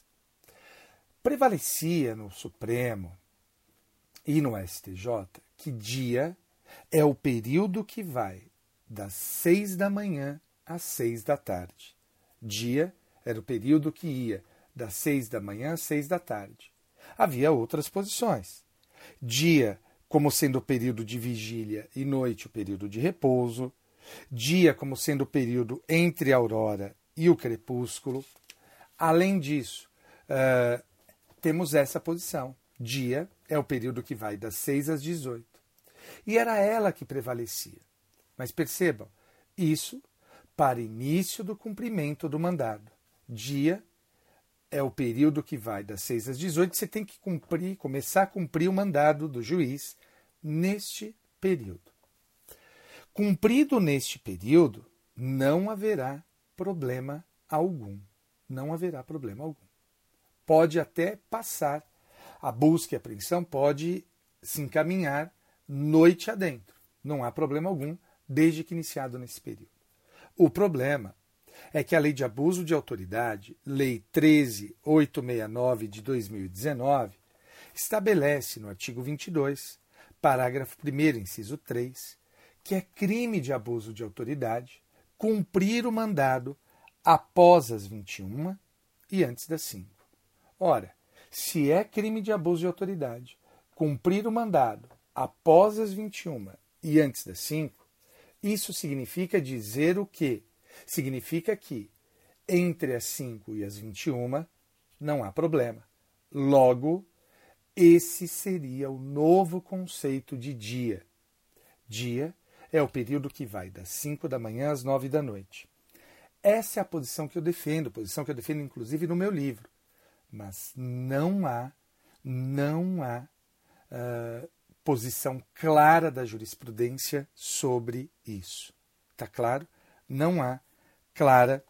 Prevalecia no Supremo e no STJ que dia é o período que vai das 6 da manhã às 6 da tarde. Dia era o período que ia das 6 da manhã às 6 da tarde. Havia outras posições. Dia como sendo o período de vigília e noite o período de repouso. Dia como sendo o período entre a aurora e o crepúsculo. Além disso, temos essa posição. Dia é o período que vai das 6 às 18. E era ela que prevalecia. Mas percebam, isso para início do cumprimento do mandado. Dia é o período que vai das 6 às 18. Você tem que começar a cumprir o mandado do juiz neste período. Cumprido neste período, não haverá problema algum. Não haverá problema algum. Pode até passar. A busca e a apreensão pode se encaminhar noite adentro. Não há problema algum, desde que iniciado nesse período. O problema é que a Lei de Abuso de Autoridade, Lei 13.869 de 2019, estabelece no artigo 22, parágrafo 1º, inciso 3, que é crime de abuso de autoridade cumprir o mandado após as 21 e antes das 5. Ora, se é crime de abuso de autoridade cumprir o mandado após as 21 e antes das 5, isso significa dizer o quê? Significa que entre as 5 e as 21 não há problema. Logo, esse seria o novo conceito de dia. Dia é o período que vai das 5 da manhã às 9 da noite. Essa é a posição que eu defendo, inclusive no meu livro. Mas não há posição clara da jurisprudência sobre isso. Está claro? Não há clara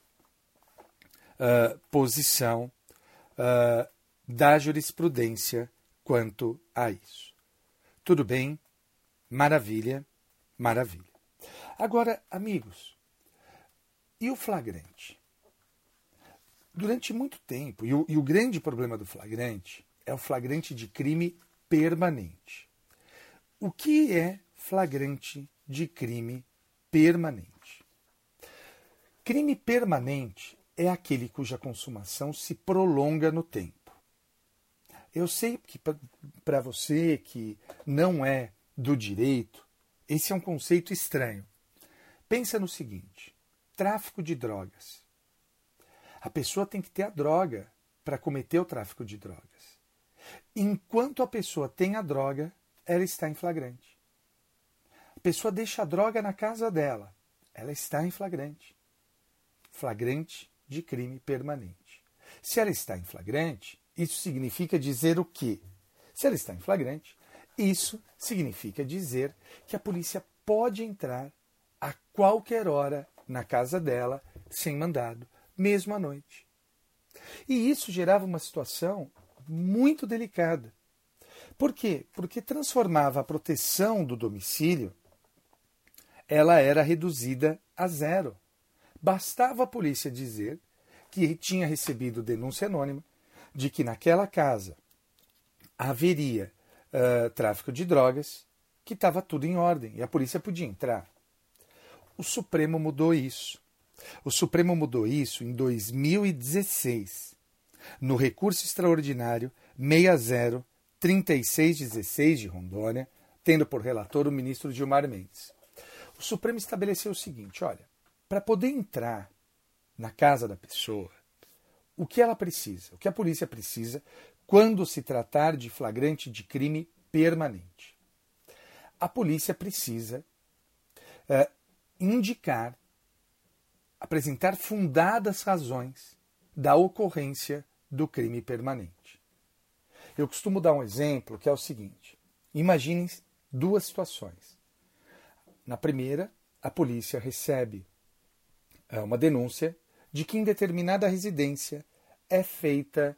posição da jurisprudência quanto a isso. Tudo bem? Maravilha, maravilha. Agora, amigos, e o flagrante? Durante muito tempo, e o grande problema do flagrante é o flagrante de crime permanente. O que é flagrante de crime permanente. Crime permanente é aquele cuja consumação se prolonga no tempo. Eu sei que para você que não é do direito, esse é um conceito estranho. Pensa no seguinte: tráfico de drogas. A pessoa tem que ter a droga para cometer o tráfico de drogas. Enquanto a pessoa tem a droga, ela está em flagrante. A pessoa deixa a droga na casa dela, ela está em flagrante. Flagrante de crime permanente. Se ela está em flagrante, isso significa dizer o quê? Se ela está em flagrante, isso significa dizer que a polícia pode entrar a qualquer hora na casa dela, sem mandado, mesmo à noite. E isso gerava uma situação muito delicada. Por quê? Porque transformava a proteção do domicílio, ela era reduzida a zero. Bastava a polícia dizer que tinha recebido denúncia anônima de que naquela casa haveria tráfico de drogas, que estava tudo em ordem e a polícia podia entrar. O Supremo mudou isso. O Supremo mudou isso em 2016, no recurso extraordinário 603616 de Rondônia, tendo por relator o ministro Gilmar Mendes. O Supremo estabeleceu o seguinte: olha, para poder entrar na casa da pessoa, o que ela precisa, o que a polícia precisa quando se tratar de flagrante de crime permanente? A polícia precisa indicar, apresentar fundadas razões da ocorrência do crime permanente. Eu costumo dar um exemplo que é o seguinte: imaginem duas situações. Na primeira, a polícia recebe uma denúncia de que em determinada residência é feito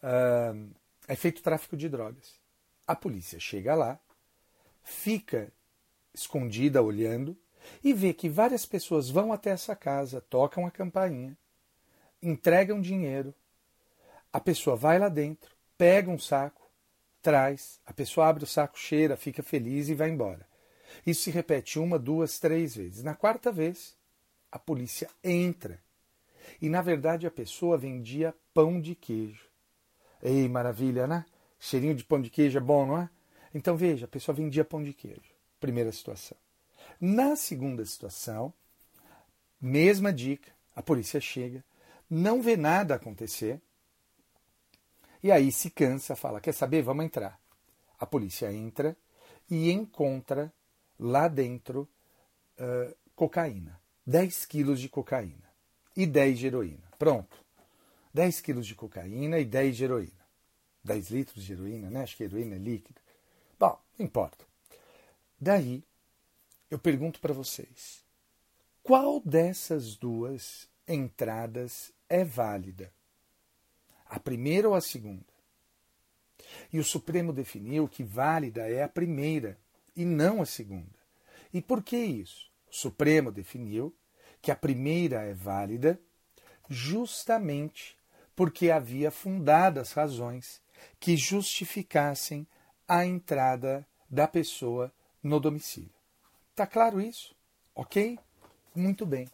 tráfico de drogas. A polícia chega lá, fica escondida olhando e vê que várias pessoas vão até essa casa, tocam a campainha, entregam dinheiro, a pessoa vai lá dentro, pega um saco, traz, a pessoa abre o saco, cheira, fica feliz e vai embora. Isso se repete 1, 2, 3 vezes. Na quarta vez, a polícia entra. E, na verdade, a pessoa vendia pão de queijo. Ei, maravilha, né? Cheirinho de pão de queijo é bom, não é? Então, veja, a pessoa vendia pão de queijo. Primeira situação. Na segunda situação, mesma dica, a polícia chega, não vê nada acontecer, e aí se cansa, fala: quer saber? Vamos entrar. A polícia entra e encontra lá dentro cocaína. 10 quilos de cocaína e 10 de heroína. Pronto. 10 quilos de cocaína e 10 de heroína. 10 litros de heroína, né? Acho que a heroína é líquida. Bom, não importa. Daí, eu pergunto para vocês: qual dessas duas entradas é válida? A primeira ou a segunda? E o Supremo definiu que válida é a primeira e não a segunda. E por que isso? O Supremo definiu que a primeira é válida justamente porque havia fundadas razões que justificassem a entrada da pessoa no domicílio. Tá claro isso? Ok? Muito bem.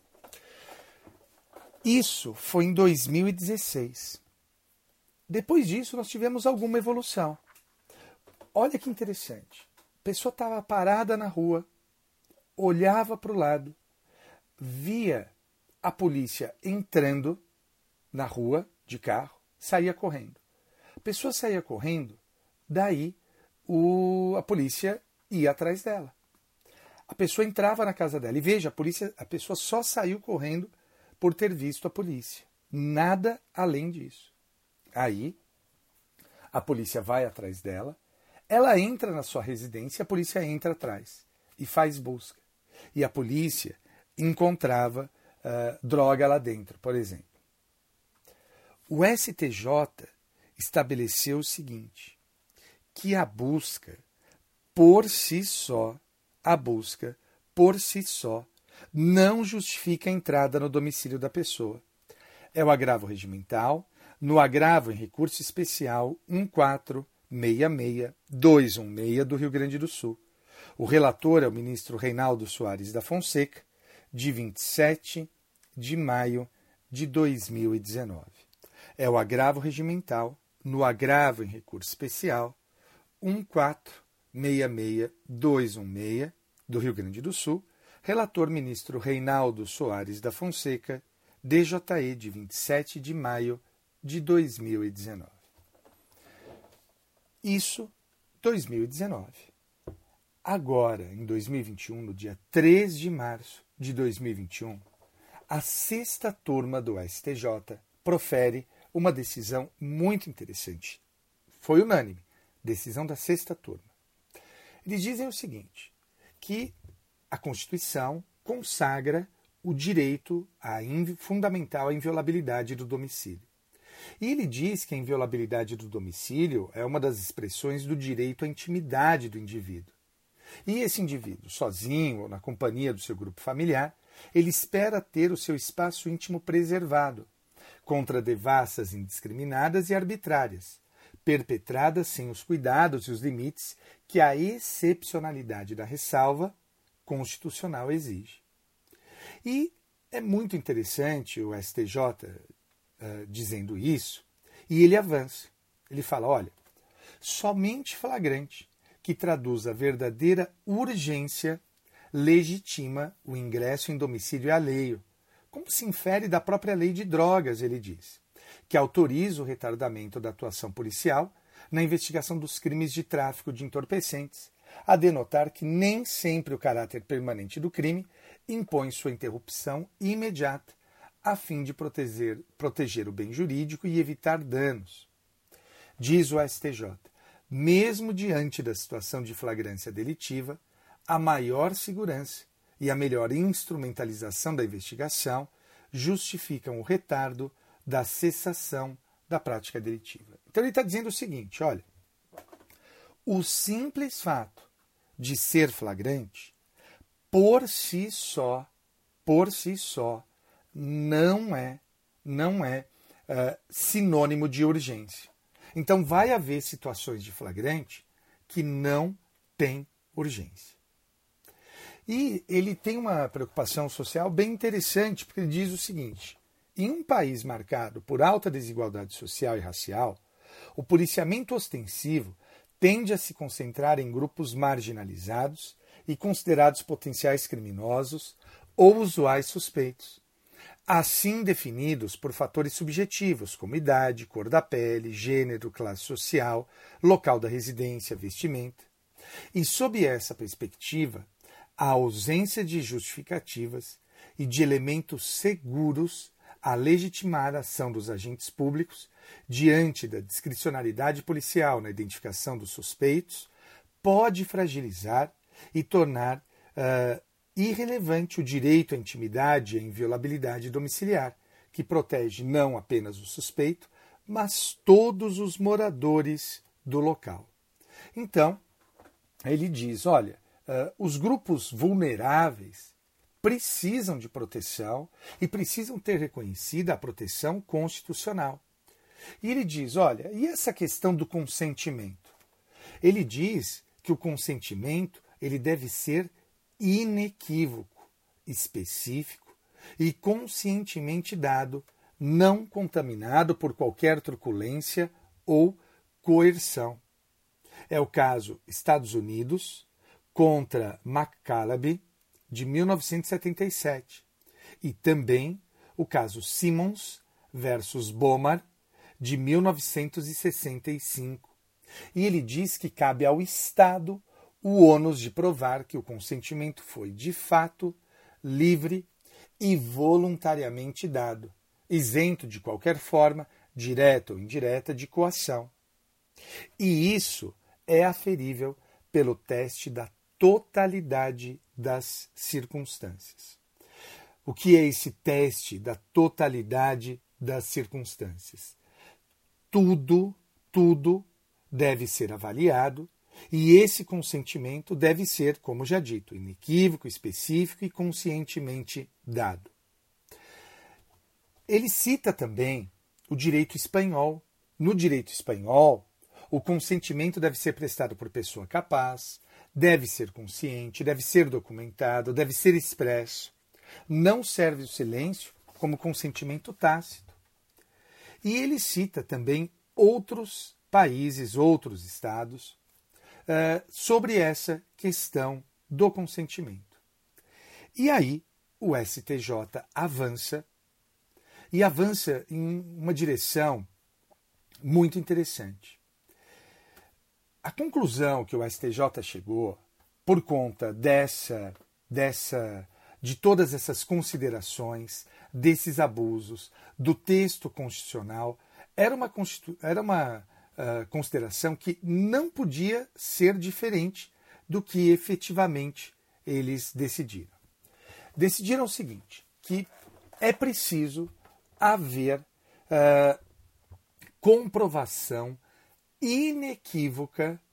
Isso foi em 2016. Depois disso, nós tivemos alguma evolução. Olha que interessante. A pessoa estava parada na rua, olhava para o lado, via a polícia entrando na rua de carro, saía correndo. A pessoa saía correndo, daí a polícia ia atrás dela. A pessoa entrava na casa dela e veja, a pessoa só saiu correndo por ter visto a polícia. Nada além disso. Aí, a polícia vai atrás dela, ela entra na sua residência, a polícia entra atrás e faz busca. E a polícia encontrava droga lá dentro, por exemplo. O STJ estabeleceu o seguinte, que a busca por si só, não justifica a entrada no domicílio da pessoa. É o agravo regimental, no agravo em recurso especial 1466216 do Rio Grande do Sul. O relator é o ministro Reinaldo Soares da Fonseca, de 27 de maio de 2019. É o agravo regimental no agravo em recurso especial 1466216 do Rio Grande do Sul, relator ministro Reinaldo Soares da Fonseca, DJE de 27 de maio de 2019. Isso, 2019. Agora, em 2021, no dia 3 de março de 2021, a sexta turma do STJ profere uma decisão muito interessante. Foi unânime, decisão da sexta turma. Eles dizem o seguinte, que a Constituição consagra o direito fundamental à inviolabilidade do domicílio. E ele diz que a inviolabilidade do domicílio é uma das expressões do direito à intimidade do indivíduo. E esse indivíduo, sozinho ou na companhia do seu grupo familiar, ele espera ter o seu espaço íntimo preservado contra devassas indiscriminadas e arbitrárias, perpetradas sem os cuidados e os limites que a excepcionalidade da ressalva constitucional exige. E é muito interessante o STJ dizendo isso, e ele avança. Ele fala, olha, somente flagrante que traduz a verdadeira urgência legitima o ingresso em domicílio alheio, como se infere da própria lei de drogas, ele diz, que autoriza o retardamento da atuação policial na investigação dos crimes de tráfico de entorpecentes, a denotar que nem sempre o caráter permanente do crime impõe sua interrupção imediata, a fim de proteger o bem jurídico e evitar danos. Diz o STJ, mesmo diante da situação de flagrância delitiva, a maior segurança e a melhor instrumentalização da investigação justificam o retardo da cessação da prática delitiva. Então ele está dizendo o seguinte, olha, o simples fato de ser flagrante, por si só, não é sinônimo de urgência. Então vai haver situações de flagrante que não têm urgência. E ele tem uma preocupação social bem interessante, porque ele diz o seguinte, em um país marcado por alta desigualdade social e racial, o policiamento ostensivo tende a se concentrar em grupos marginalizados e considerados potenciais criminosos ou usuais suspeitos, assim definidos por fatores subjetivos, como idade, cor da pele, gênero, classe social, local da residência, vestimenta. E sob essa perspectiva, a ausência de justificativas e de elementos seguros a legitimar a ação dos agentes públicos diante da discricionariedade policial na identificação dos suspeitos pode fragilizar e tornar irrelevante o direito à intimidade e à inviolabilidade domiciliar, que protege não apenas o suspeito, mas todos os moradores do local. Então, ele diz, olha, os grupos vulneráveis precisam de proteção e precisam ter reconhecida a proteção constitucional. E ele diz, olha, e essa questão do consentimento? Ele diz que o consentimento ele deve ser inequívoco, específico e conscientemente dado, não contaminado por qualquer truculência ou coerção. É o caso Estados Unidos contra McCallum, de 1977, e também o caso Simmons versus Bomar, de 1965. E ele diz que cabe ao Estado o ônus de provar que o consentimento foi, de fato, livre e voluntariamente dado, isento de qualquer forma, direta ou indireta, de coação. E isso é aferível pelo teste da totalidade das circunstâncias. O que é esse teste da totalidade das circunstâncias? Tudo deve ser avaliado e esse consentimento deve ser, como já dito, inequívoco, específico e conscientemente dado. Ele cita também o direito espanhol. No direito espanhol, o consentimento deve ser prestado por pessoa capaz, deve ser consciente, deve ser documentado, deve ser expresso. Não serve o silêncio como consentimento tácito. E ele cita também outros países, outros estados, sobre essa questão do consentimento. E aí o STJ avança, e avança em uma direção muito interessante. A conclusão que o STJ chegou, por conta de todas essas considerações, desses abusos, do texto constitucional, era uma consideração que não podia ser diferente do que efetivamente eles decidiram. Decidiram o seguinte, que é preciso haver comprovação inequívoca,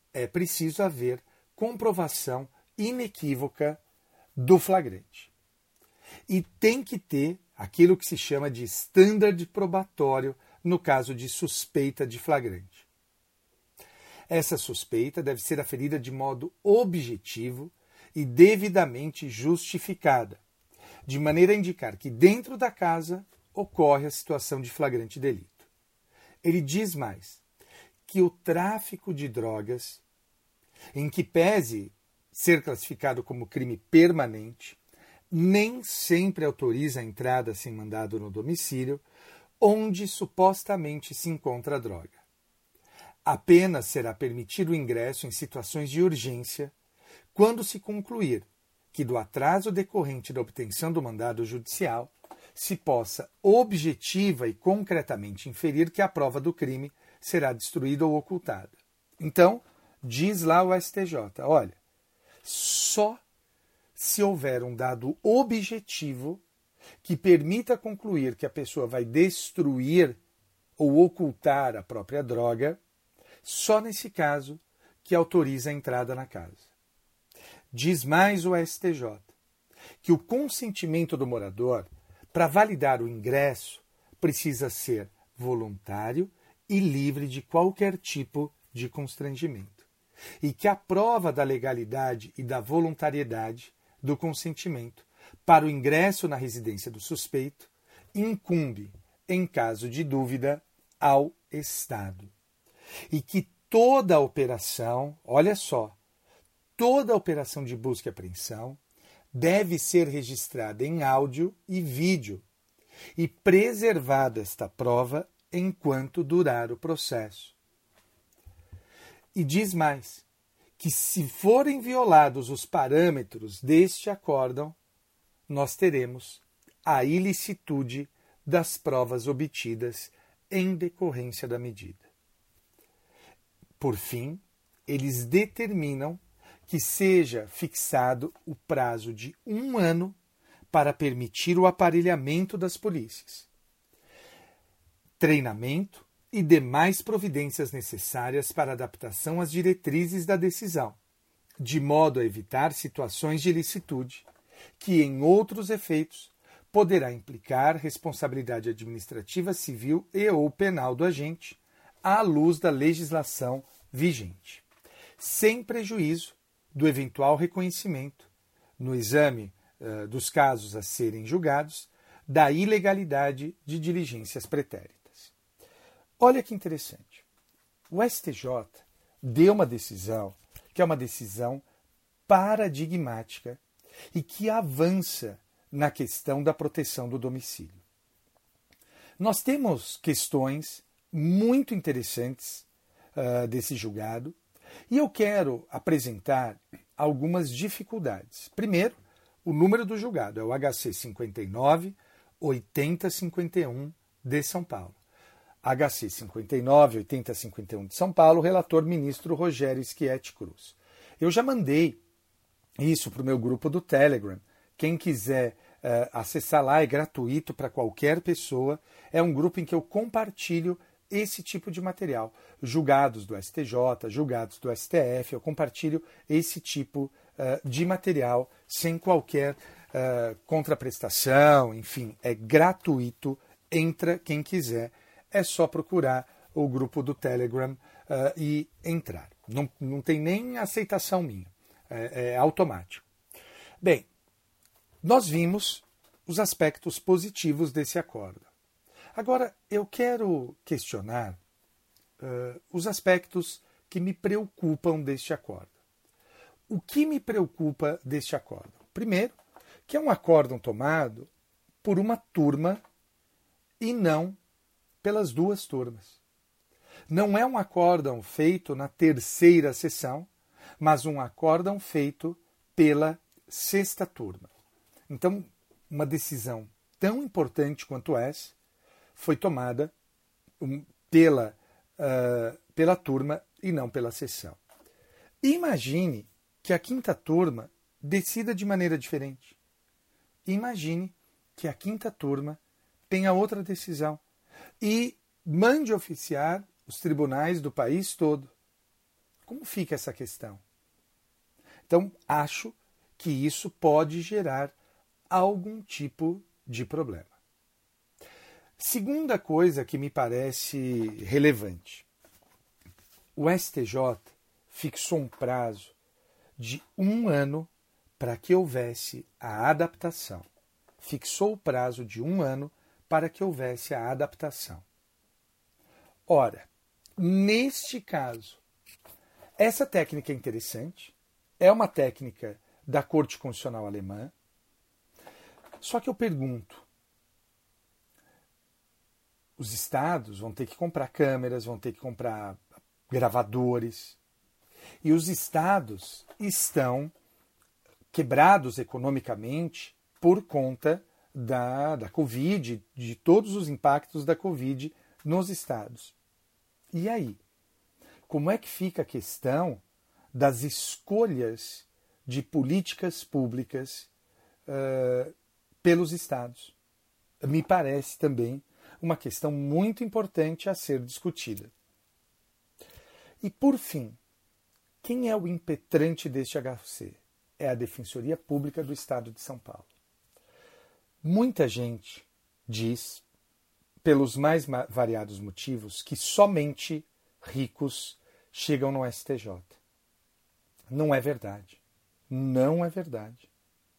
do flagrante. E tem que ter aquilo que se chama de standard probatório no caso de suspeita de flagrante. Essa suspeita deve ser aferida de modo objetivo e devidamente justificada, de maneira a indicar que dentro da casa ocorre a situação de flagrante delito. Ele diz mais, que o tráfico de drogas, em que pese ser classificado como crime permanente, nem sempre autoriza a entrada sem mandado no domicílio, onde supostamente se encontra a droga. Apenas será permitido o ingresso em situações de urgência, quando se concluir que do atraso decorrente da obtenção do mandado judicial se possa objetiva e concretamente inferir que a prova do crime será destruída ou ocultada. Então, diz lá o STJ, olha, só se houver um dado objetivo que permita concluir que a pessoa vai destruir ou ocultar a própria droga, só nesse caso que autoriza a entrada na casa. Diz mais o STJ, que o consentimento do morador para validar o ingresso precisa ser voluntário e livre de qualquer tipo de constrangimento, e que a prova da legalidade e da voluntariedade do consentimento para o ingresso na residência do suspeito incumbe, em caso de dúvida, ao Estado. E que toda a operação, olha só, toda a operação de busca e apreensão deve ser registrada em áudio e vídeo e preservada esta prova enquanto durar o processo. E diz mais, que se forem violados os parâmetros deste acórdão, nós teremos a ilicitude das provas obtidas em decorrência da medida. Por fim, eles determinam que seja fixado o prazo de 1 ano para permitir o aparelhamento das polícias, treinamento e demais providências necessárias para adaptação às diretrizes da decisão, de modo a evitar situações de ilicitude, que em outros efeitos poderá implicar responsabilidade administrativa, civil e ou penal do agente, à luz da legislação vigente, sem prejuízo do eventual reconhecimento, no exame dos casos a serem julgados, da ilegalidade de diligências pretéritas. Olha que interessante. O STJ deu uma decisão que é uma decisão paradigmática e que avança na questão da proteção do domicílio. Nós temos questões muito interessantes desse julgado e eu quero apresentar algumas dificuldades. Primeiro, o número do julgado é o HC 59-8051 de São Paulo. HC 59-8051 de São Paulo, relator ministro Rogério Schietti Cruz. Eu já mandei isso para o meu grupo do Telegram. Quem quiser acessar lá, é gratuito para qualquer pessoa. É um grupo em que eu compartilho esse tipo de material. Julgados do STJ, julgados do STF, eu compartilho esse tipo de material sem qualquer contraprestação, enfim, é gratuito, entra quem quiser, é só procurar o grupo do Telegram e entrar. Não tem nem aceitação minha. É automático. Bem, nós vimos os aspectos positivos desse acórdão. Agora, eu quero questionar os aspectos que me preocupam deste acórdão. O que me preocupa deste acórdão? Primeiro, que é um acórdão tomado por uma turma e não pelas duas turmas. Não é um acórdão feito na terceira sessão, mas um acórdão feito pela sexta turma. Então, uma decisão tão importante quanto essa foi tomada pela turma e não pela sessão. Imagine que a quinta turma decida de maneira diferente. Imagine que a quinta turma tenha outra decisão e mande oficiar os tribunais do país todo. Como fica essa questão? Então, acho que isso pode gerar algum tipo de problema. Segunda coisa que me parece relevante. O STJ fixou um prazo de 1 ano para que houvesse a adaptação. Fixou o prazo de 1 ano para que houvesse a adaptação. Ora, neste caso, essa técnica é interessante, é uma técnica da Corte Constitucional Alemã, só que eu pergunto, os estados vão ter que comprar câmeras, vão ter que comprar gravadores, e os estados estão quebrados economicamente por conta da Covid, de todos os impactos da Covid nos estados. E aí? Como é que fica a questão das escolhas de políticas públicas pelos estados? Me parece também uma questão muito importante a ser discutida. E, por fim, quem é o impetrante deste HC? É a Defensoria Pública do Estado de São Paulo. Muita gente diz, pelos mais variados motivos, que somente ricos chegam no STJ. Não é verdade. Não é verdade.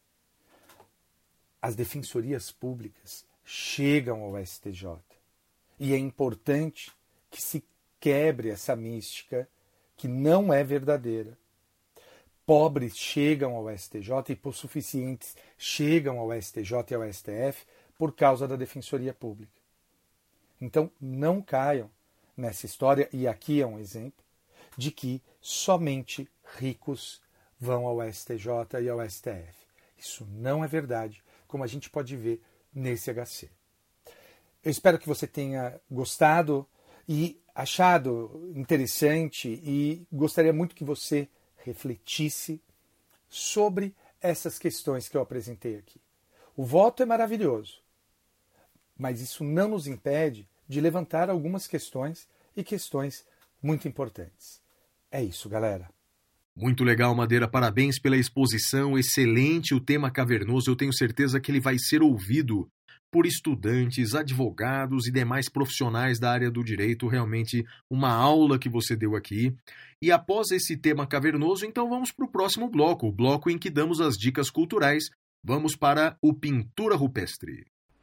As defensorias públicas chegam ao STJ. E é importante que se quebre essa mística que não é verdadeira. Pobres chegam ao STJ e hipossuficientes chegam ao STJ e ao STF por causa da Defensoria Pública. Então, não caiam nessa história, e aqui é um exemplo, de que somente ricos vão ao STJ e ao STF. Isso não é verdade, como a gente pode ver nesse HC. Eu espero que você tenha gostado e achado interessante, e gostaria muito que você refletisse sobre essas questões que eu apresentei aqui. O voto é maravilhoso, mas isso não nos impede de levantar algumas questões, e questões muito importantes. É isso, galera. Muito legal, Madeira. Parabéns pela exposição. Excelente o tema cavernoso. Eu tenho certeza que ele vai ser ouvido por estudantes, advogados e demais profissionais da área do direito. Realmente uma aula que você deu aqui. E após esse tema cavernoso, então vamos para o próximo bloco, o bloco em que damos as dicas culturais. Vamos para o Pintura Rupestre.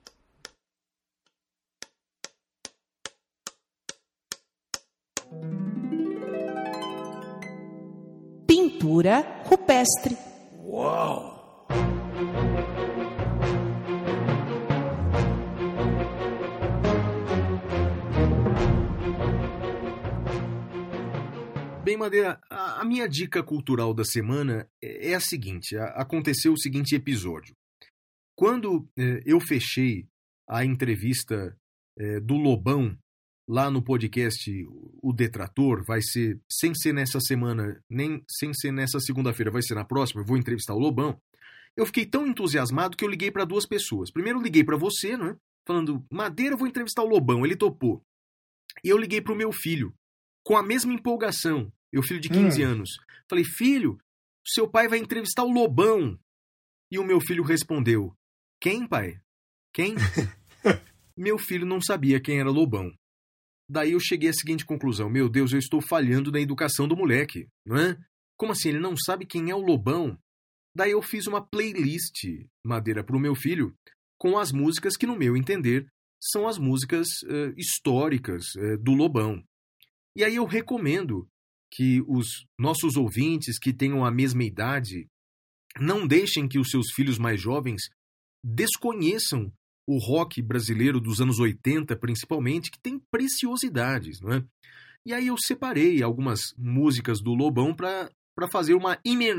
Pintura rupestre. Uau! Bem, Madeira, a minha dica cultural da semana é a seguinte. Aconteceu o seguinte episódio. Quando eu fechei a entrevista do Lobão lá no podcast O Detrator, vai ser, sem ser nessa semana, nem sem ser nessa segunda-feira, vai ser na próxima, eu vou entrevistar o Lobão. Eu fiquei tão entusiasmado que eu liguei para 2 pessoas. Primeiro eu liguei para você, né? Falando, Madeira, eu vou entrevistar o Lobão. Ele topou. E eu liguei para o meu filho, com a mesma empolgação, meu filho de 15 anos. Falei, filho, seu pai vai entrevistar o Lobão. E o meu filho respondeu, quem, pai? Quem? Meu filho não sabia quem era Lobão. Daí eu cheguei à seguinte conclusão, meu Deus, eu estou falhando na educação do moleque, não é? Como assim? Ele não sabe quem é o Lobão? Daí eu fiz uma playlist, Madeira, para o meu filho, com as músicas que, no meu entender, são as músicas históricas do Lobão. E aí eu recomendo que os nossos ouvintes que tenham a mesma idade não deixem que os seus filhos mais jovens desconheçam o rock brasileiro dos anos 80, principalmente, que tem preciosidades, não é? E aí eu separei algumas músicas do Lobão para fazer uma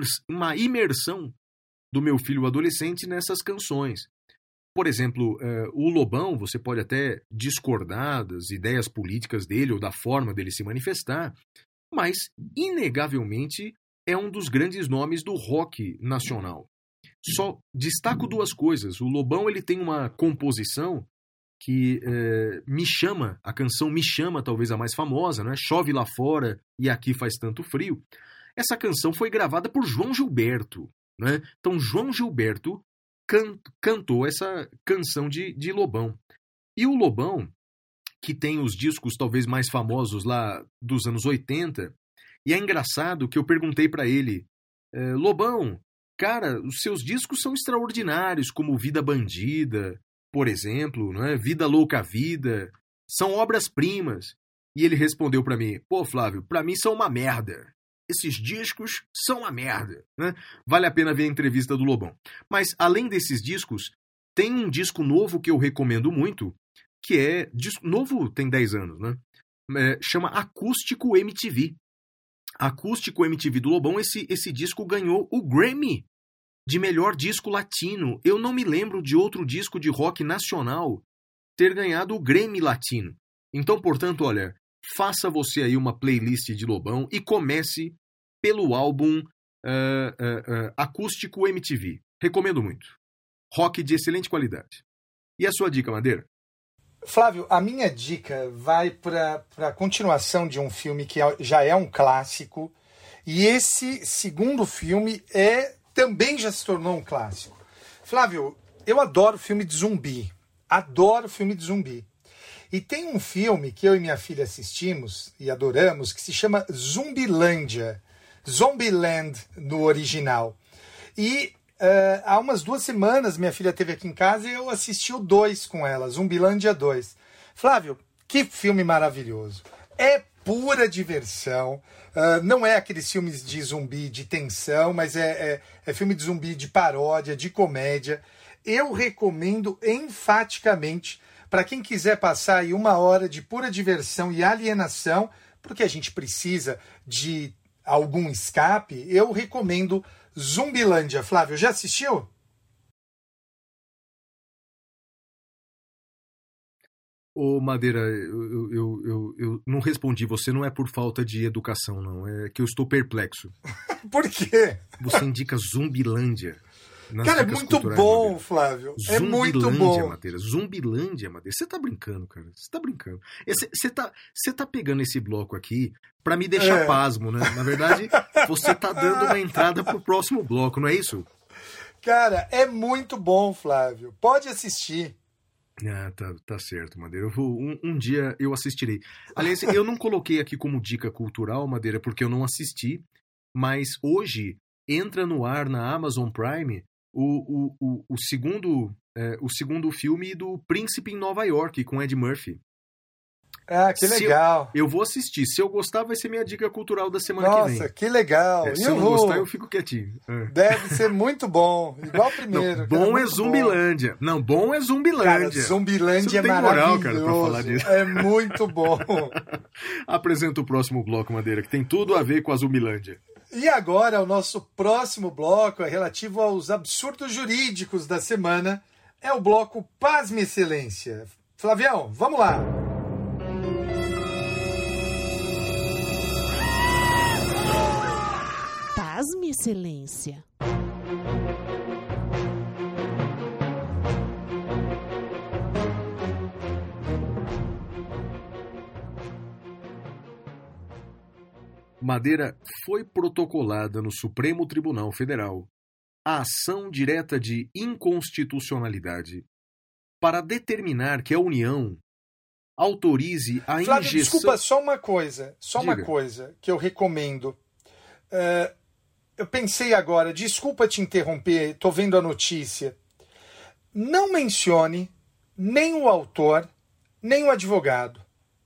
imersão do meu filho adolescente nessas canções. Por exemplo, o Lobão, você pode até discordar das ideias políticas dele ou da forma dele se manifestar, mas, inegavelmente, é um dos grandes nomes do rock nacional. Só destaco duas coisas. O Lobão ele tem uma composição que me chama, a canção Me Chama, talvez a mais famosa, né? Chove lá fora e aqui faz tanto frio. Essa canção foi gravada por João Gilberto, né? Então, João Gilberto cantou essa canção de Lobão. E o Lobão, que tem os discos talvez mais famosos lá dos anos 80, e é engraçado que eu perguntei para ele, Lobão, cara, os seus discos são extraordinários, como Vida Bandida, por exemplo, não é? Vida Louca Vida, são obras-primas. E ele respondeu para mim, pô, Flávio, para mim são uma merda. Esses discos são uma merda, né? Vale a pena ver a entrevista do Lobão. Mas, além desses discos, tem um disco novo que eu recomendo muito, que é... Novo tem 10 anos, né? Chama Acústico MTV. Acústico MTV do Lobão, esse disco ganhou o Grammy de melhor disco latino. Eu não me lembro de outro disco de rock nacional ter ganhado o Grammy latino. Então, portanto, olha... Faça você aí uma playlist de Lobão e comece pelo álbum Acústico MTV. Recomendo muito. Rock de excelente qualidade. E a sua dica, Madeira? Flávio, a minha dica vai para a continuação de um filme que já é um clássico. E esse segundo filme também já se tornou um clássico. Flávio, eu adoro filme de zumbi. Adoro filme de zumbi. E tem um filme que eu e minha filha assistimos e adoramos, que se chama Zumbilândia. Zombieland no original. E há umas 2 semanas minha filha esteve aqui em casa e eu assisti o 2 com ela, Zumbilândia 2. Flávio, que filme maravilhoso. É pura diversão. Não é aqueles filmes de zumbi de tensão, mas é filme de zumbi de paródia, de comédia. Eu recomendo enfaticamente para quem quiser passar aí 1 hora de pura diversão e alienação, porque a gente precisa de algum escape, eu recomendo Zumbilândia. Flávio, já assistiu? Ô, Madeira, eu não respondi. Você não é por falta de educação, não. É que eu estou perplexo. Por quê? Você indica Zumbilândia. Cara, é muito bom, Madeira. Flávio. É muito bom. Madeira. Zumbilândia, Madeira. Você tá brincando, cara. Você tá brincando. Você tá pegando esse bloco aqui pra me deixar pasmo, né? Na verdade, você tá dando uma entrada pro próximo bloco, não é isso? Cara, é muito bom, Flávio. Pode assistir. Ah, tá certo, Madeira. Um dia eu assistirei. Aliás, eu não coloquei aqui como dica cultural, Madeira, porque eu não assisti, mas hoje entra no ar na Amazon Prime o segundo filme do Príncipe em Nova York, com Ed Murphy. Ah, que legal. Eu vou assistir. Se eu gostar, vai ser minha dica cultural da semana que vem. Nossa, que legal. Se eu não gostar, eu fico quietinho. Deve ser muito bom. Igual o primeiro. Não, bom é Zumbilândia. Bom. Não, bom é Zumbilândia. Cara, Zumbilândia é maravilhoso. Moral, cara, pra falar disso. É muito bom. Apresenta o próximo bloco, Madeira, que tem tudo a ver com a Zumbilândia. E agora, o nosso próximo bloco é relativo aos absurdos jurídicos da semana. É o bloco Pasme Excelência. Flavião, vamos lá. Pasme Excelência. Madeira, foi protocolada no Supremo Tribunal Federal a ação direta de inconstitucionalidade para determinar que a União autorize a Flávio, injeção... Desculpa, só uma coisa que eu recomendo. eu pensei agora, desculpa te interromper, estou vendo a notícia. Não mencione nem o autor, nem o advogado.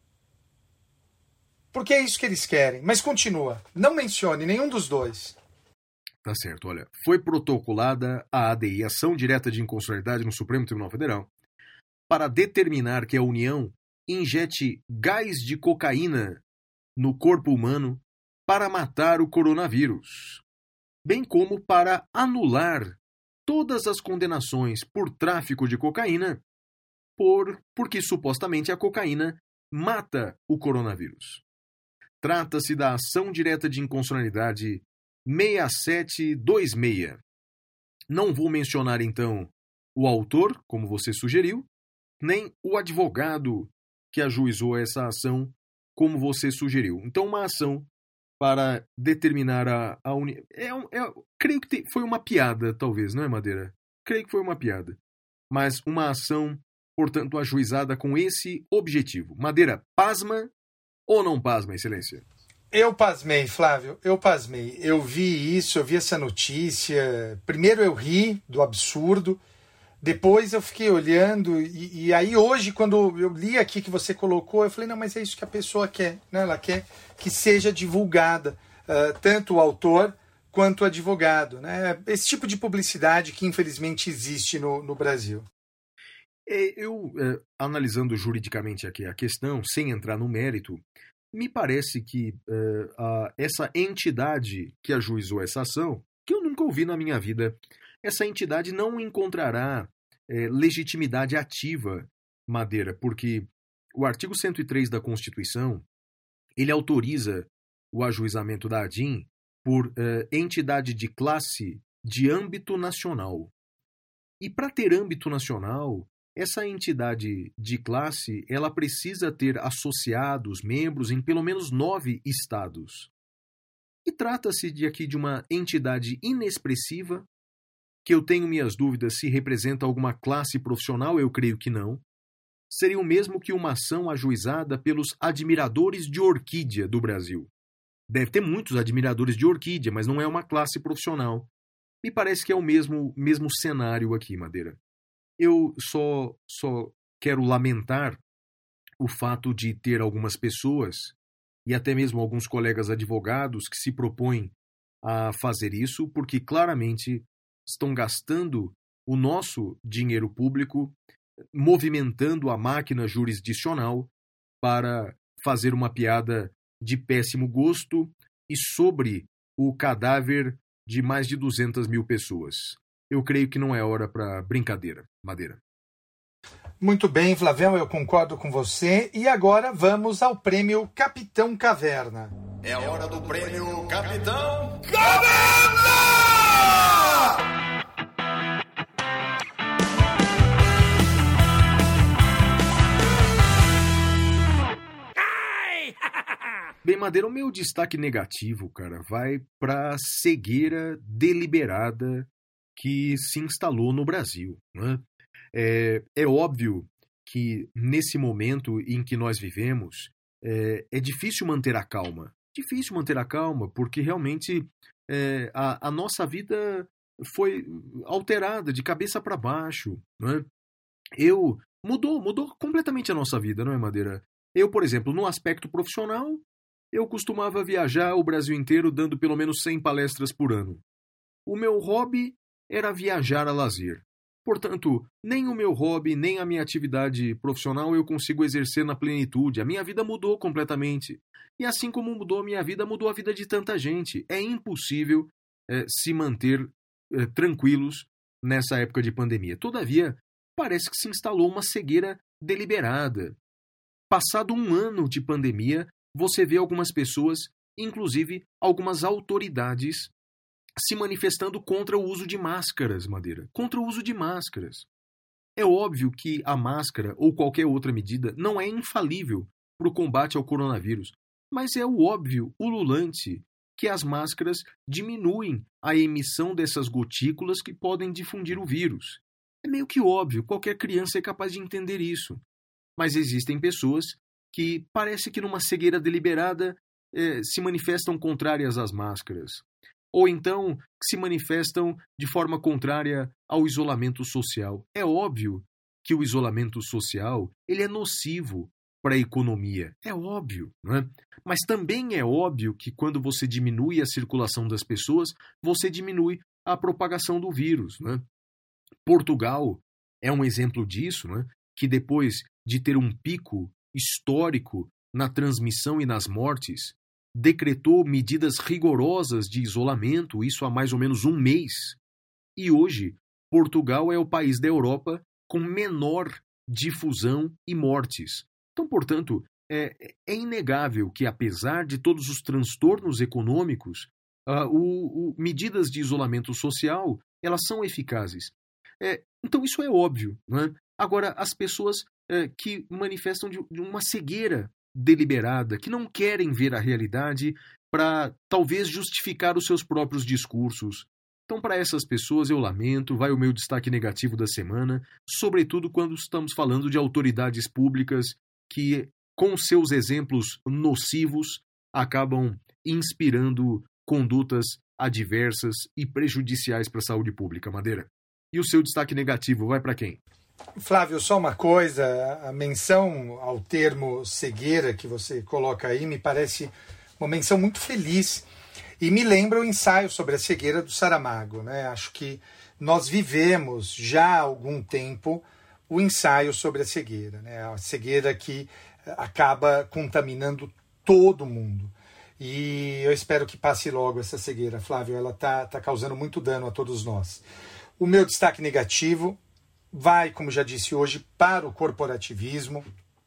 Porque é isso que eles querem. Mas continua. Não mencione nenhum dos dois. Tá certo, olha. Foi protocolada a ADI, Ação Direta de Inconstitucionalidade no Supremo Tribunal Federal, para determinar que a União injete gás de cocaína no corpo humano para matar o coronavírus, bem como para anular todas as condenações por tráfico de cocaína, porque supostamente a cocaína mata o coronavírus. Trata-se da Ação Direta de Inconstitucionalidade 6726. Não vou mencionar, então, o autor, como você sugeriu, nem o advogado que ajuizou essa ação, como você sugeriu. Então, uma ação para determinar a união. Creio que foi uma piada, talvez, não é, Madeira? Creio que foi uma piada. Mas uma ação, portanto, ajuizada com esse objetivo. Madeira, pasma ou não pasma, Excelência? Eu pasmei, Flávio, eu pasmei. Eu vi isso, eu vi essa notícia. Primeiro eu ri do absurdo, depois eu fiquei olhando, e aí hoje, quando eu li aqui que você colocou, eu falei, não, mas é isso que a pessoa quer, né? Ela quer que seja divulgada, tanto o autor quanto o advogado, né? Esse tipo de publicidade que infelizmente existe no Brasil. Analisando juridicamente aqui a questão, sem entrar no mérito, me parece que essa entidade que ajuizou essa ação, que eu nunca ouvi na minha vida, essa entidade não encontrará legitimidade ativa, Madeira, porque o artigo 103 da Constituição, ele autoriza o ajuizamento da ADIM por entidade de classe de âmbito nacional. E para ter âmbito nacional, essa entidade de classe, ela precisa ter associados, membros em pelo menos 9 estados. E trata-se aqui de uma entidade inexpressiva, que eu tenho minhas dúvidas se representa alguma classe profissional, eu creio que não. Seria o mesmo que uma ação ajuizada pelos admiradores de orquídea do Brasil. Deve ter muitos admiradores de orquídea, mas não é uma classe profissional. Me parece que é o mesmo cenário aqui, Madeira. Eu só quero lamentar o fato de ter algumas pessoas, e até mesmo alguns colegas advogados, que se propõem a fazer isso, porque claramente estão gastando o nosso dinheiro público, movimentando a máquina jurisdicional para fazer uma piada de péssimo gosto e sobre o cadáver de mais de 200 mil pessoas. Eu creio que não é hora para brincadeira, Madeira. Muito bem, Flavião, eu concordo com você. E agora vamos ao prêmio Capitão Caverna. É a hora do prêmio Capitão Caverna! Bem, Madeira, o meu destaque negativo, cara, vai para a cegueira deliberada que se instalou no Brasil, né? É óbvio que nesse momento em que nós vivemos, é difícil manter a calma. Difícil manter a calma, porque realmente a nossa vida foi alterada de cabeça para baixo, né? Mudou completamente a nossa vida, não é, Madeira? Eu, por exemplo, no aspecto profissional, eu costumava viajar o Brasil inteiro dando pelo menos 100 palestras por ano. O meu hobby era viajar a lazer. Portanto, nem o meu hobby, nem a minha atividade profissional eu consigo exercer na plenitude. A minha vida mudou completamente. E assim como mudou a minha vida, mudou a vida de tanta gente. É impossível se manter tranquilos nessa época de pandemia. Todavia, parece que se instalou uma cegueira deliberada. Passado um ano de pandemia, você vê algumas pessoas, inclusive algumas autoridades, se manifestando contra o uso de máscaras, Madeira. Contra o uso de máscaras. É óbvio que a máscara ou qualquer outra medida não é infalível para o combate ao coronavírus, mas é o óbvio, ululante, que as máscaras diminuem a emissão dessas gotículas que podem difundir o vírus. É meio que óbvio, qualquer criança é capaz de entender isso. Mas existem pessoas que parece que numa cegueira deliberada se manifestam contrárias às máscaras. ou então que se manifestam de forma contrária ao isolamento social. É óbvio que o isolamento social ele é nocivo para a economia. É óbvio, não é? Mas também é óbvio que quando você diminui a circulação das pessoas, você diminui a propagação do vírus, não é? Portugal é um exemplo disso, não é? Que depois de ter um pico histórico na transmissão e nas mortes, decretou medidas rigorosas de isolamento, isso há mais ou menos um mês. E hoje, Portugal é o país da Europa com menor difusão e mortes. Então, portanto, é inegável que, apesar de todos os transtornos econômicos, medidas de isolamento social, elas são eficazes. Então, isso é óbvio, não é? Agora, as pessoas que manifestam de uma cegueira deliberada, que não querem ver a realidade para, talvez, justificar os seus próprios discursos. Então, para essas pessoas, eu lamento, vai o meu destaque negativo da semana, sobretudo quando estamos falando de autoridades públicas que, com seus exemplos nocivos, acabam inspirando condutas adversas e prejudiciais para a saúde pública, Madeira. E o seu destaque negativo vai para quem? Flávio, só uma coisa, a menção ao termo cegueira que você coloca aí me parece uma menção muito feliz e me lembra o ensaio sobre a cegueira do Saramago, né? Acho que nós vivemos já há algum tempo o ensaio sobre a cegueira, né? A cegueira que acaba contaminando todo mundo. E eu espero que passe logo essa cegueira, Flávio, ela tá causando muito dano a todos nós. O meu destaque negativo vai, como já disse hoje, para o corporativismo.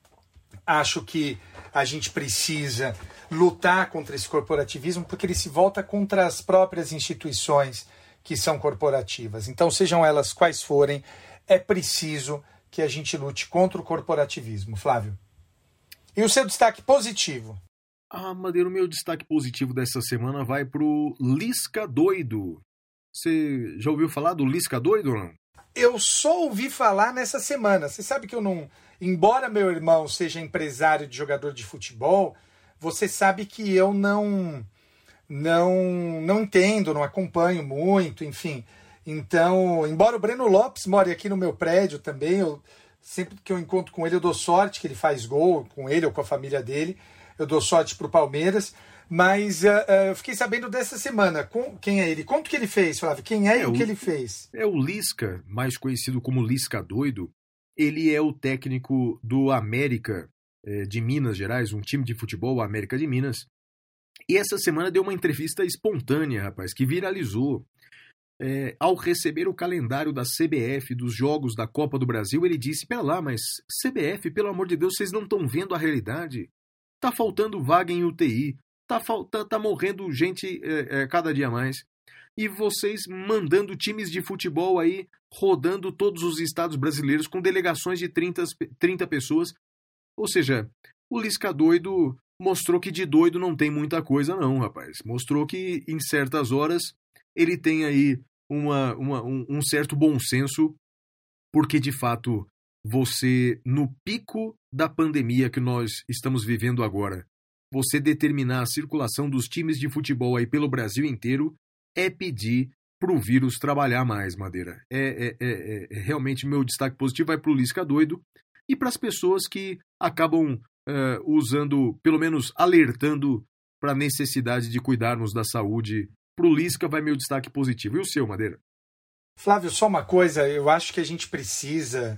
Acho que a gente precisa lutar contra esse corporativismo porque ele se volta contra as próprias instituições que são corporativas. Então, sejam elas quais forem, é preciso que a gente lute contra o corporativismo. Flávio. E o seu destaque positivo? Madeira, o meu destaque positivo dessa semana vai para o Lisca Doido. Você já ouviu falar do Lisca Doido ou não? Eu só ouvi falar nessa semana. Você sabe que eu não... Embora meu irmão seja empresário de jogador de futebol, você sabe que eu não entendo, não acompanho muito, enfim. Então, embora o Breno Lopes more aqui no meu prédio também, sempre que eu encontro com ele, eu dou sorte que ele faz gol, com ele ou com a família dele. Eu dou sorte pro Palmeiras. Mas eu fiquei sabendo dessa semana. Quem é ele? Quanto que ele fez, Flávio? Quem é e o que ele fez? É o Lisca, mais conhecido como Lisca Doido. Ele é o técnico do América de Minas Gerais, um time de futebol, o América de Minas. E essa semana deu uma entrevista espontânea, rapaz, que viralizou. Ao receber o calendário da CBF dos jogos da Copa do Brasil, ele disse, pera lá, mas CBF, pelo amor de Deus, vocês não estão vendo a realidade? Tá faltando vaga em UTI. Tá morrendo gente cada dia mais. E vocês mandando times de futebol aí, rodando todos os estados brasileiros com delegações de 30 pessoas. Ou seja, o Lisca Doido mostrou que de doido não tem muita coisa não, rapaz. Mostrou que em certas horas ele tem aí um certo bom senso, porque de fato você, no pico da pandemia que nós estamos vivendo agora, você determinar a circulação dos times de futebol aí pelo Brasil inteiro é pedir pro vírus trabalhar mais, Madeira. Realmente meu destaque positivo vai pro Lisca Doido e para as pessoas que acabam usando, pelo menos alertando para a necessidade de cuidarmos da saúde. Pro Lisca vai meu destaque positivo. E o seu, Madeira? Flávio, só uma coisa, eu acho que a gente precisa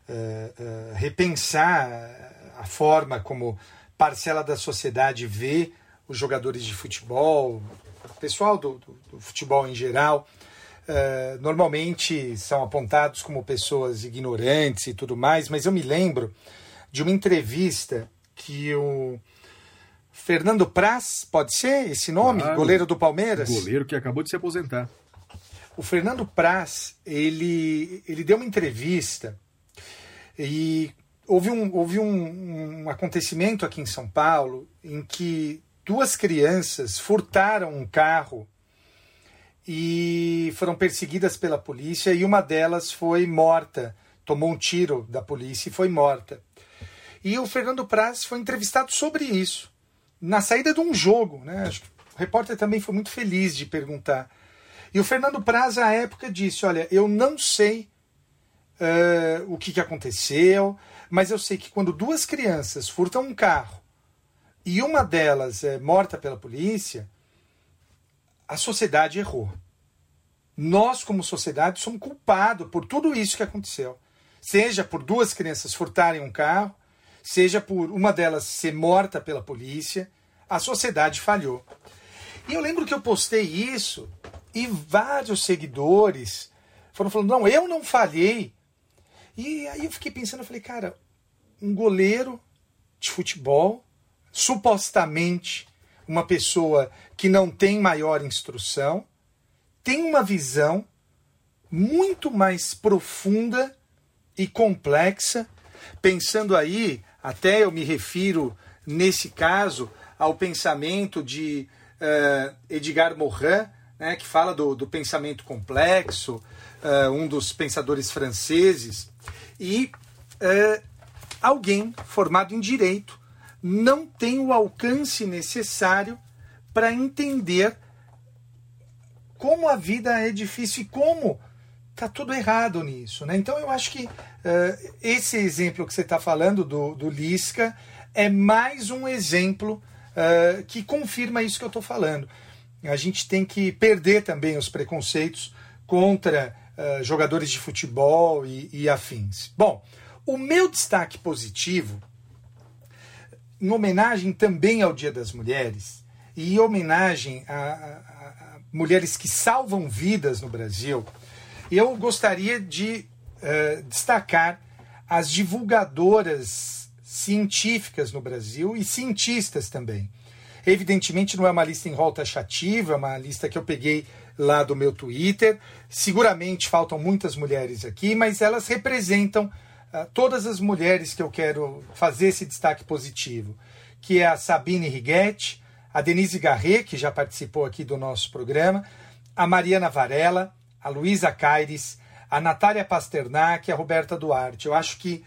repensar a forma como parcela da sociedade vê os jogadores de futebol, o pessoal do futebol em geral. Normalmente são apontados como pessoas ignorantes e tudo mais, mas eu me lembro de uma entrevista que o Fernando Praz, pode ser esse nome? Claro, goleiro do Palmeiras? Goleiro que acabou de se aposentar. O Fernando Praz, ele deu uma entrevista e houve um acontecimento aqui em São Paulo em que 2 crianças furtaram um carro e foram perseguidas pela polícia e uma delas foi morta, tomou um tiro da polícia e foi morta. E o Fernando Praz foi entrevistado sobre isso, na saída de um jogo, né? Acho que O repórter também foi muito feliz de perguntar. E o Fernando Praz, à época, disse, olha, eu não sei o que aconteceu, mas eu sei que quando 2 crianças furtam um carro e uma delas é morta pela polícia, a sociedade errou. Nós, como sociedade, somos culpados por tudo isso que aconteceu. Seja por 2 crianças furtarem um carro, seja por uma delas ser morta pela polícia, a sociedade falhou. E eu lembro que eu postei isso e vários seguidores foram falando, não, eu não falhei. E aí eu fiquei pensando, eu falei, cara, um goleiro de futebol, supostamente uma pessoa que não tem maior instrução, tem uma visão muito mais profunda e complexa, pensando aí, até eu me refiro, nesse caso, ao pensamento de Edgar Morin, né, que fala do pensamento complexo, um dos pensadores franceses, e alguém formado em direito não tem o alcance necessário para entender como a vida é difícil e como está tudo errado nisso, né? Então eu acho que esse exemplo que você está falando do Lisca é mais um exemplo que confirma isso que eu estou falando. A gente tem que perder também os preconceitos contra jogadores de futebol e afins. Bom, o meu destaque positivo, em homenagem também ao Dia das Mulheres e em homenagem a mulheres que salvam vidas no Brasil, eu gostaria de destacar as divulgadoras científicas no Brasil e cientistas também. Evidentemente não é uma lista em rol taxativa, é uma lista que eu peguei lá do meu Twitter. Seguramente faltam muitas mulheres aqui, mas elas representam todas as mulheres que eu quero fazer esse destaque positivo, que é a Sabine Righetti, a Denise Garret, que já participou aqui do nosso programa, a Mariana Varela, a Luísa Caires, a Natália Pasternak e a Roberta Duarte. Eu acho que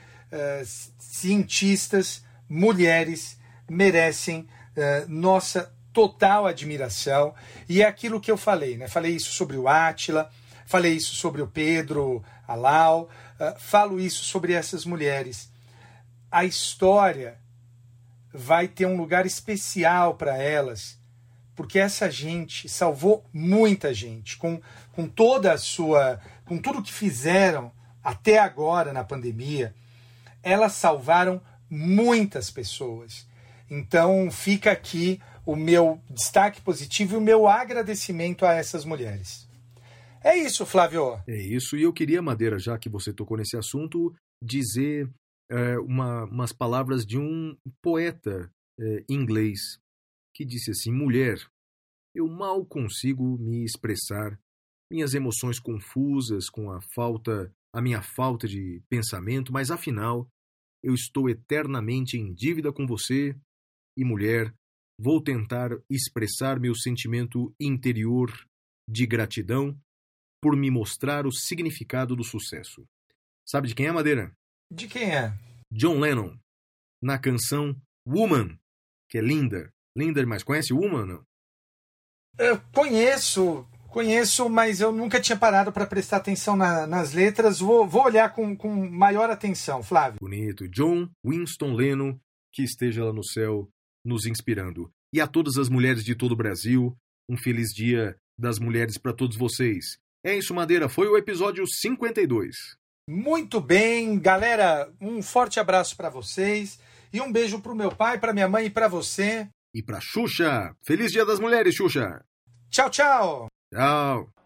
cientistas, mulheres, merecem nossa total admiração. E é aquilo que eu falei, né? Falei isso sobre o Átila, falei isso sobre o Pedro Alau, falo isso sobre essas mulheres. A história vai ter um lugar especial para elas, porque essa gente salvou muita gente, com toda a sua, com tudo que fizeram até agora na pandemia, elas salvaram muitas pessoas. Então fica aqui o meu destaque positivo e o meu agradecimento a essas mulheres. É isso, Flávio. É isso, e eu queria, Madeira, já que você tocou nesse assunto, dizer umas palavras de um poeta inglês que disse assim: mulher, eu mal consigo me expressar, minhas emoções confusas com a minha falta de pensamento, mas afinal eu estou eternamente em dívida com você e, mulher, vou tentar expressar meu sentimento interior de gratidão por me mostrar o significado do sucesso. Sabe de quem é, Madeira? De quem é? John Lennon, na canção Woman, que é linda. Linda demais. Conhece Woman, não? Eu conheço, mas eu nunca tinha parado para prestar atenção nas letras. Vou olhar com maior atenção, Flávio. Bonito. John Winston Lennon, que esteja lá no céu nos inspirando. E a todas as mulheres de todo o Brasil, um feliz Dia das Mulheres para todos vocês. É isso, Madeira. Foi o episódio 52. Muito bem, galera. Um forte abraço para vocês e um beijo pro meu pai, para minha mãe e para você. E pra Xuxa. Feliz Dia das Mulheres, Xuxa. Tchau, tchau. Tchau.